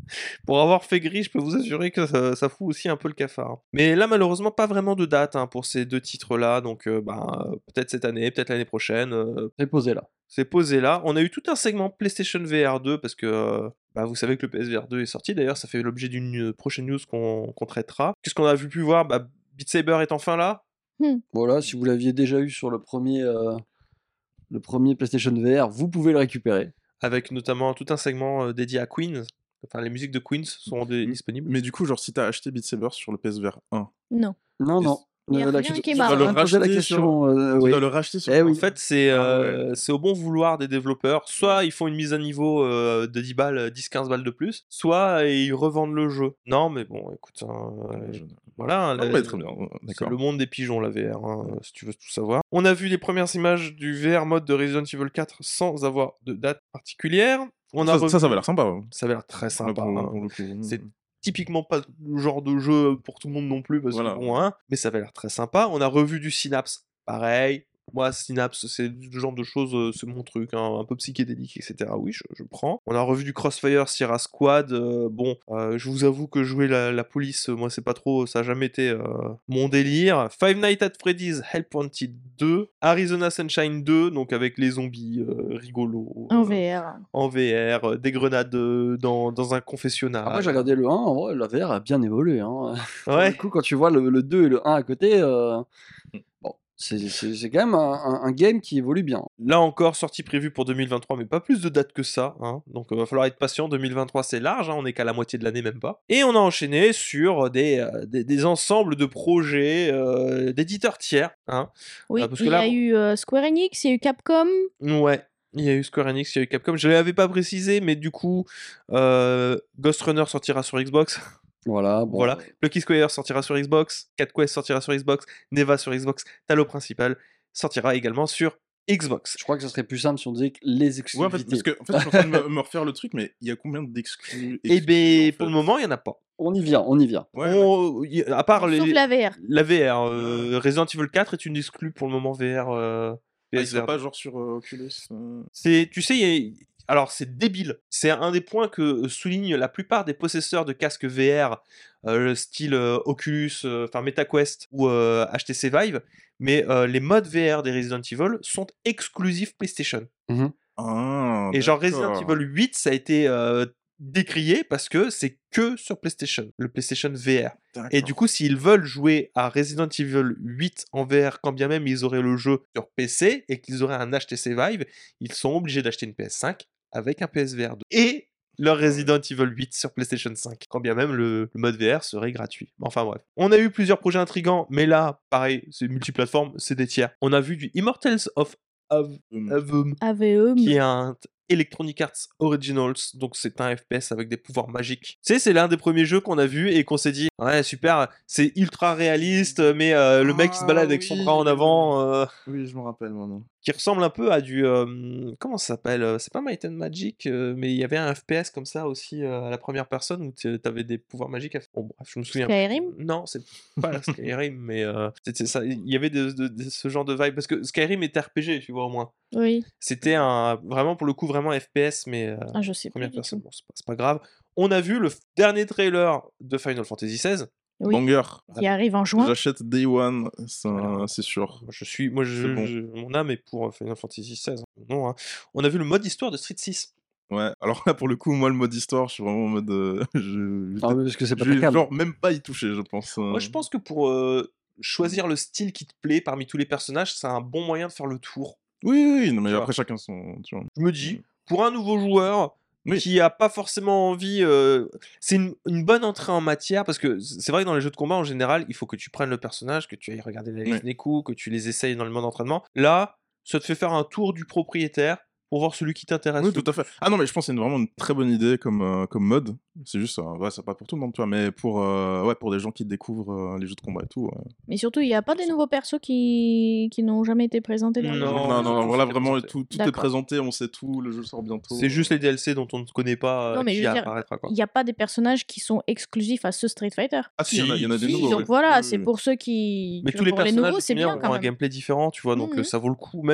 Pour avoir fait gris, je peux vous assurer que ça, ça fout aussi un peu le cafard. Mais là, malheureusement, pas vraiment de date hein, pour ces deux titres-là, donc euh, bah, peut-être cette année, peut-être l'année prochaine. euh, C'est posé là. C'est posé là. On a eu tout un segment PlayStation V R deux parce que euh, bah, vous savez que le P S V R deux est sorti. D'ailleurs, ça fait l'objet d'une prochaine news qu'on qu'on traitera. Qu'est-ce qu'on a vu pu voir bah, Beat Saber est enfin là. Voilà, si vous l'aviez déjà eu sur le premier, euh, le premier PlayStation V R, vous pouvez le récupérer. Avec notamment tout un segment euh, dédié à Queens. Enfin, les musiques de Queens sont dé- Mm. disponibles. Mais du coup, genre, si t'as acheté Beat Saber sur le P S V R un, Non. Non, Et non. Il y a Euh, la rien question- qui est je marrant. dois Tu dois le poser la racheter question. euh, tu oui. dois le racheter sur Eh En oui. fait, c'est Ah euh, c'est au bon vouloir des développeurs. Soit ils font une mise à niveau euh, de dix balles, dix quinze balles de plus, soit ils revendent le jeu. Non, mais bon, écoute, hein, euh, Je- voilà. hein, Non, la- mais très bien, C'est d'accord. le monde des pigeons, la V R, hein, si tu veux tout savoir. On a vu les premières images du V R mode de Resident Evil quatre sans avoir de date particulière. On a ça, revu- ça, ça avait l'air sympa. ouais. Ça avait l'air très sympa. Pour, hein. pour le coup. C'est typiquement pas le genre de jeu pour tout le monde non plus, parce Voilà. que bon, hein, mais ça avait l'air très sympa. On a revu du Synapse, pareil. Moi, Synapse, c'est le genre de choses, euh, c'est mon truc, hein, un peu psychédélique, et cetera. Oui, je, je prends. On a revu du Crossfire Sierra Squad. euh, bon, euh, je vous avoue que jouer la, la police, euh, moi, c'est pas trop, ça a jamais été euh, mon délire. Five Nights at Freddy's Help Wanted deux. Arizona Sunshine deux, donc avec les zombies euh, rigolos. En euh, V R. en V R, euh, des grenades euh, dans, dans un confessionnal. Après, j'ai regardé le un, en vrai, la V R a bien évolué. Hein. Pour Ouais. le coup, quand tu vois le, le deux et le un à côté, euh, bon, c'est c'est- c'est quand même un, un- un game qui évolue bien. Là encore, sortie prévue pour deux mille vingt-trois, mais pas plus de dates que ça. Hein. Donc il va falloir être patient. deux mille vingt-trois, c'est large, hein, on est qu'à la moitié de l'année, même pas. Et on a enchaîné sur des, euh, des, des ensembles de projets euh, d'éditeurs tiers. Hein. Oui, Ah, parce que il y là- a eu euh, Square Enix, il y a eu Capcom. Ouais. Il y a eu Square Enix, il y a eu Capcom. Je ne l'avais pas précisé, mais du coup, euh, Ghost Runner sortira sur Xbox. Voilà, bon, Voilà. euh, Lucky Square sortira sur Xbox. Cat Quest sortira sur Xbox. Neva sur Xbox. Talo Principal sortira également sur Xbox. je crois que ce serait plus simple si on disait que les Ouais, en fait, exclusivités. parce que en fait, je suis en train de me, me refaire le truc, mais il y a combien d'exclus Et exclus, ben en pour le fait moment, il n'y en a pas. On y vient, on y vient. Ouais, On- y- à part les, Sauf la V R. la V R, euh, Resident Evil quatre est une exclue pour le moment V R. euh, mais- ah, P il S sera V R. pas genre sur euh, Oculus. euh, C'est, tu sais, il y a- alors c'est débile. C'est un des points que soulignent la plupart des possesseurs de casques V R, euh, style euh, Oculus, euh, enfin MetaQuest ou euh, H T C Vive. Mais euh, les modes V R des Resident Evil sont exclusifs PlayStation. Ah, Et genre Resident d'accord. Evil huit, ça a été euh, décrié parce que c'est que sur PlayStation, le PlayStation V R. Et D'accord. du coup, s'ils veulent jouer à Resident Evil huit en V R, quand bien même ils auraient le jeu sur P C et qu'ils auraient un H T C Vive, ils sont obligés d'acheter une P S cinq avec un P S V R deux. Et leur Resident Evil huit sur PlayStation cinq, quand bien même le, le mode V R serait gratuit. Enfin bref. On a eu plusieurs projets intrigants, mais là, pareil, c'est multiplateforme, c'est des tiers. On a vu du Immortals of Av- Hum. Avum, A V E. qui est un t- Electronic Arts Originals, donc c'est un F P S avec des pouvoirs magiques. Tu sais, c'est l'un des premiers jeux qu'on a vu et qu'on s'est dit, ouais, super, c'est ultra réaliste, mais euh, le mec qui se balade Ah avec son oui. bras en avant, euh, Oui, je me rappelle maintenant. qui ressemble un peu à du. euh, comment ça s'appelle euh, C'est pas Might and Magic, euh, mais il y avait un F P S comme ça aussi euh, à la première personne où tu avais des pouvoirs magiques. À... Bon, bref, je me souviens. Skyrim. Non, c'est pas Skyrim, mais euh, c'était ça. Il y avait de, de- de ce genre de vibe parce que Skyrim était R P G, tu vois au moins. Oui. C'était un vraiment pour le coup vraiment F P S, mais euh, Ah, je sais plus première du personne. tout. Bon, c'est pas, c'est pas grave. On a vu le f- dernier trailer de Final Fantasy seize. Oui. Banger. Qui arrive en juin. J'achète Day One, ça, Voilà. c'est sûr. Moi, je suis, moi, je, C'est bon. je- mon âme est pour euh, Final Fantasy seize. Non, hein. On a vu le mode histoire de Street six. Ouais, alors là, pour le coup, moi, le mode histoire, je suis vraiment en mode. euh, je Ah oui, parce que c'est pas je ta vais cam. genre même pas y toucher, je pense. Moi, je pense que pour euh, choisir le style qui te plaît parmi tous les personnages, c'est un bon moyen de faire le tour. Oui, oui, oui, non, mais Tu vois. après, chacun son. Tu vois. Je me dis, pour un nouveau joueur Oui. qui a pas forcément envie, euh, c'est une, une bonne entrée en matière parce que c'est vrai que dans les jeux de combat en général, il faut que tu prennes le personnage, que tu ailles regarder la liste Oui. des coups, que tu les essayes dans le mode d'entraînement. Là, ça te fait faire un tour du propriétaire pour voir celui qui t'intéresse. Oui, le tout à fait. Ah non, mais je pense que c'est une- vraiment une très bonne idée comme, euh, comme mode. C'est juste, euh, ouais, c'est pas pour tout le monde, tu vois, mais pour, euh, ouais, pour des gens qui découvrent euh, les jeux de combat et tout. ouais. Mais surtout, il n'y a pas des nouveaux persos qui, qui n'ont jamais été présentés dans le Non, jeu. Non, non, non, non, tout voilà, est vraiment, présenté. tout, tout est D'accord. présenté, on sait tout, le jeu sort bientôt. C'est juste les D L C dont on ne connaît pas euh, Non, mais je qui veux dire, apparaîtra. Quoi. Il n'y a pas des personnages qui sont exclusifs à ce Street Fighter. Ah si, il y en a- il y en a des Si, nouveaux. donc oui. voilà, Oui, c'est oui. pour ceux qui. Mais tu tous vois, les pour les personnages nouveaux, de c'est manière, bien auront quand un même. gameplay différent, tu vois, donc Mhm. euh, ça vaut le coup même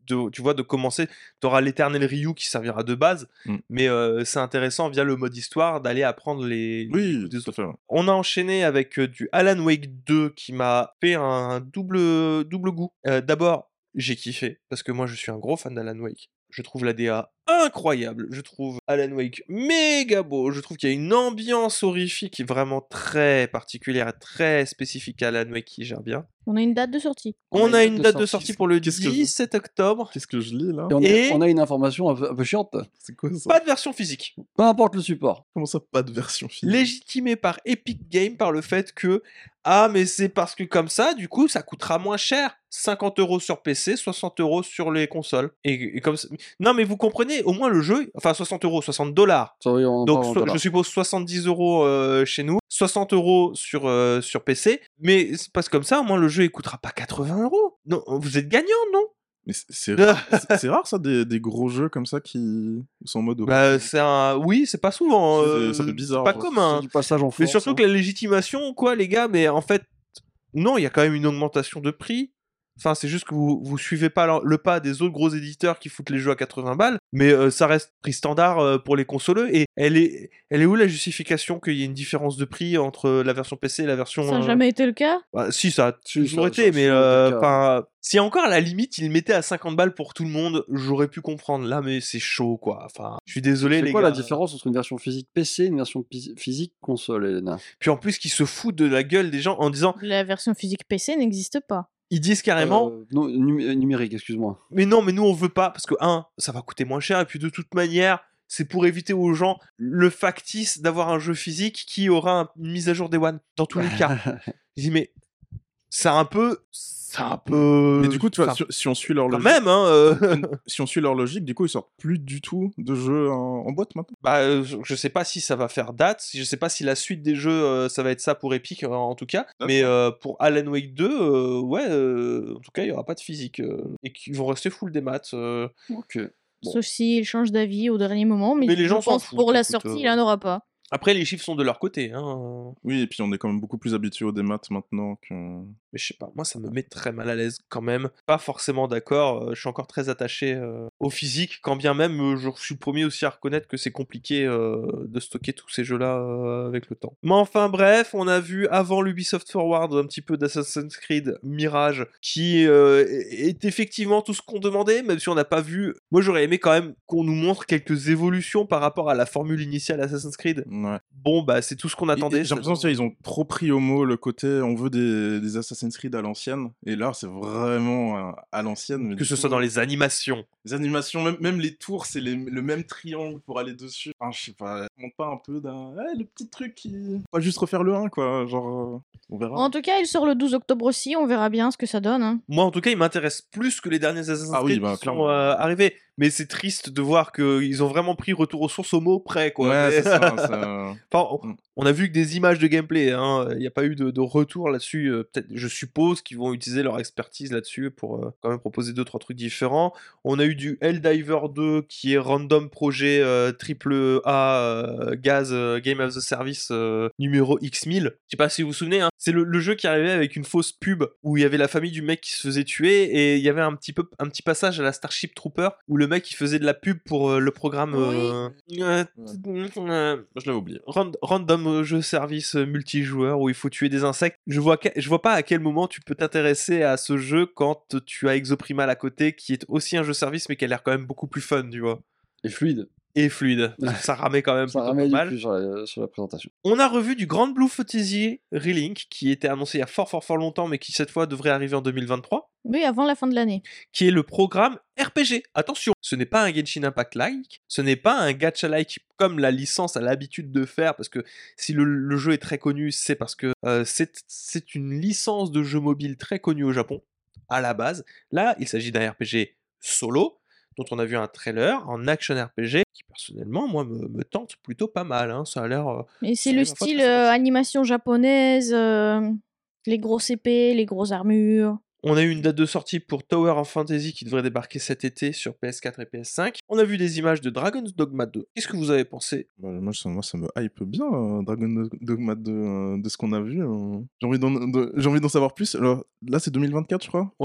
de, tu vois, de commencer. Tu auras l'éternel Ryu qui servira de base, Mm. mais euh, c'est intéressant via le mode histoire d'aller apprendre les. Oui, des tout à fait. Ouais. On a enchaîné avec euh, du Alan Wake deux qui m'a fait un double, double goût. Euh, D'abord, j'ai kiffé parce que moi je suis un gros fan d'Alan Wake. Je trouve la D A incroyable. Je trouve Alan Wake méga beau. Je trouve qu'il y a une ambiance horrifique qui est vraiment très particulière et très spécifique à Alan Wake qui gère bien. On a une date de sortie. On a une date de sortie pour le Qu'est-ce que je- dix-sept octobre. Qu'est-ce que je lis là Et on, a, Et- on a une information un peu, un peu chiante. C'est quoi ça Pas de version physique. Peu importe le support. Comment ça, pas de version physique Légitimé par Epic Games par le fait que ah mais c'est parce que comme ça du coup ça coûtera moins cher, cinquante euros sur P C, soixante euros sur les consoles et, et comme ça... non mais vous comprenez au moins le jeu, enfin soixante euros, soixante dollars, Ça, oui, on donc parle en so- dollars. je suppose soixante-dix euros euh, chez nous, soixante euros sur euh, sur P C, mais c'est parce que comme ça au moins le jeu il coûtera pas quatre-vingts euros. Non, vous êtes gagnant non? Mais c'est- c'est rare, c'est- c'est rare ça, des, des gros jeux comme ça qui sont en mode. Bah c'est un, oui c'est pas souvent, Ça fait- euh, ça fait bizarre, c'est pas genre. commun. C'est du passage en Mais force. surtout hein. que la légitimation, quoi, les gars, mais en fait, non, il y a quand même une augmentation de prix. Enfin, c'est juste que vous, vous suivez pas le, le pas des autres gros éditeurs qui foutent les jeux à quatre-vingts balles, mais euh, ça reste prix standard euh, pour les consoleux. Et elle est, elle est où la justification qu'il y ait une différence de prix entre la version P C et la version. Ça n'a euh, jamais été le cas. bah, si, ça a Si, toujours ça- été, ça- mais ça a euh, été le cas. enfin, si encore à la limite, ils le mettaient à cinquante balles pour tout le monde, j'aurais pu comprendre. Là, mais c'est chaud, quoi. Enfin, je suis désolé, C'est les quoi gars. la différence entre une version physique P C et une version pi- physique console, Elena? Puis en plus, qu'ils se foutent de la gueule des gens en disant, La version physique P C n'existe pas. ils disent carrément. Euh, non, numé- euh, numérique, excuse-moi. Mais non, mais nous on veut pas parce que un, ça va coûter moins cher et puis de toute manière, c'est pour éviter aux gens le factice d'avoir un jeu physique qui aura un- une mise à jour des One dans tous les cas. Je dis mais c'est un peu, c'est un peu. Mais du coup, tu vois, enfin, si, si on suit leur quand logique, même, hein. euh, si on suit leur logique, du coup, ils sortent plus du tout de jeux en, en boîte maintenant. bah, euh, je- je sais pas si ça va faire date, je sais pas si la suite des jeux, euh, ça va être ça pour Epic euh, en tout cas. D'accord. Mais euh, pour Alan Wake deux, euh, ouais, euh, en tout cas, il y aura pas de physique euh, et qu'ils vont rester full des maths. euh. Ok. Bon. Sauf s'il change d'avis au dernier moment, mais, Mais les je gens s'en pense foutent, pour la écoute, sortie, euh. il en aura pas. Après, les chiffres sont de leur côté, hein. Oui, et puis on est quand même beaucoup plus habitué aux démat maintenant que. Mais je sais pas, moi ça me met très mal à l'aise quand même. Pas forcément d'accord, euh, je suis encore très attaché euh, au physique, quand bien même euh, je suis le premier aussi à reconnaître que c'est compliqué euh, de stocker tous ces jeux-là euh, avec le temps. Mais enfin bref, on a vu avant l'Ubisoft Forward un petit peu d'Assassin's Creed Mirage, qui euh, est effectivement tout ce qu'on demandait, même si on n'a pas vu... Moi j'aurais aimé quand même qu'on nous montre quelques évolutions par rapport à la formule initiale Assassin's Creed. Ouais. Bon bah c'est tout ce qu'on attendait. J'ai l'impression qu'ils ont trop pris au mot le côté on veut des, des Assassin's Creed à l'ancienne, et là c'est vraiment euh, à l'ancienne. mais Que du ce coup, soit dans les animations. les animations, même, même les tours, c'est les- le même triangle pour aller dessus. Enfin, je sais pas, on monte pas un peu d'un. Ouais, le petit truc qui. Pas juste refaire le un, quoi. Genre, euh, on verra. En tout cas, il sort le douze octobre aussi, on verra bien ce que ça donne. hein. Moi, en tout cas, il m'intéresse plus que les derniers Assassin's Ah oui, Creed bah, qui sont clairement. euh, arrivés. Mais c'est triste de voir qu'ils ont vraiment pris retour aux sources au mot près, quoi. Ouais, Mais- c'est ça. ça- Enfin, on, Mm. on a vu que des images de gameplay, hein. Il n'y a pas eu de, de retour là-dessus. Euh, peut-être, je suppose qu'ils vont utiliser leur expertise là-dessus pour euh, quand même proposer deux trois trucs différents. On a eu du Helldiver deux qui est random projet euh, triple A euh, Gaz euh, Game of the Service euh, numéro X mille. Je sais pas si vous vous souvenez, hein. C'est le, le jeu qui arrivait avec une fausse pub où il y avait la famille du mec qui se faisait tuer et il y avait un petit peu un petit passage à la Starship Trooper où le mec il faisait de la pub pour euh, le programme. euh, euh, euh, Je l'avais oublié. Rand- random euh, jeu service euh, multijoueur où il faut tuer des insectes. Je vois, que- je vois pas à quel moment tu peux t'intéresser à ce jeu quand tu as Exoprimal à côté qui est aussi un jeu service mais qui a l'air quand même beaucoup plus fun, tu vois. Et fluide. Et fluide. Ça ramait quand même Ça plutôt ramène pas du mal. plus sur la, sur la présentation. On a revu du Grand Blue Fantasy Relink qui était annoncé il y a fort fort fort longtemps mais qui cette fois devrait arriver en deux mille vingt-trois. Oui, avant la fin de l'année. Qui est le programme R P G. Attention, ce n'est pas un Genshin Impact-like, ce n'est pas un gacha-like comme la licence a l'habitude de faire, parce que si le, le jeu est très connu, c'est parce que euh, c'est c'est une licence de jeu mobile très connue au Japon, à la base. Là, il s'agit d'un R P G solo, dont on a vu un trailer en action R P G, qui personnellement, moi, me, me tente plutôt pas mal. Hein. Ça a l'air... euh, Et Ça c'est a le l'air pas style très euh, sympathique. animation japonaise, euh, les grosses épées, les grosses armures. On a eu une date de sortie pour Tower of Fantasy qui devrait débarquer cet été sur P S quatre et P S cinq. On a vu des images de Dragon's Dogma deux. Qu'est-ce que vous avez pensé? Bah, moi, ça, moi, ça me hype bien, euh, Dragon Dogma de, euh, de ce qu'on a vu. euh. J'ai envie d'en de- j'ai envie d'en savoir plus. Alors, là, c'est deux mille vingt-quatre, je crois. Ouais.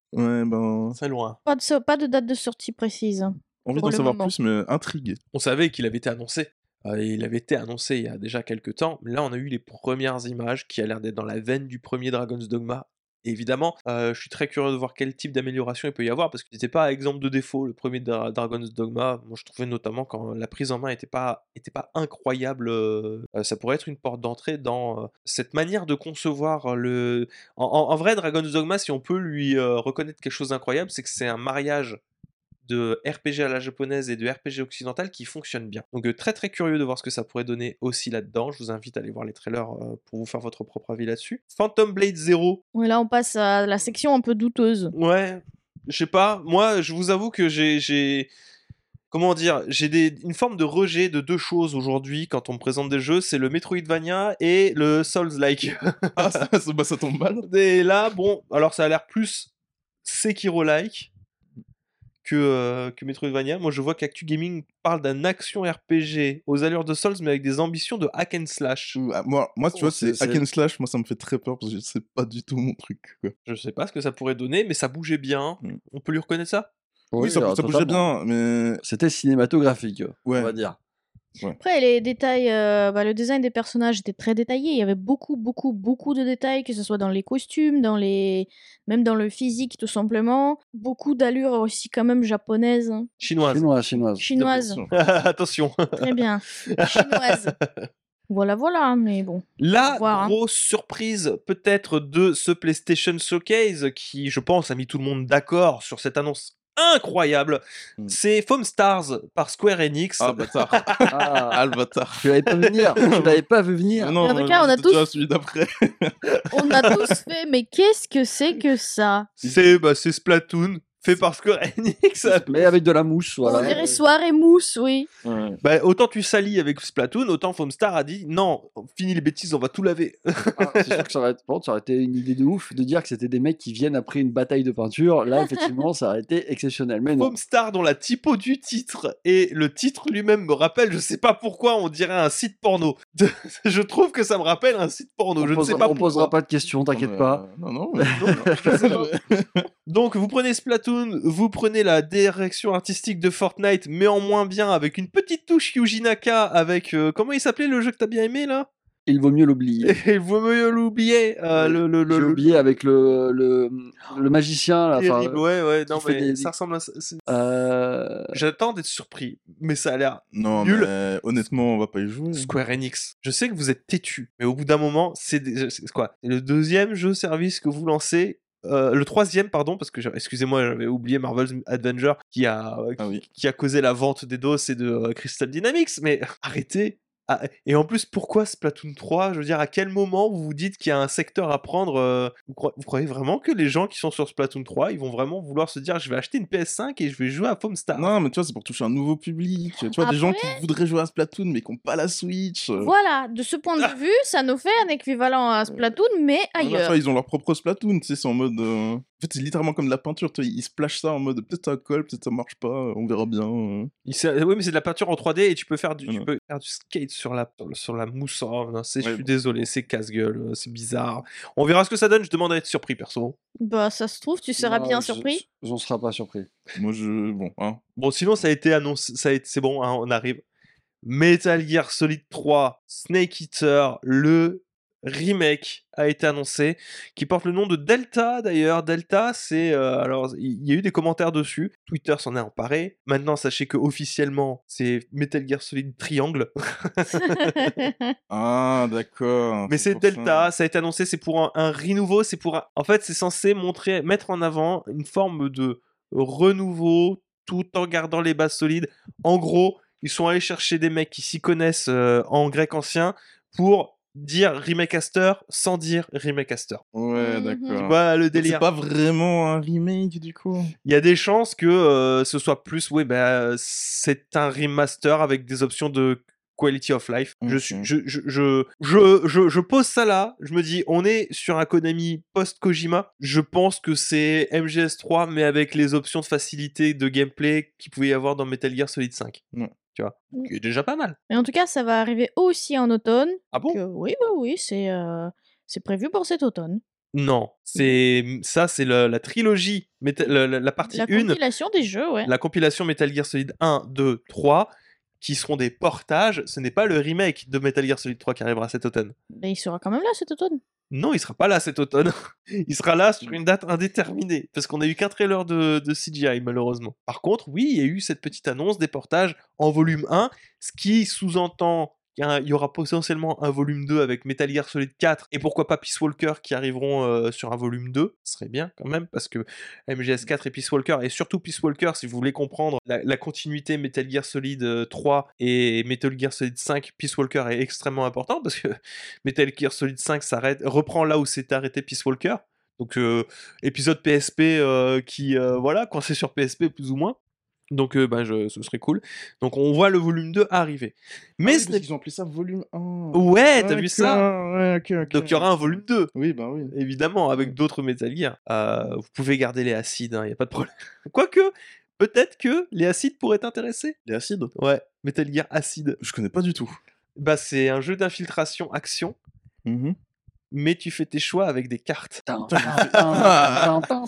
Ouais, ben, C'est loin. Pas de, so- pas de date de sortie précise. envie Pour d'en le savoir moment. plus, mais intrigué. On savait qu'il avait été annoncé. Euh, il avait été annoncé il y a déjà quelques temps. Là, on a eu les premières images qui a l'air d'être dans la veine du premier Dragon's Dogma. Et évidemment, euh, je suis très curieux de voir quel type d'amélioration il peut y avoir, parce qu'il n'était pas exemple de défaut, le premier Dra- Dragon's Dogma. Moi, je trouvais notamment quand la prise en main n'était pas, était pas incroyable. euh, euh, ça pourrait être une porte d'entrée dans euh, cette manière de concevoir le... En, en- en vrai, Dragon's Dogma, si on peut lui euh, reconnaître quelque chose d'incroyable, c'est que c'est un mariage de R P G à la japonaise et de R P G occidental qui fonctionne bien. Donc euh, très très curieux de voir ce que ça pourrait donner aussi là-dedans. Je vous invite à aller voir les trailers euh, pour vous faire votre propre avis là-dessus. Phantom Blade Zero. Ouais, là, on passe à la section un peu douteuse. Ouais, je sais pas. Moi, je vous avoue que j'ai... j'ai... Comment dire, j'ai des, une forme de rejet de deux choses aujourd'hui quand on me présente des jeux, c'est le Metroidvania et le Souls-like. Ah, ça, ça- bah, ça tombe mal. Et là, bon, alors ça a l'air plus Sekiro-like que, euh, que Metroidvania. Moi, je vois qu'Actu Gaming parle d'un action R P G aux allures de Souls, mais avec des ambitions de hack and slash. Ouh, ah, Moi, moi, tu Oh, vois, c'est- c'est hack c'est- and slash, moi, ça me fait très peur parce que c'est pas du tout mon truc, quoi. Je sais pas ce que ça pourrait donner, mais ça bougeait bien. Mm. On peut lui reconnaître ça? Oui, ça, euh, ça bougeait totalement. bien, mais C'était cinématographique, Ouais. on va dire. Après, les détails, euh, bah, le design des personnages était très détaillé. Il y avait beaucoup, beaucoup, beaucoup de détails, que ce soit dans les costumes, dans les... même dans le physique, tout simplement. Beaucoup d'allures aussi, quand même, japonaises. hein. Chinoise. Chinoise, chinoise. Chinoise. Bien sûr. Attention. Très bien. Chinoise. Voilà, voilà, mais bon. La Au revoir, hein. grosse surprise peut-être de ce PlayStation Showcase, qui je pense a mis tout le monde d'accord sur cette annonce incroyable, Mm. c'est Foam Stars par Square Enix. Ah, bâtard. Ah, Ah, le bâtard. tu l'avais pas vu venir. Tu l'avais pas vu venir. Mais non, En tout moi, cas, on a c'était déjà tous- celui d'après. On a tous fait, mais qu'est-ce que c'est que ça? C'est bah, c'est Splatoon, fait par Square Enix. Mais avec de la mousse, voilà. On dirait soirée mousse, oui. Ouais. Bah, autant tu salis avec Splatoon, autant Foamstar a dit non, fini les bêtises, on va tout laver. Ah, c'est sûr que ça aurait, été, bon, ça aurait été une idée de ouf de dire que c'était des mecs qui viennent après une bataille de peinture. Là, effectivement, ça aurait été exceptionnel. Mais non. Foamstar, dont la typo du titre et le titre lui-même me rappelle, je sais pas pourquoi, on dirait un site porno. Je trouve que ça me rappelle un site porno, On je ne posera, sais pas on posera pourquoi. pas de questions, t'inquiète Euh, pas. Non, non. mais- Je sais pas. Donc vous prenez Splatoon, vous prenez la direction artistique de Fortnite, mais en moins bien, avec une petite touche Yuji Naka, avec... euh, comment il s'appelait le jeu que t'as bien aimé là? Il vaut mieux l'oublier. Et il vaut mieux l'oublier. euh, Ouais, le, le, le, J'ai le- oublié avec le, le, le magicien. Là, enfin, Terrible, ouais, ouais, non fait mais des- ça ressemble à... c'est- euh, J'attends d'être surpris, mais ça a l'air Non, nul. mais honnêtement, on va pas y jouer. Square Enix. Je sais que vous êtes têtu, mais au bout d'un moment, c'est des- c'est quoi? C'est le deuxième jeu service que vous lancez. euh, le troisième, pardon, parce que j'ai- excusez-moi, j'avais oublié Marvel's Avenger qui a, euh, Ah qui, oui. qui a causé la vente des dos et de euh, Crystal Dynamics, mais arrêtez. Ah, et en plus, pourquoi Splatoon trois? Je veux dire, à quel moment vous vous dites qu'il y a un secteur à prendre euh, vous, croyez, vous croyez vraiment que les gens qui sont sur Splatoon trois, ils vont vraiment vouloir se dire je vais acheter une P S cinq et je vais jouer à Foamstar? Non, mais tu vois, c'est pour toucher un nouveau public. Tu vois, des gens qui voudraient jouer à Splatoon, mais qui n'ont pas la Switch. euh. Voilà, de ce point de vue, ça nous fait un équivalent à Splatoon, mais Voilà, tu ailleurs. vois, ils ont leur propre Splatoon, tu sais, c'est en mode... euh, En fait, c'est littéralement comme de la peinture, tu vois, ils splashent ça en mode peut-être ça colle, peut-être ça marche pas, on verra bien. euh. Il sait- Oui, mais c'est de la peinture en trois D et tu peux faire du, tu Voilà. peux faire du skate sur la, sur, le- sur la mousse. Oh, non, c'est- je Ouais, suis bon. désolé, c'est casse-gueule, euh, c'est bizarre. On verra ce que ça donne, je demande à être surpris, perso. Bah, ça se trouve, tu seras non, bien je- surpris. je- J'en serai pas surpris. Moi, je... Bon, hein. Bon, sinon, ça a été annoncé, ça a été, c'est bon, hein, on arrive. Metal Gear Solid trois, Snake Eater, le remake a été annoncé, qui porte le nom de Delta d'ailleurs. Delta, c'est euh, alors il y, y a eu des commentaires dessus. Twitter s'en est emparé. Maintenant, sachez que officiellement, c'est Metal Gear Solid Triangle. Ah, d'accord. Mais c'est pour Delta, ça. ça a été annoncé, c'est pour un, un renouveau, c'est pour un... En fait, c'est censé montrer, mettre en avant une forme de renouveau tout en gardant les bases solides. En gros, ils sont allés chercher des mecs qui s'y connaissent euh, en grec ancien pour dire remakeaster sans dire remakeaster. Ouais, Mhm. d'accord. Voilà le Donc, C'est délire. pas vraiment un remake, du coup. Il y a des chances que euh, ce soit plus, oui, bah, c'est un remaster avec des options de quality of life. Je, Ok. suis, je, je, je, je, je, je pose ça là, je me dis, on est sur un Konami post-Kojima. Je pense que c'est M G S trois, mais avec les options de facilité de gameplay qu'il pouvait y avoir dans Metal Gear Solid cinq. Ouais. Tu vois, Mm. qui est déjà pas mal. Mais en tout cas, ça va arriver aussi en automne. Ah bon? Que, oui, bah oui, c'est euh, c'est prévu pour cet automne. Non, c'est ça, c'est le- la trilogie, Meta- la, la- la partie La un, compilation des jeux, ouais. la compilation Metal Gear Solid un, deux, trois, qui seront des portages. Ce n'est pas le remake de Metal Gear Solid trois qui arrivera cet automne. Mais il sera quand même là cet automne. Non, il sera pas là cet automne. Il sera là sur une date indéterminée. Parce qu'on a eu qu'un trailer de, de C G I, malheureusement. Par contre, oui, il y a eu cette petite annonce des portages en volume un, ce qui sous-entend qu'il y a un- il y aura potentiellement un volume deux avec Metal Gear Solid quatre et pourquoi pas Peace Walker qui arriveront euh, sur un volume deux. Ce serait bien quand même, parce que M G S quatre et Peace Walker, et surtout Peace Walker, si vous voulez comprendre la, la continuité Metal Gear Solid euh, trois et Metal Gear Solid cinq, Peace Walker est extrêmement important, parce que Metal Gear Solid cinq s'arrête, reprend là où s'est arrêté Peace Walker. Donc euh, épisode P S P euh, qui, euh, voilà, coincé sur P S P plus ou moins. Donc euh, bah, je- ce serait cool. Donc on voit le volume deux arriver. Mais Ah oui, ce parce n'est... qu'ils ont appelé ça volume un. Ouais, t'as vu ça? D'accord, ouais, ok, ok. Donc il y aura un volume deux. Oui, bah oui. Évidemment, avec d'autres Metal Gear. Euh, vous pouvez garder les acides, il n'y a pas de problème. Quoique, peut-être que les acides pourraient t'intéresser. Les acides Ouais, Metal Gear Acide. Je connais pas du tout. Bah, c'est un jeu d'infiltration action, Mhm. mais tu fais tes choix avec des cartes. Tin, Putain, tin, tin, tin, tin.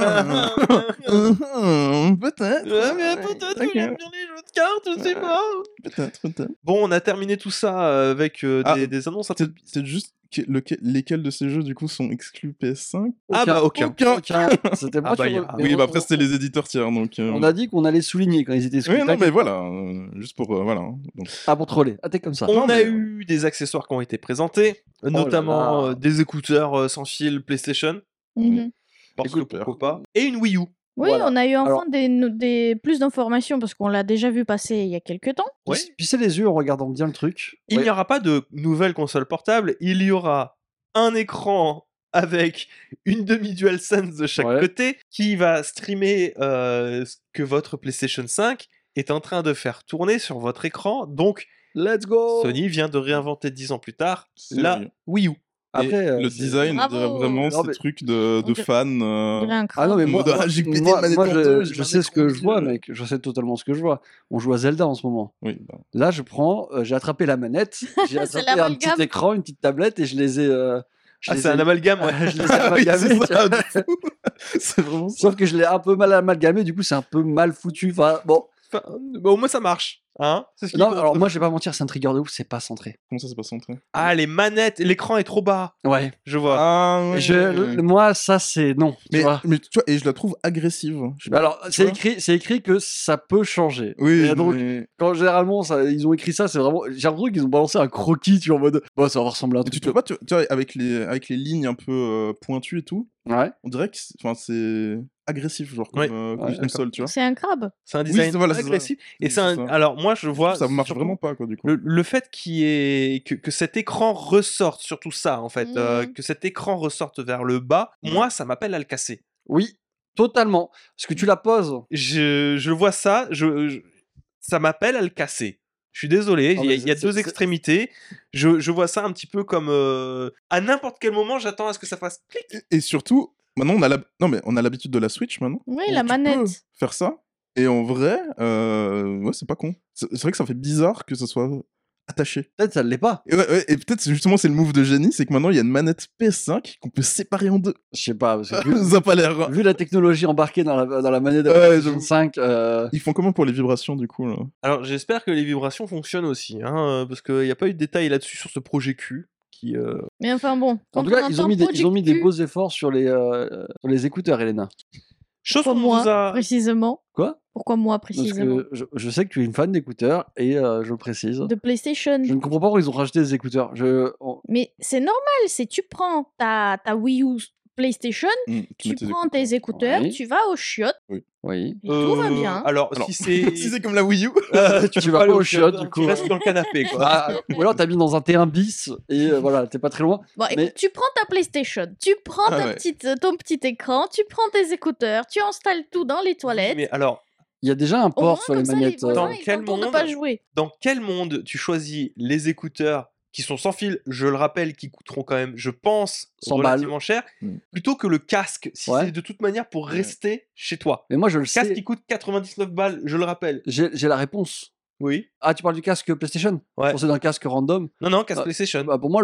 Peut-être. Ouais, mais peut-être que Ok. j'aime bien les jeux de cartes, je sais pas. Peut-être, peut-être. Bon, on a terminé tout ça euh, avec euh, Ah, des, des annonces un peu... C'est c'est juste que- lequel- lesquels de ces jeux du coup sont exclus P S cinq? Ah bah aucun. Aucun. Aucun. C'était pas Ah bah, sur y a- le- ah mais Oui, on- bah après on- c'était les éditeurs tiers donc. euh, On a dit qu'on allait souligner quand ils étaient Oui, scrutés. non, mais voilà, euh, juste pour euh, voilà. Donc, Ah, pour troller. Ah, t'es comme ça. On Non, a mais- eu des accessoires qui ont été présentés, là notamment là. euh, des écouteurs euh, sans fil PlayStation, Mhm. parce Écoute, que pourquoi pas, et une Wii U. Oui, Voilà. on a eu enfin Alors- des, no- des, plus d'informations parce qu'on l'a déjà vu passer il y a quelques temps. Ouais. Pisse- Pisser les yeux en regardant bien le truc. Il Ouais. n'y aura pas de nouvelle console portable, il y aura un écran avec une demi-DualSense de chaque Ouais. côté qui va streamer euh, ce que votre PlayStation cinq est en train de faire tourner sur votre écran. Donc, Let's go. Sony vient de réinventer dix ans plus tard C'est la vrai. Wii U. Après, Et euh, le c'est- design, on Bravo. dirait vraiment Non, ces mais- trucs de, On de dirait- fans. On euh, dirait un Ah crâne. non, mais En moi, mode, moi, ah, j'ai pété moi- une manette moi, en je, deux, je j'ai sais un ce que écran je vois, vide. mec. Je sais totalement ce que je vois. On joue à Zelda en ce moment. Oui, bah. Là, je prends, euh, j'ai attrapé la manette, j'ai C'est attrapé un l'amalgame. petit écran, une petite tablette et je les ai. euh, je Ah, les c'est ai- un amalgame, ouais. je les ai Ah oui, c'est amalgamés. ça, de fou. C'est vraiment ça. Sauf que je l'ai un peu mal amalgamé, du coup, c'est un peu mal foutu. Enfin, bon. Enfin, bah, au moins ça marche. Hein, c'est ce qui Non, compte. alors moi, je vais pas mentir, c'est un trigger de ouf, c'est pas centré. Comment ça, c'est pas centré? Ah, les manettes, l'écran est trop bas. Ouais. Je vois. Ah, ouais. Je, le- moi, ça, c'est non. tu Mais, vois. mais tu vois, et je la trouve agressive. Je sais Mais pas, alors, tu c'est vois. écrit, c'est écrit que ça peut changer. Oui, Et donc, mais... quand généralement ça, ils ont écrit ça, c'est vraiment. J'ai l'impression qu'ils ont balancé un croquis, tu vois, en mode. Bon, ça va ressembler à un mais tu truc. trouves pas, tu, tu vois, avec les, avec les lignes un peu euh, pointues et tout, Ouais. on dirait que c'est, enfin, c'est agressif, genre comme, Ouais. euh, comme Ouais, console, tu vois. C'est un crabe. C'est un Oui, design c'est- voilà, c'est ça. agressif. Et Oui, c'est c'est un... ça. Alors, moi, je vois. Ça marche surtout vraiment pas, quoi, du coup. Le, le fait qu'il y ait... que, que cet écran ressorte, surtout ça, en fait, euh, Mhm. que cet écran ressorte vers le bas, moi, ça m'appelle à le casser. Oui, totalement. Parce que tu la poses. Je, je vois ça, je, je- ça m'appelle à le casser. Je suis désolé, Ah, il y a, mais il y a c'est- deux c'est- extrémités. Je, je vois ça un petit peu comme... euh, à n'importe quel moment, j'attends à ce que ça fasse clic. Et, et surtout, maintenant, on a, la... non, mais on a l'habitude de la Switch, maintenant. Oui, Donc, la tu manette. peux faire ça. Et en vrai, euh, ouais, c'est pas con. C'est c'est vrai que ça fait bizarre que ça soit attaché. Peut-être ça ne l'est pas. Et, ouais, ouais, et peut-être c'est justement c'est le move de génie, c'est que maintenant il y a une manette P S cinq qu'on peut séparer en deux. Je sais pas. Parce que vu, Ça a pas l'air. vu la technologie embarquée dans la, dans la manette de Ouais, la PlayStation j'avoue. cinq, euh, Ils font comment pour les vibrations du coup là? Alors, j'espère que les vibrations fonctionnent aussi, hein, euh, parce qu'il n'y a pas eu de détails là-dessus sur ce projet Q. Qui, euh, Mais enfin bon. en quand tout on cas, ils ont entend mis des, ils ont mis des Project beaux efforts sur les, euh, sur les écouteurs, Elena. Chose Pourquoi qu'on moi, nous a... précisément Quoi? Pourquoi moi, Parce précisément que je, je sais que tu es une fan d'écouteurs et euh, je le précise. De PlayStation. Je ne comprends pas pourquoi ils ont rajouté des écouteurs. Je... on- Mais c'est normal, c'est tu prends ta, ta Wii U PlayStation, Mmh, tu mets tes prends tes écouteurs, Oui. tu vas aux chiottes, Oui. et tout va Euh, bien. Alors, Alors, si c'est... si c'est comme la Wii U. Euh, tu, Tu peux vas pas pas aller au au chiottes, chiottes, du tu coup. restes dans le canapé, quoi. Ah, ou alors t'as mis dans un T un bis et euh, voilà, t'es pas très loin. Bon, écoute, mais- tu prends ta PlayStation, tu prends Ah ta ouais. petite, ton petit écran, tu prends tes écouteurs, tu installes tout dans les toilettes. Mais alors, Il y a déjà un Au port moins, sur les comme ça, manettes. les voisins, Dans ils quel ont le temps de monde pas jouer. dans quel monde tu choisis les écouteurs qui sont sans fil, je le rappelle, qui coûteront quand même, je pense, cent relativement cher, Mm. plutôt que le casque, si Ouais. c'est de toute manière pour Ouais. rester chez toi. Mais moi je le Le casque sais. qui coûte quatre-vingt-dix-neuf balles, je le rappelle. J'ai j'ai la réponse. Oui. Ah, tu parles du casque PlayStation Ouais. Je pensais d'un casque random. Non, non, casque Ah, PlayStation. Bah, pour moi, le...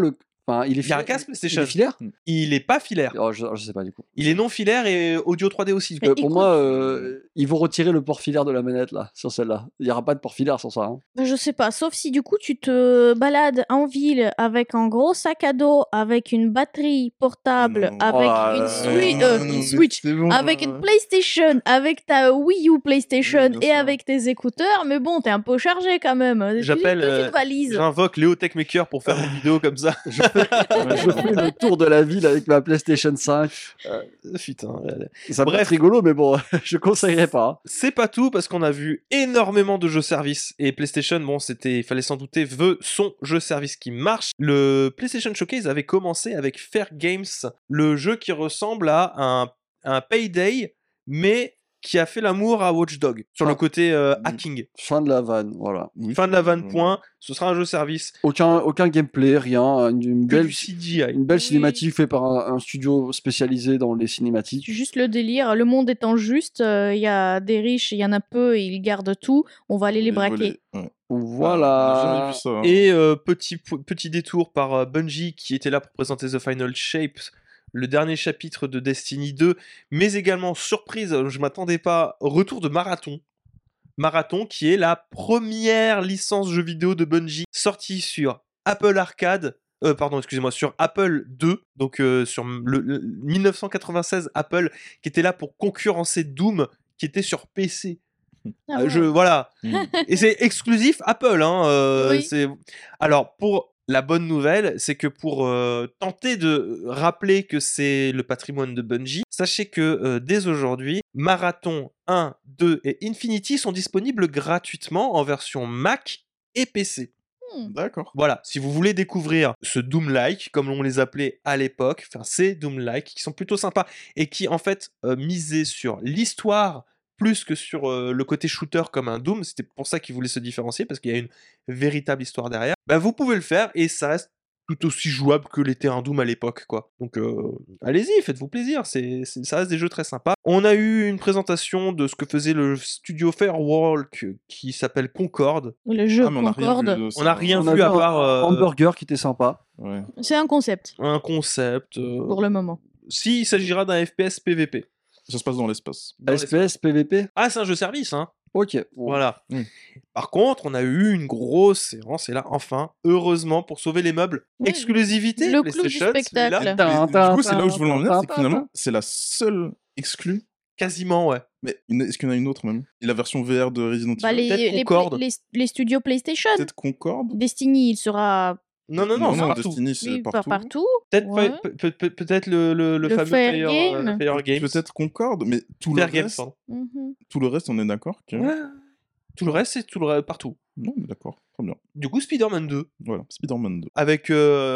Enfin, il est Il y a filaire. un casque Il PlayStation. est filaire Il est pas filaire. Oh, je, je sais pas du coup. Il est non filaire et audio trois D aussi. Mais Euh, pour écoute- moi, euh, ils vont retirer le port filaire de la manette là, sur celle-là. Il y aura pas de port filaire sur ça. Hein. Bah, je sais pas, sauf si du coup tu te balades en ville avec un gros sac à dos, avec une batterie portable, Non. avec Oh là une, là. Swi- Non, euh, non, une mais Switch, c'est bon, avec euh. une PlayStation, avec ta Wii U PlayStation Oui, bien et sûr. avec tes écouteurs, mais bon, t'es un peu chargé quand même. J'appelle, Toute euh, une valise. J'invoque Léo Techmaker pour faire une vidéo comme ça. Je fais, je fais le tour de la ville avec ma PlayStation cinq. Euh, putain. Ça peut Bref. être rigolo, mais bon, je conseillerais pas. hein. C'est pas tout parce qu'on a vu énormément de jeux service et PlayStation, bon, c'était, il fallait s'en douter, veut son jeu service qui marche. Le PlayStation Showcase avait commencé avec Fair Games, le jeu qui ressemble à un, un Payday, mais qui a fait l'amour à Watch Dogs sur Ah. le côté euh, Mm. hacking. Fin de la vanne, voilà. Oui, Fin de la vanne, voilà. point. Ce sera un jeu service. Aucun, aucun gameplay, rien. Une, une Que belle, du C G I. une belle Oui. cinématique faite par un, un studio spécialisé dans les cinématiques. Juste le délire, le monde étant juste, il y a des riches, il y en a peu, et ils gardent tout, on va aller les braquer. volets, ouais. On n'a Voilà. jamais vu ça. hein. Et euh, petit, petit détour par euh, Bungie qui était là pour présenter The Final Shape, le dernier chapitre de Destiny deux, mais également, surprise, je m'attendais pas, retour de Marathon. Marathon qui est la première licence jeu vidéo de Bungie sortie sur Apple Arcade, euh, pardon, excusez-moi, sur Apple deux, donc euh, sur le, le mille neuf cent quatre-vingt-seize Apple, qui était là pour concurrencer Doom, qui était sur P C. Ah Euh, ouais. je, voilà. Mm. Et c'est exclusif Apple. Hein, euh, Oui. c'est... Alors, pour la bonne nouvelle, c'est que pour euh, tenter de rappeler que c'est le patrimoine de Bungie, sachez que euh, dès aujourd'hui, Marathon un, deux et Infinity sont disponibles gratuitement en version Mac et P C. D'accord. Voilà, si vous voulez découvrir ce Doom-like, comme on les appelait à l'époque, enfin ces Doom-like, qui sont plutôt sympas et qui en fait euh, misaient sur l'histoire plus que sur euh, le côté shooter comme un Doom, c'était pour ça qu'ils voulaient se différencier, parce qu'il y a une véritable histoire derrière, bah, vous pouvez le faire et ça reste tout aussi jouable que l'était un Doom à l'époque, quoi. Donc euh, allez-y, faites-vous plaisir, c'est, c'est, ça reste des jeux très sympas. On a eu une présentation de ce que faisait le studio Firewalk qui s'appelle Concorde. Le jeu Ah, mais on n'a rien Concorde, vu de ça. On n'a rien On a vu vu à un part euh, hamburger qui était sympa. Ouais. c'est un concept un concept. euh, pour le moment. Si, il s'agira d'un F P S P V P. Ça se passe dans l'espace. Dans les- S P S, P V P. Ah, c'est un jeu service, hein. Ok. Bon. Voilà. Mm. Par contre, on a eu une grosse séance, et là, enfin, heureusement, pour sauver les meubles, Oui, exclusivité le clou du PlayStation, spectacle. celui-là, Tin, Mais tin, du coup, c'est là où tin, je voulais en venir, tin, c'est que tin, finalement, tin. c'est la seule exclue. quasiment, ouais. Mais une- est-ce qu'il y en a une autre même Et la version V R de Resident Bah, Evil les, peut-être les, Concorde. les, les studios PlayStation. Peut-être Concorde Destiny, il sera Non, non, non, c'est partout. Destiny, c'est oui, pas partout. partout. Peut-être, Ouais. peut- peut- peut- peut-être le, le, le Le fameux Fair Fire, Game. euh, Fire Games. Peut-être Concorde, mais tout le, Fair Games, reste, pardon. Mhm. tout le reste, on est d'accord que... Ouais. Tout le reste, c'est tout le reste, partout. Non, mais d'accord, très bien. Du coup, Spider-Man deux. Voilà, Spider-Man deux. Avec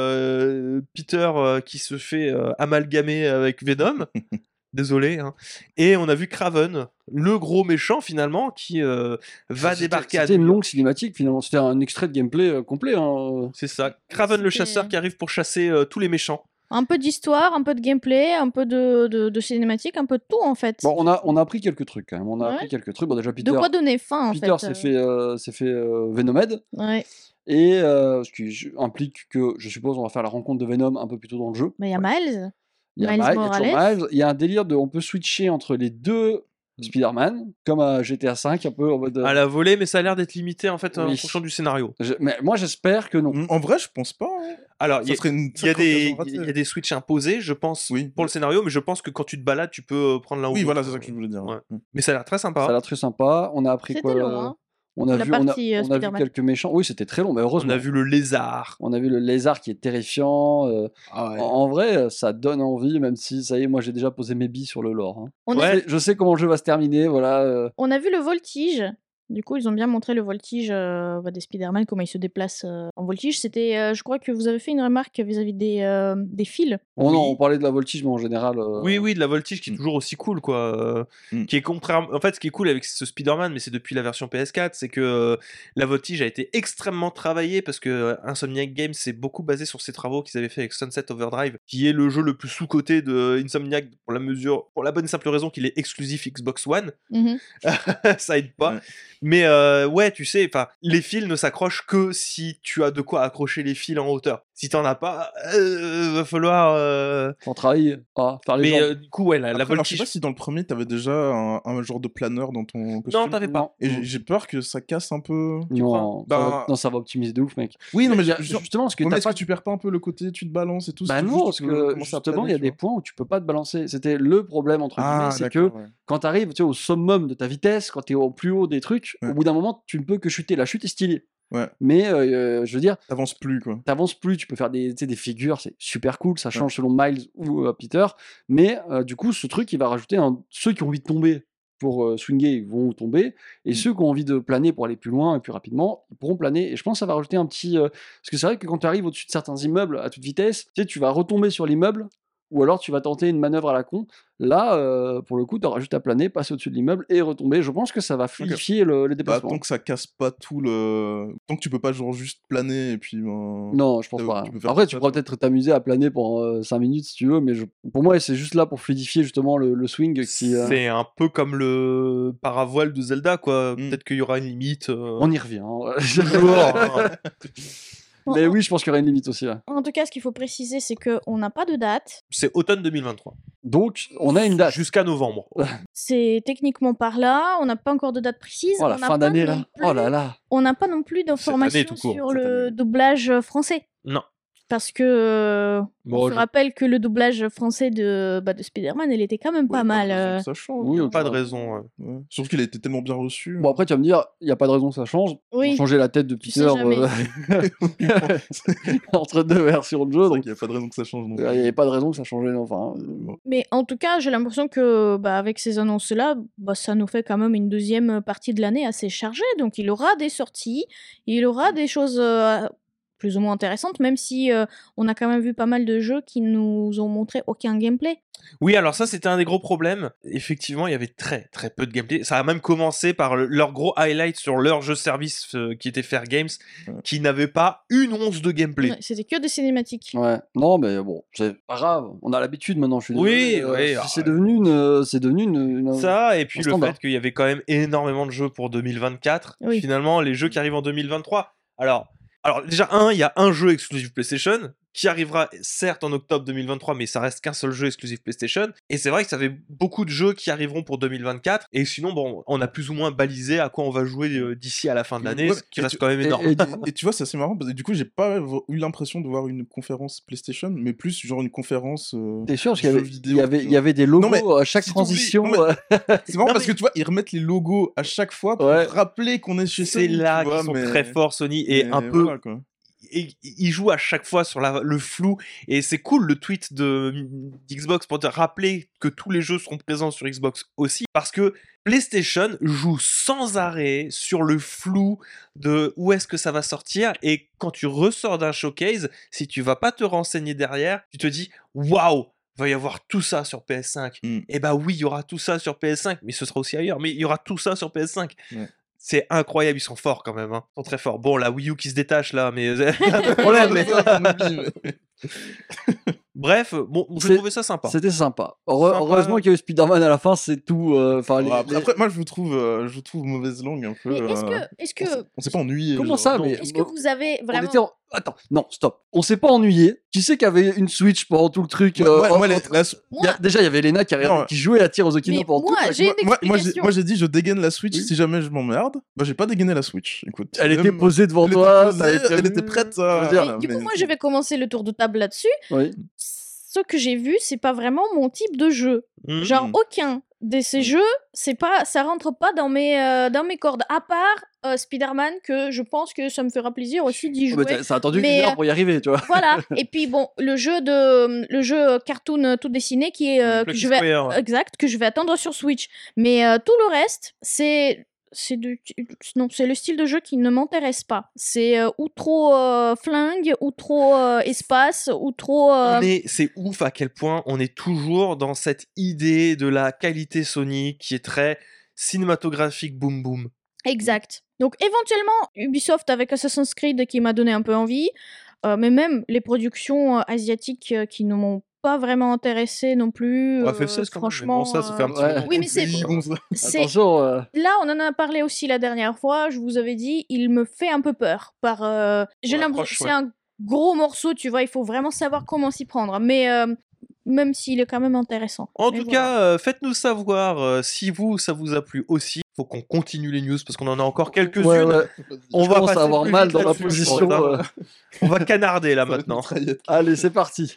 euh, Peter euh, qui se fait euh, amalgamer avec Venom. Désolé. Hein. Et on a vu Kraven, le gros méchant finalement, qui euh, va C'était- débarquer à C'était une New York. longue cinématique finalement. C'était un extrait de gameplay euh, complet. Hein. C'est ça. Kraven le C'était- chasseur qui arrive pour chasser euh, tous les méchants. Un peu d'histoire, un peu de gameplay, un peu de, de, de cinématique, un peu de tout en fait. Bon, on a, on a appris quelques trucs quand même. On a Ouais. appris quelques trucs. Bon, déjà, Peter, de quoi donner fin en Peter fait. s'est fait, euh, s'est fait euh, Venomed. Ouais. Et euh, ce qui j- implique que, je suppose, on va faire la rencontre de Venom un peu plus tôt dans le jeu. Mais il y a Miles. Il y a Miles Miles, il y a toujours Morales. Miles. Il y a un délire de. On peut switcher entre les deux Spider-Man, comme à G T A cinq, un peu en mode. euh, À la volée, mais ça a l'air d'être limité en fait en Oui. fonction du scénario. je- Mais moi, j'espère que non. Mm, En vrai, je pense pas. hein. Alors, il y, Ça a- serait une il y a sacrée des, occasion ratée. il y a des switches imposés, je pense, Oui. pour le scénario, mais je pense que quand tu te balades, tu peux euh, prendre l'un ou Oui, l'autre. voilà, c'est ça que je voulais dire. Ouais. Mm. Mais ça a l'air très sympa. Ça a l'air très sympa. On a appris C'était quoi long, là hein. On a La vu, on a, partie, euh, on a vu Spider-Man. quelques méchants. Oui, c'était très long, mais On heureusement. a vu le lézard. On a vu le lézard qui est terrifiant. euh, Ah ouais. en, en vrai, euh, ça donne envie, même si ça y est, moi j'ai déjà posé mes billes sur le lore. hein. On, Ouais. a, Je sais- Je sais comment le jeu va se terminer, voilà. euh, on a vu le voltige. Du coup, ils ont bien montré le voltige euh, bah, des Spider-Man, comment ils se déplacent euh, en voltige. C'était, euh, je crois que vous avez fait une remarque vis-à-vis des, euh, des fils. Bon, non, Oui. on parlait de la voltige, mais en général. euh, Oui, oui, de la voltige qui est Mm. toujours aussi cool, quoi. euh, Mm. Qui est contraire... En fait, ce qui est cool avec ce Spider-Man, mais c'est depuis la version P S quatre, c'est que euh, la voltige a été extrêmement travaillée parce que euh, Insomniac Games s'est beaucoup basé sur ses travaux qu'ils avaient fait avec Sunset Overdrive, qui est le jeu le plus sous-coté de Insomniac pour la mesure, pour la bonne et simple raison qu'il est exclusif Xbox One. Mhm. Ça aide pas. Ouais. Mais euh, ouais, tu sais, enfin, les fils ne s'accrochent que si tu as de quoi accrocher les fils en hauteur. Si t'en as pas, euh, va falloir. Euh... Faut travailler, ah, faire les Mais jambes. euh, du coup, ouais, la, la Après, alors, je sais voltige. pas si dans le premier, t'avais déjà un, un genre de planeur dans ton costume. Non, t'avais pas. Non. Et j'ai- j'ai peur que ça casse un peu. Tu crois Non, ça Bah- va, non, ça va optimiser de ouf, mec. Oui, non, mais Y a- je- je- justement, parce que Ouais, mais t'as est-ce pas que tu perds pas un peu le côté tu te balances et tout Bah c'est non, juste, parce tu peux que commencer à justement, il y a planer, des tu points où tu peux pas te balancer. C'était le problème, entre guillemets, Ah, c'est que d'accord, ouais. quand t'arrives tu sais, au summum de ta vitesse, quand t'es au plus haut des trucs, Ouais. au bout d'un moment, tu ne peux que chuter. La chute est stylée. Ouais. Mais, euh, je veux dire, T'avances plus, quoi. t'avances plus, tu peux faire des, tu sais, des figures, c'est super cool, ça change selon Miles ou euh, Peter. Mais euh, du coup, ce truc, il va rajouter un... ceux qui ont envie de tomber pour euh, swinger, ils vont tomber. Et Mm. ceux qui ont envie de planer pour aller plus loin et plus rapidement, ils pourront planer. Et je pense que ça va rajouter un petit... euh, Parce que c'est vrai que quand tu arrives au-dessus de certains immeubles à toute vitesse, tu sais, tu vas retomber sur l'immeuble, ou alors tu vas tenter une manœuvre à la con. Là, euh, pour le coup, tu auras juste à planer, passer au-dessus de l'immeuble et retomber. Je pense que ça va fluidifier le, les Bah, déplacements. tant que ça casse pas tout le. Tant que tu peux pas genre juste planer et puis. ben, Non, je pense tu- pas. tu peux faire Après, tout tu ça, pourras tu vois. peut-être t'amuser à planer pendant cinq minutes si tu veux, mais je- pour moi, c'est juste là pour fluidifier justement le, le swing. Qui, euh, C'est un peu comme le paravoile de Zelda, quoi. Mm. Peut-être qu'il y aura une limite. euh, On y revient. hein. toujours, hein. mais oui, je pense qu'il y aura une limite aussi là. En tout cas, ce qu'il faut préciser, c'est qu'on n'a pas de date. C'est automne deux mille vingt-trois. Donc, on a une date. Jusqu'à novembre. C'est techniquement par là. On n'a pas encore de date précise. Oh, la on n'a fin pas d'année non là. plus- Oh là là. On n'a pas non plus d'informations tout court, sur cette le année. doublage français. Non. Parce que euh, Bon, on se je- rappelle que le doublage français de, bah, de Spider-Man, il était quand même pas Ouais, mal. de raison euh. que Ça change. Oui, hein. Pas de Ouais. raison. euh. Ouais. Surtout qu'il a été tellement bien reçu. Bon, après, tu vas me dire, il n'y a pas de raison que ça change. Oui. Ils ont changé la tête de Tu sais Peter jamais. euh, entre deux versions de C'est jeu, vrai donc qu'il y a pas de raison que ça change non il plus. n'y avait pas de raison que ça changeait. non, Enfin, euh, Bon. Mais en tout cas, j'ai l'impression que bah, avec ces annonces-là, bah, ça nous fait quand même une deuxième partie de l'année assez chargée. Donc il aura des sorties, il aura des choses euh, plus ou moins intéressantes, même si euh, on a quand même vu pas mal de jeux qui nous ont montré aucun gameplay. Oui, alors ça, c'était un des gros problèmes. Effectivement, il y avait très très peu de gameplay. Ça a même commencé par le- leur gros highlight sur leur jeu service euh, qui était Fair Games, Ouais. qui n'avait pas une once de gameplay. Ouais, C'était que des cinématiques. ouais. Non, mais bon, c'est pas grave. On a l'habitude maintenant. Je suis Oui, désolé, euh, oui, c'est- ah, c'est ouais. devenu une, euh, c'est devenu une. une- Ça, et puis un le standard. fait qu'il y avait quand même énormément de jeux pour deux mille vingt-quatre. Oui. Finalement, les jeux qui arrivent en deux mille vingt-trois. Alors, alors déjà, un, il y a un jeu exclusif PlayStation qui arrivera certes en octobre deux mille vingt-trois, mais ça reste qu'un seul jeu exclusif PlayStation. Et c'est vrai que ça fait beaucoup de jeux qui arriveront pour deux mille vingt-quatre. Et sinon, bon, on a plus ou moins balisé à quoi on va jouer euh, d'ici à la fin de l'année, Ouais, ce qui et reste tu- quand même Et- énorme. et- Et tu vois, c'est assez marrant parce que du coup, j'ai pas vo- eu l'impression de voir une conférence PlayStation, mais plus genre une conférence. euh, T'es sûr parce qu'il y jeux avait, vidéo, il y avait, tu il y avait des logos mais à chaque si t'oublies- transition. non, mais- euh, C'est marrant Non, parce mais- que tu vois, ils remettent les logos à chaque fois pour Ouais. rappeler qu'on est chez C'est Sony, là tu vois, qu'ils sont mais- très forts, Sony, et mais un peu. voilà, quoi. Et il joue à chaque fois sur la- le flou, et c'est cool le tweet de d'Xbox pour te rappeler que tous les jeux seront présents sur Xbox aussi, parce que PlayStation joue sans arrêt sur le flou de où est-ce que ça va sortir, et quand tu ressors d'un showcase, si tu vas pas te renseigner derrière, tu te dis waouh, va y avoir tout ça sur P S cinq. Mm. Et bah oui, il y aura tout ça sur P S cinq, mais ce sera aussi ailleurs, mais il y aura tout ça sur P S cinq. Ouais. C'est incroyable, ils sont forts quand même, hein. Ils sont très forts. Bon, la Wii U qui se détache là, mais c'est un problème. mais- Bref, bon, j'ai C'est- trouvé ça sympa. C'était sympa. Heure- Sympa. Heureusement qu'il y a eu Spider-Man à la fin, c'est tout. euh, Enfin, les- Ouais, après, les- après, moi, je vous trouve, euh, je vous trouve mauvaise langue un peu. Mais est-ce euh, que, est-ce On que, s'est- on s'est pas ennuyé. Comment genre, ça, non. mais- est-ce que vous avez on vraiment... était en- Attends, non, stop. On s'est pas ennuyé. Tu sais qu'il y avait une Switch pendant tout le truc. Moi, euh, moi, en- moi, les- entre- la- il y a- déjà, il y avait Lena qui, Non. qui jouait à tir aux Okino Mais pendant moi, tout le- j'ai une moi, moi, j'ai, explication. moi, j'ai dit je dégaine la Switch Oui. si jamais je m'emmerde. Bah j'ai pas dégainé la Switch. Écoute, Elle était Même- posée devant elle toi. était posée, t'avais elle prévenu. était prête à- Je veux dire, Voilà, Du coup, mais- moi, je vais commencer le tour de table là-dessus. oui. Ce que j'ai vu, c'est pas vraiment mon type de jeu. Mhm. Genre, aucun de ces jeux, c'est pas, ça rentre pas dans mes, euh, dans mes cordes. À part euh, Spider-Man, que je pense que ça me fera plaisir aussi d'y Oh, mais jouer. t'as- ça a attendu Mais, une heure euh, pour y arriver, tu vois. Voilà. Et puis bon, le jeu de, le jeu cartoon euh, tout dessiné qui est euh, que Plucky je vais, Square. exact, que je vais attendre sur Switch. Mais euh, tout le reste, c'est c'est du non, c'est le style de jeu qui ne m'intéresse pas. C'est euh, ou trop euh, flingue, ou trop euh, espace, ou trop. euh, Mais c'est ouf à quel point on est toujours dans cette idée de la qualité Sony qui est très cinématographique boum boum. Exact. Donc éventuellement Ubisoft avec Assassin's Creed qui m'a donné un peu envie, euh, mais même les productions euh, asiatiques euh, qui ne m'ont pas vraiment intéressé non plus. On a euh, fait le seize quand même, mais franchement, bon, ça, ça fait un euh, petit ouais. moment Oui, qu'on mais le c'est- dit, bon, ça- c'est Attention. euh, là, on en a parlé aussi la dernière fois. Je vous avais dit, il me fait un peu peur. Par, euh, j'ai Pour l'impression l'approche, c'est ouais. un gros morceau, tu vois, il faut vraiment savoir comment s'y prendre. Mais euh, même s'il est quand même intéressant. En Mais tout voilà. cas, euh, faites-nous savoir euh, si vous, ça vous a plu aussi. Faut qu'on continue les news parce qu'on en a encore quelques-unes. Ouais, ouais. On Je va commence passer à avoir plus mal vite dans la là-dessus, je position. pense, hein. euh. On va canarder là Ça va être maintenant. mitraillette. Allez, c'est parti.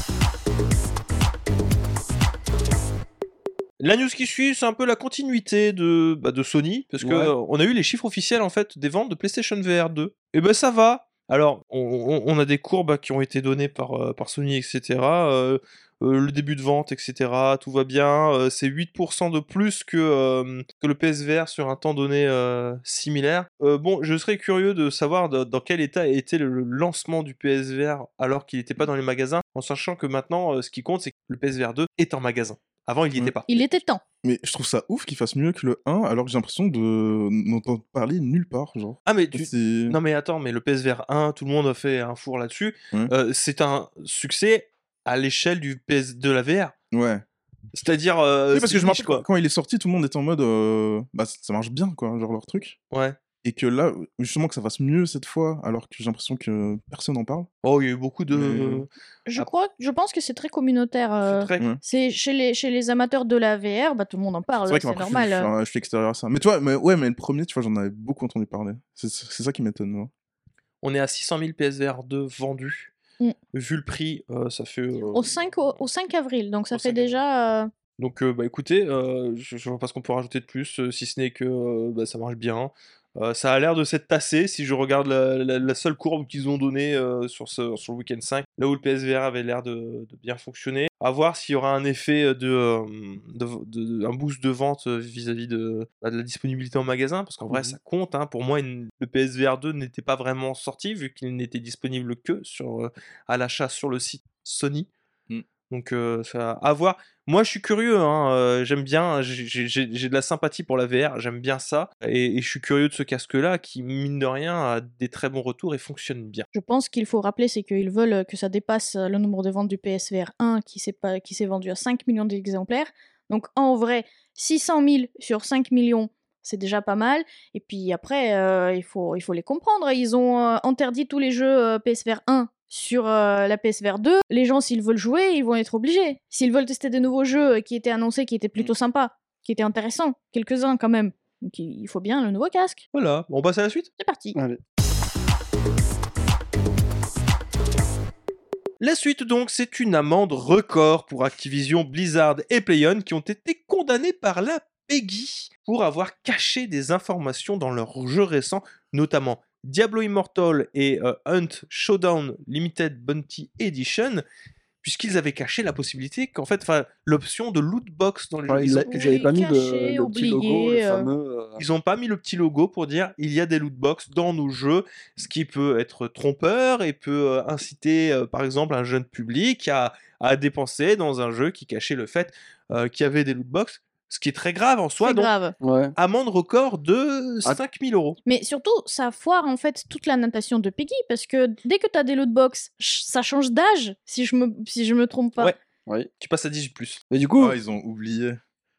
La news qui suit, c'est un peu la continuité de, bah, de Sony, parce que Ouais. euh, on a eu les chiffres officiels en fait des ventes de PlayStation V R deux. Et ben ça va. Alors, on, on- on a des courbes qui ont été données par, euh, par Sony, et cetera. Euh, euh, le début de vente, et cetera. Tout va bien. Euh, c'est huit pour cent de plus que, euh, que le P S V R sur un temps donné euh, similaire. Euh, bon, je serais curieux de savoir de- dans quel état était le, le lancement du P S V R alors qu'il n'était pas dans les magasins, en sachant que maintenant, euh, ce qui compte, c'est que le P S V R deux est en magasin. Avant, il n'y Ouais. était pas. Il était temps. Mais je trouve ça ouf qu'il fasse mieux que le un, alors que j'ai l'impression de n'entendre parler nulle part, genre. Ah mais tu... C'est... Non mais attends, mais le P S V R un, tout le monde a fait un four là-dessus. Ouais. Euh, c'est un succès à l'échelle du P S de la V R. Ouais. C'est-à-dire... euh, Oui, parce c'est que je me niche, rappelle quand, quand il est sorti, tout le monde était en mode, euh, bah ça marche bien, quoi, genre leur truc. Ouais. Et que là, justement, que ça fasse mieux cette fois, alors que j'ai l'impression que personne n'en parle. Oh, il y a eu beaucoup de... Mais- Je Ah. crois, je pense que c'est très communautaire. euh, C'est très... Ouais. C'est chez les, chez les amateurs de la V R, bah, tout le monde en parle, C'est vrai que c'est après, normal. Je, je, je, je suis extérieur à ça. Mais tu vois, mais, ouais, mais le premier, tu vois, j'en avais beaucoup entendu parler. C'est c'est ça qui m'étonne, moi. On est à six cent mille P S V R deux vendus. Mm. Vu le prix, euh, ça fait... euh, Au cinq, au, au cinq avril, donc ça Au fait cinq avril. déjà... euh, Donc, euh, bah écoutez, euh, je, je vois pas ce qu'on peut rajouter de plus, euh, si ce n'est que euh, bah, ça marche bien. Euh, ça a l'air de s'être tassé, si je regarde la, la- la seule courbe qu'ils ont donnée euh, sur, ce, sur le week-end cinq, là où le P S V R avait l'air de, de bien fonctionner. À voir s'il y aura un effet de, euh, de, de- de- un boost de vente euh, vis-à-vis de, bah, de la disponibilité en magasin, parce qu'en vrai, Mhm. ça compte. Hein. Pour moi, une- le P S V R deux n'était pas vraiment sorti, vu qu'il n'était disponible que sur, euh, à l'achat sur le site Sony. Mm. Donc, euh, ça à voir. Moi, je suis curieux, hein, euh, j'aime bien, j'ai- j'ai j'ai- j'ai de la sympathie pour la V R, j'aime bien ça, et, et je suis curieux de ce casque-là qui, mine de rien, a des très bons retours et fonctionne bien. Je pense qu'il faut rappeler, c'est qu'ils veulent que ça dépasse le nombre de ventes du P S V R un qui s'est pas- qui s'est vendu à cinq millions d'exemplaires. Donc en vrai, six cent mille sur cinq millions, c'est déjà pas mal. Et puis après, euh, il, faut, il faut les comprendre. Ils ont euh, interdit tous les jeux euh, P S V R un sur euh, la P S V R deux. Les gens, s'ils veulent jouer, ils vont être obligés. S'ils veulent tester de nouveaux jeux qui étaient annoncés, qui étaient plutôt sympas, qui étaient intéressants, quelques-uns quand même. Donc il faut bien le nouveau casque. Voilà, on passe à la suite. C'est parti. Allez. La suite donc, c'est une amende record pour Activision, Blizzard et PlayOn qui ont été condamnés par la PEGI pour avoir caché des informations dans leurs jeux récents, notamment Diablo Immortal et euh, Hunt Showdown Limited Bounty Edition, puisqu'ils avaient caché la possibilité qu'en fait, enfin, l'option de loot box dans les Enfin, jeux. ils Ils l'a- ont- ils avaient pas mis caché, le, le petit logo, oublié, le euh. fameux. euh, Ils n'ont pas mis le petit logo pour dire il y a des loot box dans nos jeux, ce qui peut être trompeur et peut euh, inciter euh, par exemple un jeune public à, à dépenser dans un jeu qui cachait le fait euh, qu'il y avait des loot box, ce qui est très grave en soi. C'est Donc grave. Ouais. amende record de Ah. cinq mille euros. Mais surtout, ça foire en fait toute la natation de Peggy parce que dès que t'as des lootbox, ch- ça change d'âge si je me si je me trompe pas. Ouais. Oui. Tu passes à dix-huit plus. Mais du coup, Ah, ils ont oublié.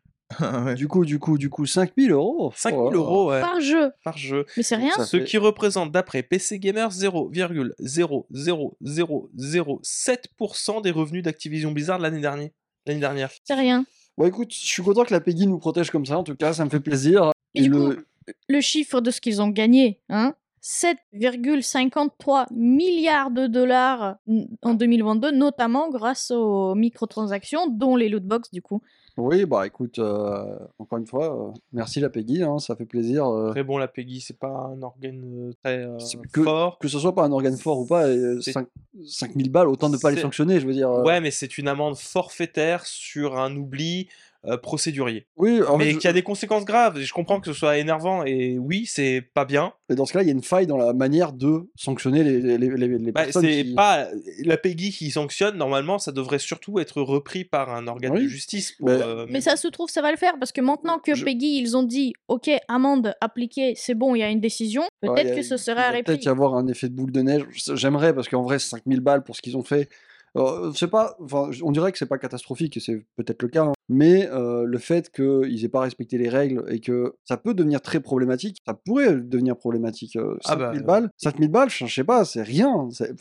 Ah ouais. du coup, du coup, du coup, cinq mille euros. cinq Oh mille là. euros ouais, Par jeu. par jeu. Mais c'est rien. Ça Ce fait- qui représente d'après P C Gamer zéro virgule zéro zéro zéro zéro sept pour cent des revenus d'Activision Blizzard l'année dernière. L'année dernière. C'est rien. Bon, écoute, je suis content que la Peggy nous protège comme ça. En tout cas, ça me fait plaisir. Et du coup, le chiffre de ce qu'ils ont gagné, hein, sept virgule cinquante-trois milliards de dollars en deux mille vingt-deux, notamment grâce aux microtransactions, dont les lootbox du coup. Oui, bah écoute, euh, encore une fois, euh, merci la Peggy, hein, ça fait plaisir. euh, Très bon la Peggy, c'est pas un organe euh, très euh, C'est que- fort. que ce soit pas un organe fort ou pas, euh, C'est- cinq- cinq mille balles, autant ne pas les C'est- sanctionner, je veux dire. euh. Ouais, mais c'est une amende forfaitaire sur un oubli euh, procédurier. Oui, en mais fait, je- qui a des conséquences graves. Je comprends que ce soit énervant et oui, c'est pas bien. mais dans ce cas-là, il y a une faille dans la manière de sanctionner les, les, les, les- les Bah, personnes c'est qui... pas la Peggy qui sanctionne. Normalement, ça devrait surtout être repris par un organe Oui. de justice. Pour, Mais- euh, Mais ça se trouve, ça va le faire parce que maintenant que Je- Peggy, ils ont dit ok, amende appliquée, c'est bon, il y a une décision, Ouais, peut-être il y a- que ce il sera va repris. peut-être y avoir un effet de boule de neige. J'aimerais, parce qu'en vrai, cinq mille balles pour ce qu'ils ont fait. Euh, c'est pas, enfin, on dirait que c'est pas catastrophique, et c'est peut-être le cas, hein, mais euh, le fait qu'ils aient pas respecté les règles et que ça peut devenir très problématique, ça pourrait devenir problématique. euh, Ah cinq mille bah, balles, cinq mille balles, je je sais pas, c'est rien. c'est- Enfin,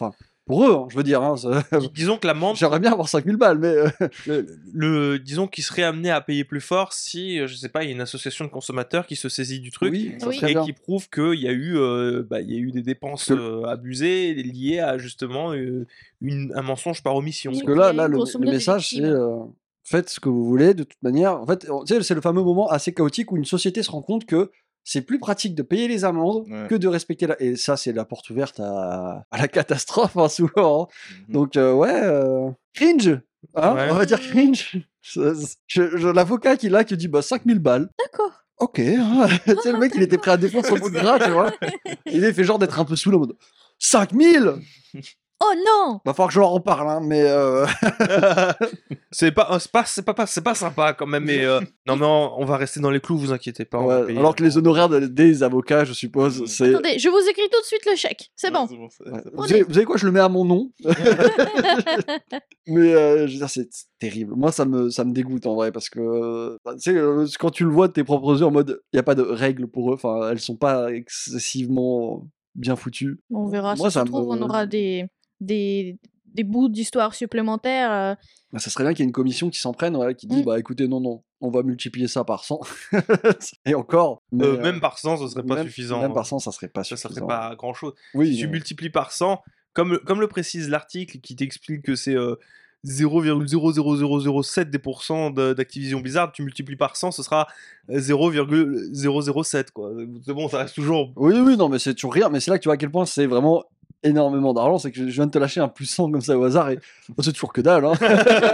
Pour eux, hein, je veux dire. Hein, ça- Dis- Disons que l'amende, J'aimerais bien avoir cinq mille balles, mais. euh, le, le- disons qu'il serait amené à payer plus fort si, euh, je sais pas, il y a une association de consommateurs qui se saisit du truc oui, ça Oui. serait et bien. qui prouve qu'il y a eu, euh, bah, il y a eu des dépenses Que- euh, abusées liées à justement euh, une, un mensonge par omission. Oui. Parce que là, qu'il y a là eu le, grosso le modo des message, c'est victimes. euh, faites ce que vous voulez, de toute manière. En fait, tu sais, c'est le fameux moment assez chaotique où une société se rend compte que c'est plus pratique de payer les amendes Ouais. que de respecter la. Et ça, c'est la porte ouverte à, à la catastrophe, hein, souvent. hein. Mhm. Donc, euh, ouais, euh, cringe. Hein, Ouais. on va dire cringe. Je- je- je- L'avocat qui est là, qui dit bah, cinq mille balles. D'accord. Ok. hein. Tu sais, le mec, il était prêt à défendre son bout de gras, tu vois. Il est fait genre d'être un peu saoul en mode cinq mille. Oh non! Va falloir que je leur en parle, hein, mais. euh, c'est pas, c'est pas, c'est pas, pas- c'est pas sympa quand même, mais euh, non, mais on, on va rester dans les clous, vous inquiétez pas. On va Ouais, payer. alors que les honoraires de- des avocats, je suppose, Mm. c'est. Attendez, je vous écris tout de suite le chèque. C'est Ouais, bon. c'est bon, c'est- Ouais. c'est Vous, bon. savez, vous savez quoi, je le mets à mon nom. Mais euh, je veux dire, c'est c'est terrible. Moi, ça me, ça me dégoûte en vrai, parce que euh, tu sais, euh, quand tu le vois de tes propres yeux en mode, il n'y a pas de règles pour eux, enfin, elles sont pas excessivement bien foutues. On verra. Moi, si ça ça se trouve, me- on aura des, des, des bouts d'histoire supplémentaires. euh. Bah, ça serait bien qu'il y ait une commission qui s'en prenne, ouais, qui dise, Mm. bah écoutez, non, non, on va multiplier ça par cent. Et encore. mais, Euh, euh, même par cent, ce serait pas même- suffisant. Même par cent, ça serait pas Ça, ça suffisant. ferait pas grand chose. Oui, Si tu mais- multiplies par cent, comme, comme le précise l'article qui t'explique que c'est euh, zéro virgule zéro zéro zéro zéro sept des pourcents de- d'Activision Blizzard, tu multiplies par cent, ce sera euh, zéro virgule zéro zéro sept, quoi. C'est bon, ça reste toujours. Oui, oui, non, mais c'est toujours rien. Mais c'est là que tu vois à quel point c'est vraiment énormément d'argent. C'est que je je viens de te lâcher un plus cent comme ça au hasard et oh, c'est toujours que dalle. Hein.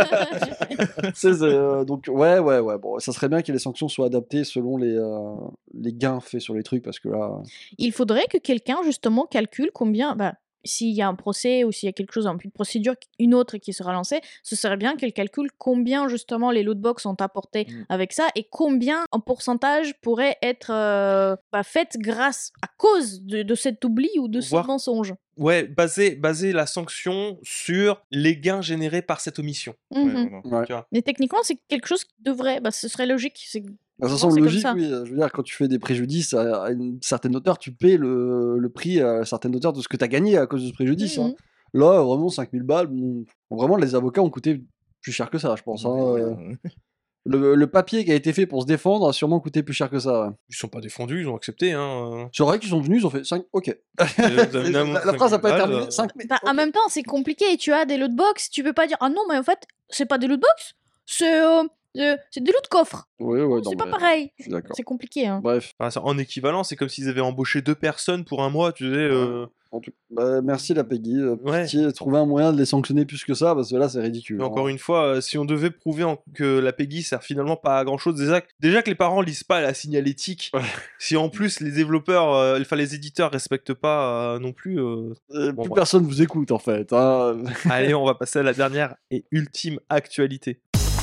C'est- c'est, euh, donc, ouais, ouais, ouais. Bon, ça serait bien que les sanctions soient adaptées selon les, euh, les gains faits sur les trucs parce que là. Il faudrait que quelqu'un, justement, calcule combien. Bah, s'il y a un procès ou s'il y a quelque chose, une procédure, une autre qui sera lancée, ce serait bien qu'elle calcule combien, justement, les lootbox ont apporté Mm. avec ça et combien en pourcentage pourrait être euh, bah, fait grâce, à cause de, de cet oubli ou de ce Voir- mensonge. Ouais, baser, baser la sanction sur les gains générés par cette omission. Ouais, Mhm. voilà. Ouais. Tu vois. Mais techniquement, c'est quelque chose qui devrait. Bah, ce serait logique. C'est... Bah, ça Souvent, semble c'est comme logique, ça. oui. euh, Je veux dire, quand tu fais des préjudices à, à une certaine hauteur, tu paies le, le prix à une certaine hauteur de ce que tu as gagné à cause de ce préjudice. hein. Mhm. Là, vraiment, cinq mille balles, bon, vraiment, les avocats ont coûté plus cher que ça, je pense. hein, euh. Le, le papier qui a été fait pour se défendre a sûrement coûté plus cher que ça. ouais. Ils sont pas défendus, ils ont accepté. Hein. C'est vrai qu'ils sont venus, ils ont fait cinq. Ok. Euh, vous avez une la, amende de la phrase n'a pas cinq mille terminé. balles, cinq Bah, En même temps, c'est compliqué. Tu as des lootbox, tu peux pas dire ah non, mais en fait, c'est pas des lootbox, c'est euh, euh, c'est des loot coffres. Oui, ouais, c'est non, pas mais pareil. Je suis d'accord. C'est compliqué. Hein. Bref. Enfin, c'est- en équivalent, c'est comme s'ils avaient embauché deux personnes pour un mois, tu sais. euh, En tout... bah, merci la Peggy. Euh, Ouais. Pitié, trouver un moyen de les sanctionner plus que ça, parce que là, c'est ridicule. Mais hein. encore une fois, euh, si on devait prouver en- que la Peggy sert finalement pas à grand chose, déjà, déjà que les parents lisent pas la signalétique, Ouais. si en plus les développeurs, euh, enfin les éditeurs respectent pas euh, non plus. euh, Euh, Bon, plus bref. personne vous écoute, en fait. hein. Allez, on va passer à la dernière et ultime actualité.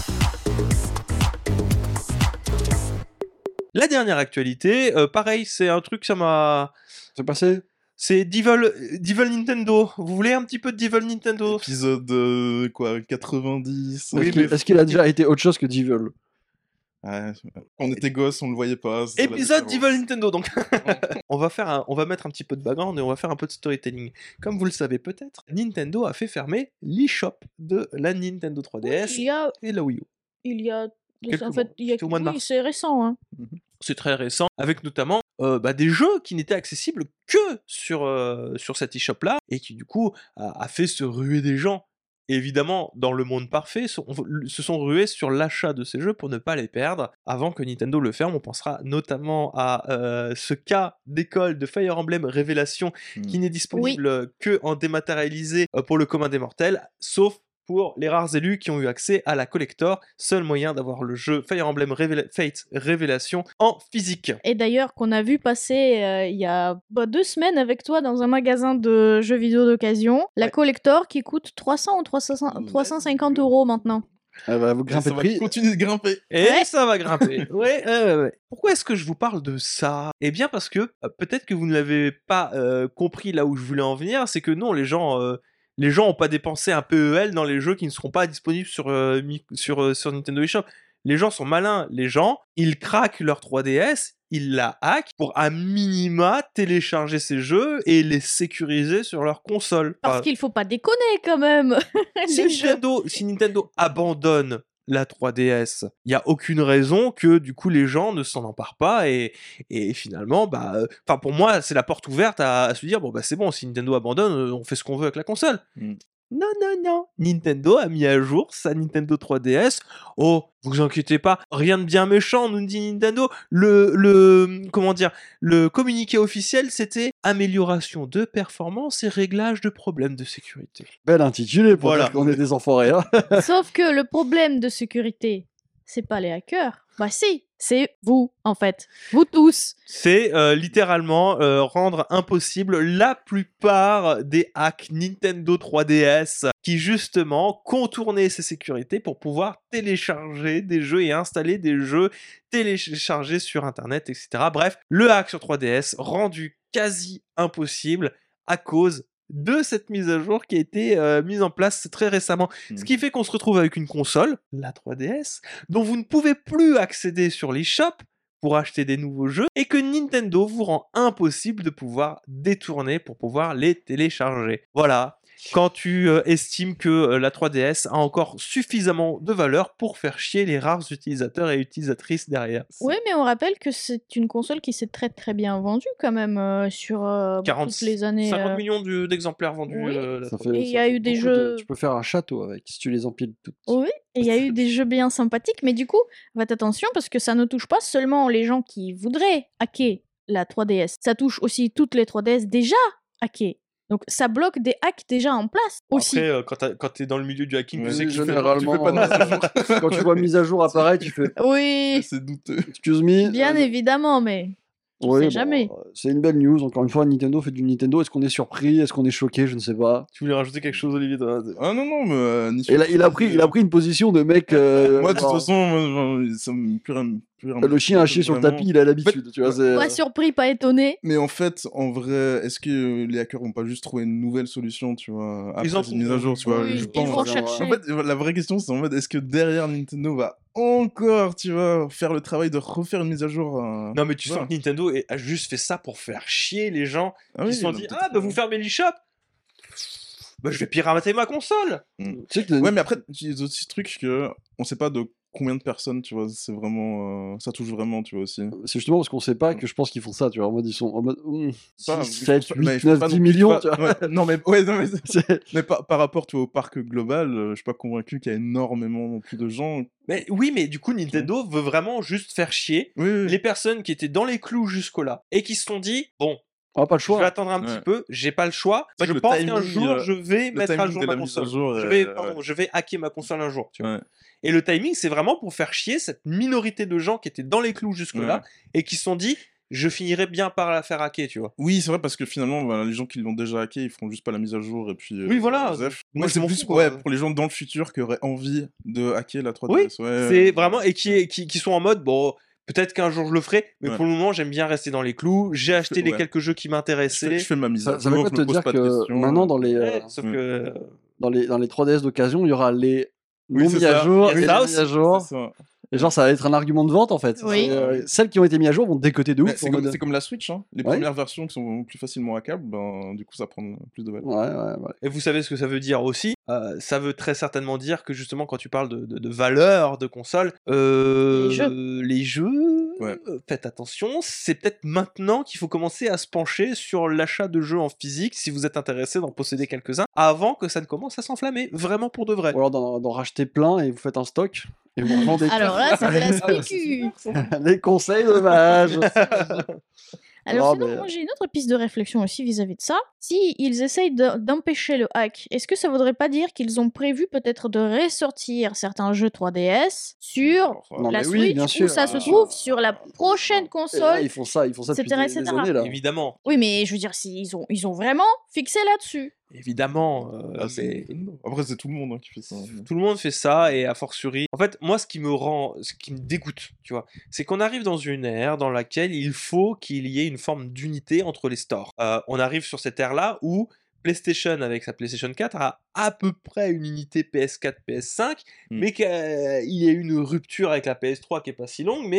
La dernière actualité, euh, pareil, c'est un truc, ça m'a. C'est passé C'est Devil, Devil Nintendo. Vous voulez un petit peu de Devil Nintendo? Épisode euh, quoi, quatre-vingt-dix. Oui, Est-ce qu'il mais- est-ce qu'il a déjà été autre chose que Devil Ouais, quand on était gosse, on le voyait pas. c'est la Épisode différence. Devil Nintendo, donc. on, va faire un- on va mettre un petit peu de background et on va faire un peu de storytelling. Comme vous le savez peut-être, Nintendo a fait fermer l'eShop de la Nintendo trois D S Il y a, et de la Wii U. il y a, Quelques en fait, mois. il y a, C'était au mois de oui, mars. c'est récent. Hein. C'est très récent, avec notamment euh, bah, des jeux qui n'étaient accessibles que sur, euh, sur cet eShop-là, et qui du coup a, a fait se ruer des gens. Évidemment, dans le monde parfait, sont- se sont rués sur l'achat de ces jeux pour ne pas les perdre. Avant que Nintendo le ferme, on pensera notamment à euh, ce cas d'école de Fire Emblem Révélation qui Mm. n'est disponible que en dématérialisé euh, pour le commun des mortels, sauf pour les rares élus qui ont eu accès à la collector, seul moyen d'avoir le jeu Fire Emblem Révéla- Fate Révélation en physique. Et d'ailleurs, qu'on a vu passer euh, il y a bah, deux semaines avec toi dans un magasin de jeux vidéo d'occasion, la Ouais. collector qui coûte trois cents ou trois cents trois cent cinquante euros maintenant. Ah bah, Vous Et grimpez ça de va prix. continuer de grimper. Et Ouais. ça va grimper. ouais, ouais, ouais, ouais. Pourquoi est-ce que je vous parle de ça? Eh bien parce que euh, peut-être que vous ne l'avez pas euh, compris là où je voulais en venir, c'est que non, les gens, euh, les gens ont pas dépensé un P E L dans les jeux qui ne seront pas disponibles sur euh, mi- sur euh, sur Nintendo eShop. Les gens sont malins. Les gens, ils craquent leur trois D S, ils la hackent pour à minima télécharger ces jeux et les sécuriser sur leur console. Parce Enfin, qu'il faut pas déconner quand même. si Les jeux. Nintendo, si Nintendo abandonne la trois D S, il y a aucune raison que du coup les gens ne s'en emparent pas et, et finalement, bah, euh, enfin pour moi c'est la porte ouverte à, à se dire bon bah c'est bon, si Nintendo abandonne, euh, on fait ce qu'on veut avec la console. Mm. Non, non, non. Nintendo a mis à jour sa Nintendo trois D S. Oh, vous inquiétez pas, rien de bien méchant, nous dit Nintendo. Le, le, comment dire, le communiqué officiel, c'était amélioration de performance et réglage de problèmes de sécurité. Bel intitulé pour Voilà. dire qu'on est des enfoirés. Hein. Sauf que le problème de sécurité, c'est pas les hackers. Bah si, c'est vous, en fait. Vous tous. C'est euh, littéralement euh, rendre impossible la plupart des hacks Nintendo trois D S qui justement contournaient ces sécurités pour pouvoir télécharger des jeux et installer des jeux téléchargés sur internet, et cetera. Bref, le hack sur trois D S rendu quasi impossible à cause de cette mise à jour qui a été euh, mise en place très récemment. Mm. Ce qui fait qu'on se retrouve avec une console, la trois D S, dont vous ne pouvez plus accéder sur les shops pour acheter des nouveaux jeux et que Nintendo vous rend impossible de pouvoir détourner pour pouvoir les télécharger. Voilà. Quand tu euh, estimes que euh, la trois D S a encore suffisamment de valeur pour faire chier les rares utilisateurs et utilisatrices derrière. Oui, mais on rappelle que c'est une console qui s'est très très bien vendue quand même euh, sur euh, quarante, toutes les années. cinquante euh, millions de- d'exemplaires vendus. Oui. euh, la Ça trois D S. fait, Et il y ça a fait eu des beaucoup de- jeux- Tu peux faire un château avec si tu les empiles toutes. Oui, et il y a eu des jeux bien sympathiques, mais du coup, faites attention parce que ça ne touche pas seulement les gens qui voudraient hacker la trois D S, ça touche aussi toutes les trois D S déjà hackées. Donc ça bloque des hacks déjà en place aussi. Après, euh, quand t'as- quand t'es dans le milieu du hacking, Ouais, tu sais que tu fais- généralement, tu fais pas de mise à jour. quand tu vois mise à jour apparaître, tu fais Oui, C'est douteux. excuse me. bien euh, évidemment, mais tu oui, sais bon, jamais. euh, c'est une belle news. Encore une fois, Nintendo fait du Nintendo. Est-ce qu'on est surpris? Est-ce qu'on est choqué? Je ne sais pas. Tu voulais rajouter quelque chose, Olivier toi Ah non, non, mais. euh, ni Et là, il a pris, il a pris une position de mec. euh, Moi, de toute genre, façon, moi, genre, ça me plus rien. plus rien- le chien a chié sur le vraiment. tapis, il a l'habitude. Tu vois, c'est. Pas surpris, pas étonné. Mais en fait, en vrai, est-ce que les hackers vont pas juste trouver une nouvelle solution, tu vois, après Ils en cette mise à jour, tu vois, Oui, je ils pense. vont ouais. chercher. En fait, la vraie question, c'est en mode, est-ce que derrière Nintendo va encore, tu vois, faire le travail de refaire une mise à jour euh, Non, mais tu voilà. sens que Nintendo est- a juste fait ça pour faire chier les gens Ah qui oui, se sont non, dit peut-être ah que- bah vous fermez l'eShop, bah je vais pirater ma console. Tu sais que Ouais, mais après, il y a aussi ce truc que on sait pas de combien de personnes, tu vois, c'est vraiment. euh, ça touche vraiment, tu vois, aussi. c'est justement parce qu'on sait pas que je pense qu'ils font ça. Tu vois, en mode ils sont en mode hum, Pas- six, sept, mais il huit, faut neuf, pas dix non plus, millions. tu Tu vois, vois. ouais, non, mais, ouais, non, mais, C'est- mais par, par rapport, tu vois, au parc global, euh, je suis pas convaincu qu'il y a énormément non plus de gens. Mais oui, mais du coup Nintendo veut vraiment juste faire chier Oui, oui. les personnes qui étaient dans les clous jusque-là et qui se sont dit bon, On n'a pas le je vais choix. attendre un Ouais. petit peu, j'ai pas le choix. C'est vrai Je que le pense qu'un timing, jour euh, je vais le mettre à timing jour de ma la mise à console. jour Je est- vais, ouais. pardon, je vais hacker ma console un jour. Tu vois. Ouais. Et le timing, c'est vraiment pour faire chier cette minorité de gens qui étaient dans les clous jusque-là et qui se sont dit je finirai bien par la faire hacker, tu vois. Oui, c'est vrai parce que finalement, voilà, les gens qui l'ont déjà hacké, ils feront juste pas la mise à jour et puis. euh, Oui, voilà. zef. Moi, Moi, je c'est m'en plus fous, quoi. ouais, pour les gens dans le futur qui auraient envie de hacker la trois D S. Oui, ouais, c'est ouais. vraiment et qui, qui, qui sont en mode bon, peut-être qu'un jour je le ferai, mais Ouais. pour le moment j'aime bien rester dans les clous. J'ai acheté les ouais. quelques jeux qui Je fais, m'intéressaient. je fais ma mise Ça, à ça veut jour, quoi je te me pose dire pas de que questions. maintenant dans les euh, Ouais, sauf ouais. que dans les dans les trois D S d'occasion, il y aura les Oui, non c'est mis à ça. jour Il y a et ça les aussi, mis à jour. C'est ça. Et genre ça va être un argument de vente en fait. Oui. C'est, euh, celles qui ont été mises à jour vont te décoter de Mais ouf. C'est en comme, mode- c'est comme la Switch, hein. Les Ouais. premières versions qui sont plus facilement hackables, ben, du coup ça prend plus de valeur. Ouais, ouais, ouais. et vous savez ce que ça veut dire aussi. Euh, ça veut très certainement dire que justement quand tu parles de, de, de valeur de console, euh, Les jeux. les jeux, Ouais. euh, faites attention. C'est peut-être maintenant qu'il faut commencer à se pencher sur l'achat de jeux en physique si vous êtes intéressé d'en posséder quelques-uns avant que ça ne commence à s'enflammer vraiment pour de vrai. Ou alors d'en, d'en racheter plein et vous faites un stock et vous revendez Alors là, c'est de la spécu. les conseils de mage. Alors Non, sinon, mais- moi j'ai une autre piste de réflexion aussi vis-à-vis de ça. Si ils essayent de- d'empêcher le hack, est-ce que ça voudrait pas dire qu'ils ont prévu peut-être de ressortir certains jeux trois D S sur Non, la mais oui, Switch bien où sûr. ça se Ah. trouve sur la prochaine Et là, console? ils font ça, ils font ça depuis et cetera, des, des et cetera. années là. Évidemment, Oui, mais je veux dire, si, ils, ont, ils ont vraiment fixé là-dessus. évidemment. euh, Ah, c'est- mais- Après, c'est tout le monde hein, qui fait ça. Tout le monde fait ça et a fortiori. En fait, moi, ce qui me rend, ce qui me dégoûte, tu vois, c'est qu'on arrive dans une ère dans laquelle il faut qu'il y ait une forme d'unité entre les stores. Euh, on arrive sur cette ère-là où PlayStation, avec sa PlayStation quatre, a à peu près une unité P S quatre, P S cinq, Mm. mais qu'il y a une rupture avec la P S trois qui est pas si longue, mais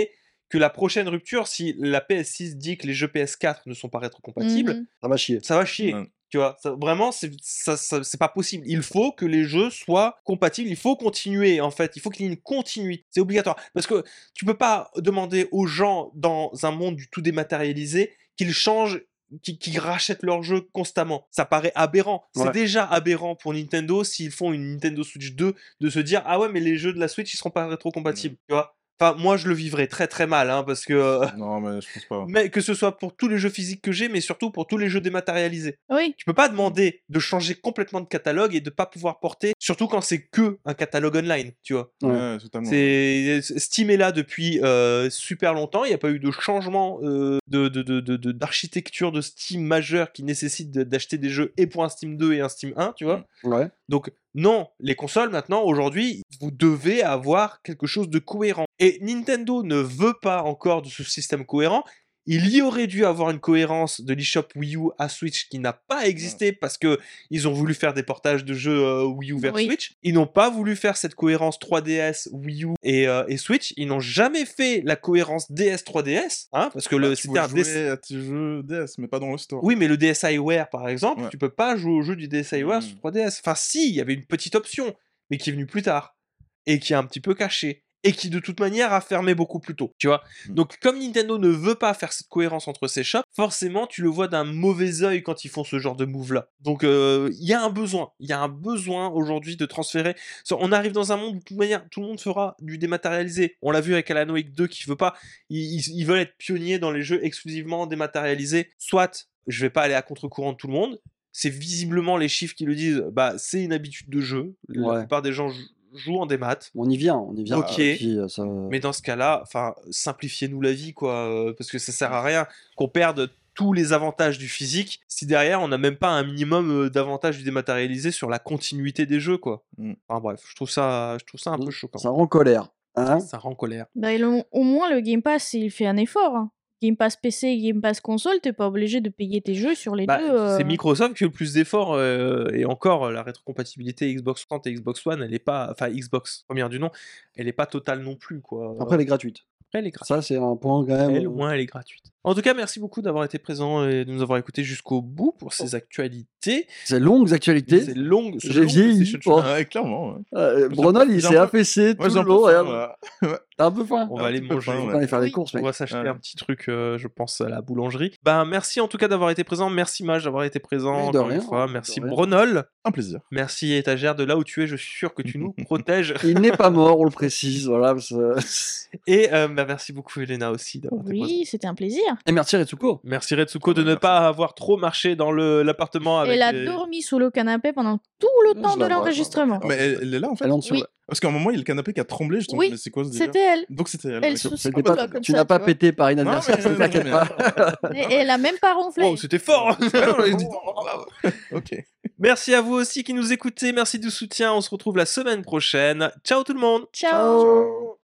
que la prochaine rupture, si la P S six dit que les jeux P S quatre ne sont pas rétrocompatibles, Mhm. Ça va chier. ça va chier. Ouais. Tu vois, ça- vraiment, c'est ça, ça- c'est pas possible. Il faut que les jeux soient compatibles. Il faut continuer, en fait. Il faut qu'il y ait une continuité. C'est obligatoire. Parce que tu peux pas demander aux gens dans un monde du tout dématérialisé qu'ils changent, qu'ils qu'ils rachètent leurs jeux constamment. Ça paraît aberrant. C'est Ouais. déjà aberrant pour Nintendo s'ils font une Nintendo Switch deux de se dire ah ouais mais les jeux de la Switch ils seront pas rétrocompatibles. Tu vois. Enfin, moi, je le vivrais très très mal, hein, parce que euh, Non, mais je pense pas. mais que ce soit pour tous les jeux physiques que j'ai, mais surtout pour tous les jeux dématérialisés. Oui. Tu peux pas demander de changer complètement de catalogue et de pas pouvoir porter, surtout quand c'est que un catalogue online, tu vois. Ouais. Ouais, totalement. C'est Steam est là depuis euh, super longtemps. Il n'y a pas eu de changement euh, de, de, de, de- de- d'architecture de Steam majeur qui nécessite de- d'acheter des jeux et pour un Steam deux et un Steam un, tu vois. Ouais. Donc non, les consoles maintenant, aujourd'hui, vous devez avoir quelque chose de cohérent. Et Nintendo ne veut pas encore de ce système cohérent. Il y aurait dû avoir une cohérence de l'eShop Wii U à Switch qui n'a pas existé parce que ils ont voulu faire des portages de jeux euh, Wii U vers Oui. Switch. Ils n'ont pas voulu faire cette cohérence trois D S, Wii U et, euh, et Switch. Ils n'ont jamais fait la cohérence D S trois D S, hein, parce que Bah, le tu c'était pouvais un jouer D S. à tes jeux D S, mais pas dans le store. Oui, mais le D S iWare, par exemple, Ouais. tu peux pas jouer au jeu du D S iWare Mm. sur trois D S. Enfin, si, il y avait une petite option, mais qui est venue plus tard, et qui est un petit peu cachée, et qui de toute manière a fermé beaucoup plus tôt, tu vois. Mm. Donc, comme Nintendo ne veut pas faire cette cohérence entre ses shops, forcément, tu le vois d'un mauvais œil quand ils font ce genre de move-là. Donc, euh, il y a un besoin, il y a un besoin aujourd'hui de transférer. On arrive dans un monde où de toute manière, tout le monde fera du dématérialisé. On l'a vu avec Alan Wake deux qui veut pas, ils, ils- ils veulent être pionniers dans les jeux exclusivement dématérialisés. Soit, je vais pas aller à contre-courant de tout le monde. C'est visiblement les chiffres qui le disent. Bah, c'est une habitude de jeu. La Ouais. plupart des gens jou- jouent en démat. On y vient, on y vient. Ok. Et puis, euh, ça... Mais dans ce cas-là, enfin, simplifiez-nous la vie, quoi, euh, parce que ça sert à rien qu'on perde tous les avantages du physique si derrière on n'a même pas un minimum euh, d'avantages du dématérialisé sur la continuité des jeux, quoi. Mm. Enfin bref, je trouve ça, je trouve ça un peu choquant. ça rend colère. Hein. Ça rend colère. Bah, ils ont- au moins, le Game Pass, il fait un effort. hein. Game Pass P C et Game Pass console, t'es pas obligé de payer tes jeux sur les Bah, deux. euh. c'est Microsoft qui a le plus d'efforts euh, et encore la rétrocompatibilité Xbox trente et Xbox One, elle est pas, enfin Xbox première du nom, elle est pas totale non plus, quoi. Après, elle est gratuite. Après, elle est gratuite. Ça, c'est un point quand même. Elle, euh, au moins, elle est gratuite. En tout cas, merci beaucoup d'avoir été présent et de nous avoir écoutés jusqu'au bout pour ces actualités. Ces longues actualités. C'est longue. ce J'ai long vieilli, PlayStation Show. oh. Ouais, clairement. Ouais. Euh, J'ai Brunel, un peu- il j'ai s'est un peu- affaissé tout Ouais, j'ai le un peu long. faim, regarde. là. T'as un peu faim. On Un va aller petit peu manger. faim, On ouais. va aller faire Oui. des courses, On mec. va s'acheter Ouais. un petit truc, euh, je pense, à la boulangerie. Ben, merci en tout cas d'avoir été présent. Merci Mage d'avoir été présent. Oui, de encore rien, une fois. de Merci rien. Bronol. Un plaisir. Merci Étagère de là où tu es. Je suis sûr que tu nous protèges. Il n'est pas mort, on le précise. Voilà. parce que- Et euh, bah, merci beaucoup Elena aussi d'avoir été présente. Oui, c'était un plaisir. Et merci Retsuko. Merci Retsuko de Ouais, ne merci. pas avoir trop marché dans le- l'appartement avec Elle a les- dormi sous le canapé pendant tout le Je temps la de vois, l'enregistrement. Mais elle, elle est là en fait. Elle est en dessous. Oui. ouais. Parce qu'à un moment, il y a le canapé qui a tremblé. Je tombe, Oui, mais c'est quoi ce délire C'était elle. Donc c'était elle. Elle ok. se C'était scoule pas- là comme tu ça, n'as pas vois. pété par une Non, adversaire, mais- ne t'inquiète mais- pas. Et et elle a même pas ronflé. Oh, c'était fort. Ouais, non, mais dis donc, waouh. Ok. Merci à vous aussi qui nous écoutez. Merci du soutien. On se retrouve la semaine prochaine. Ciao tout le monde. Ciao. Ciao.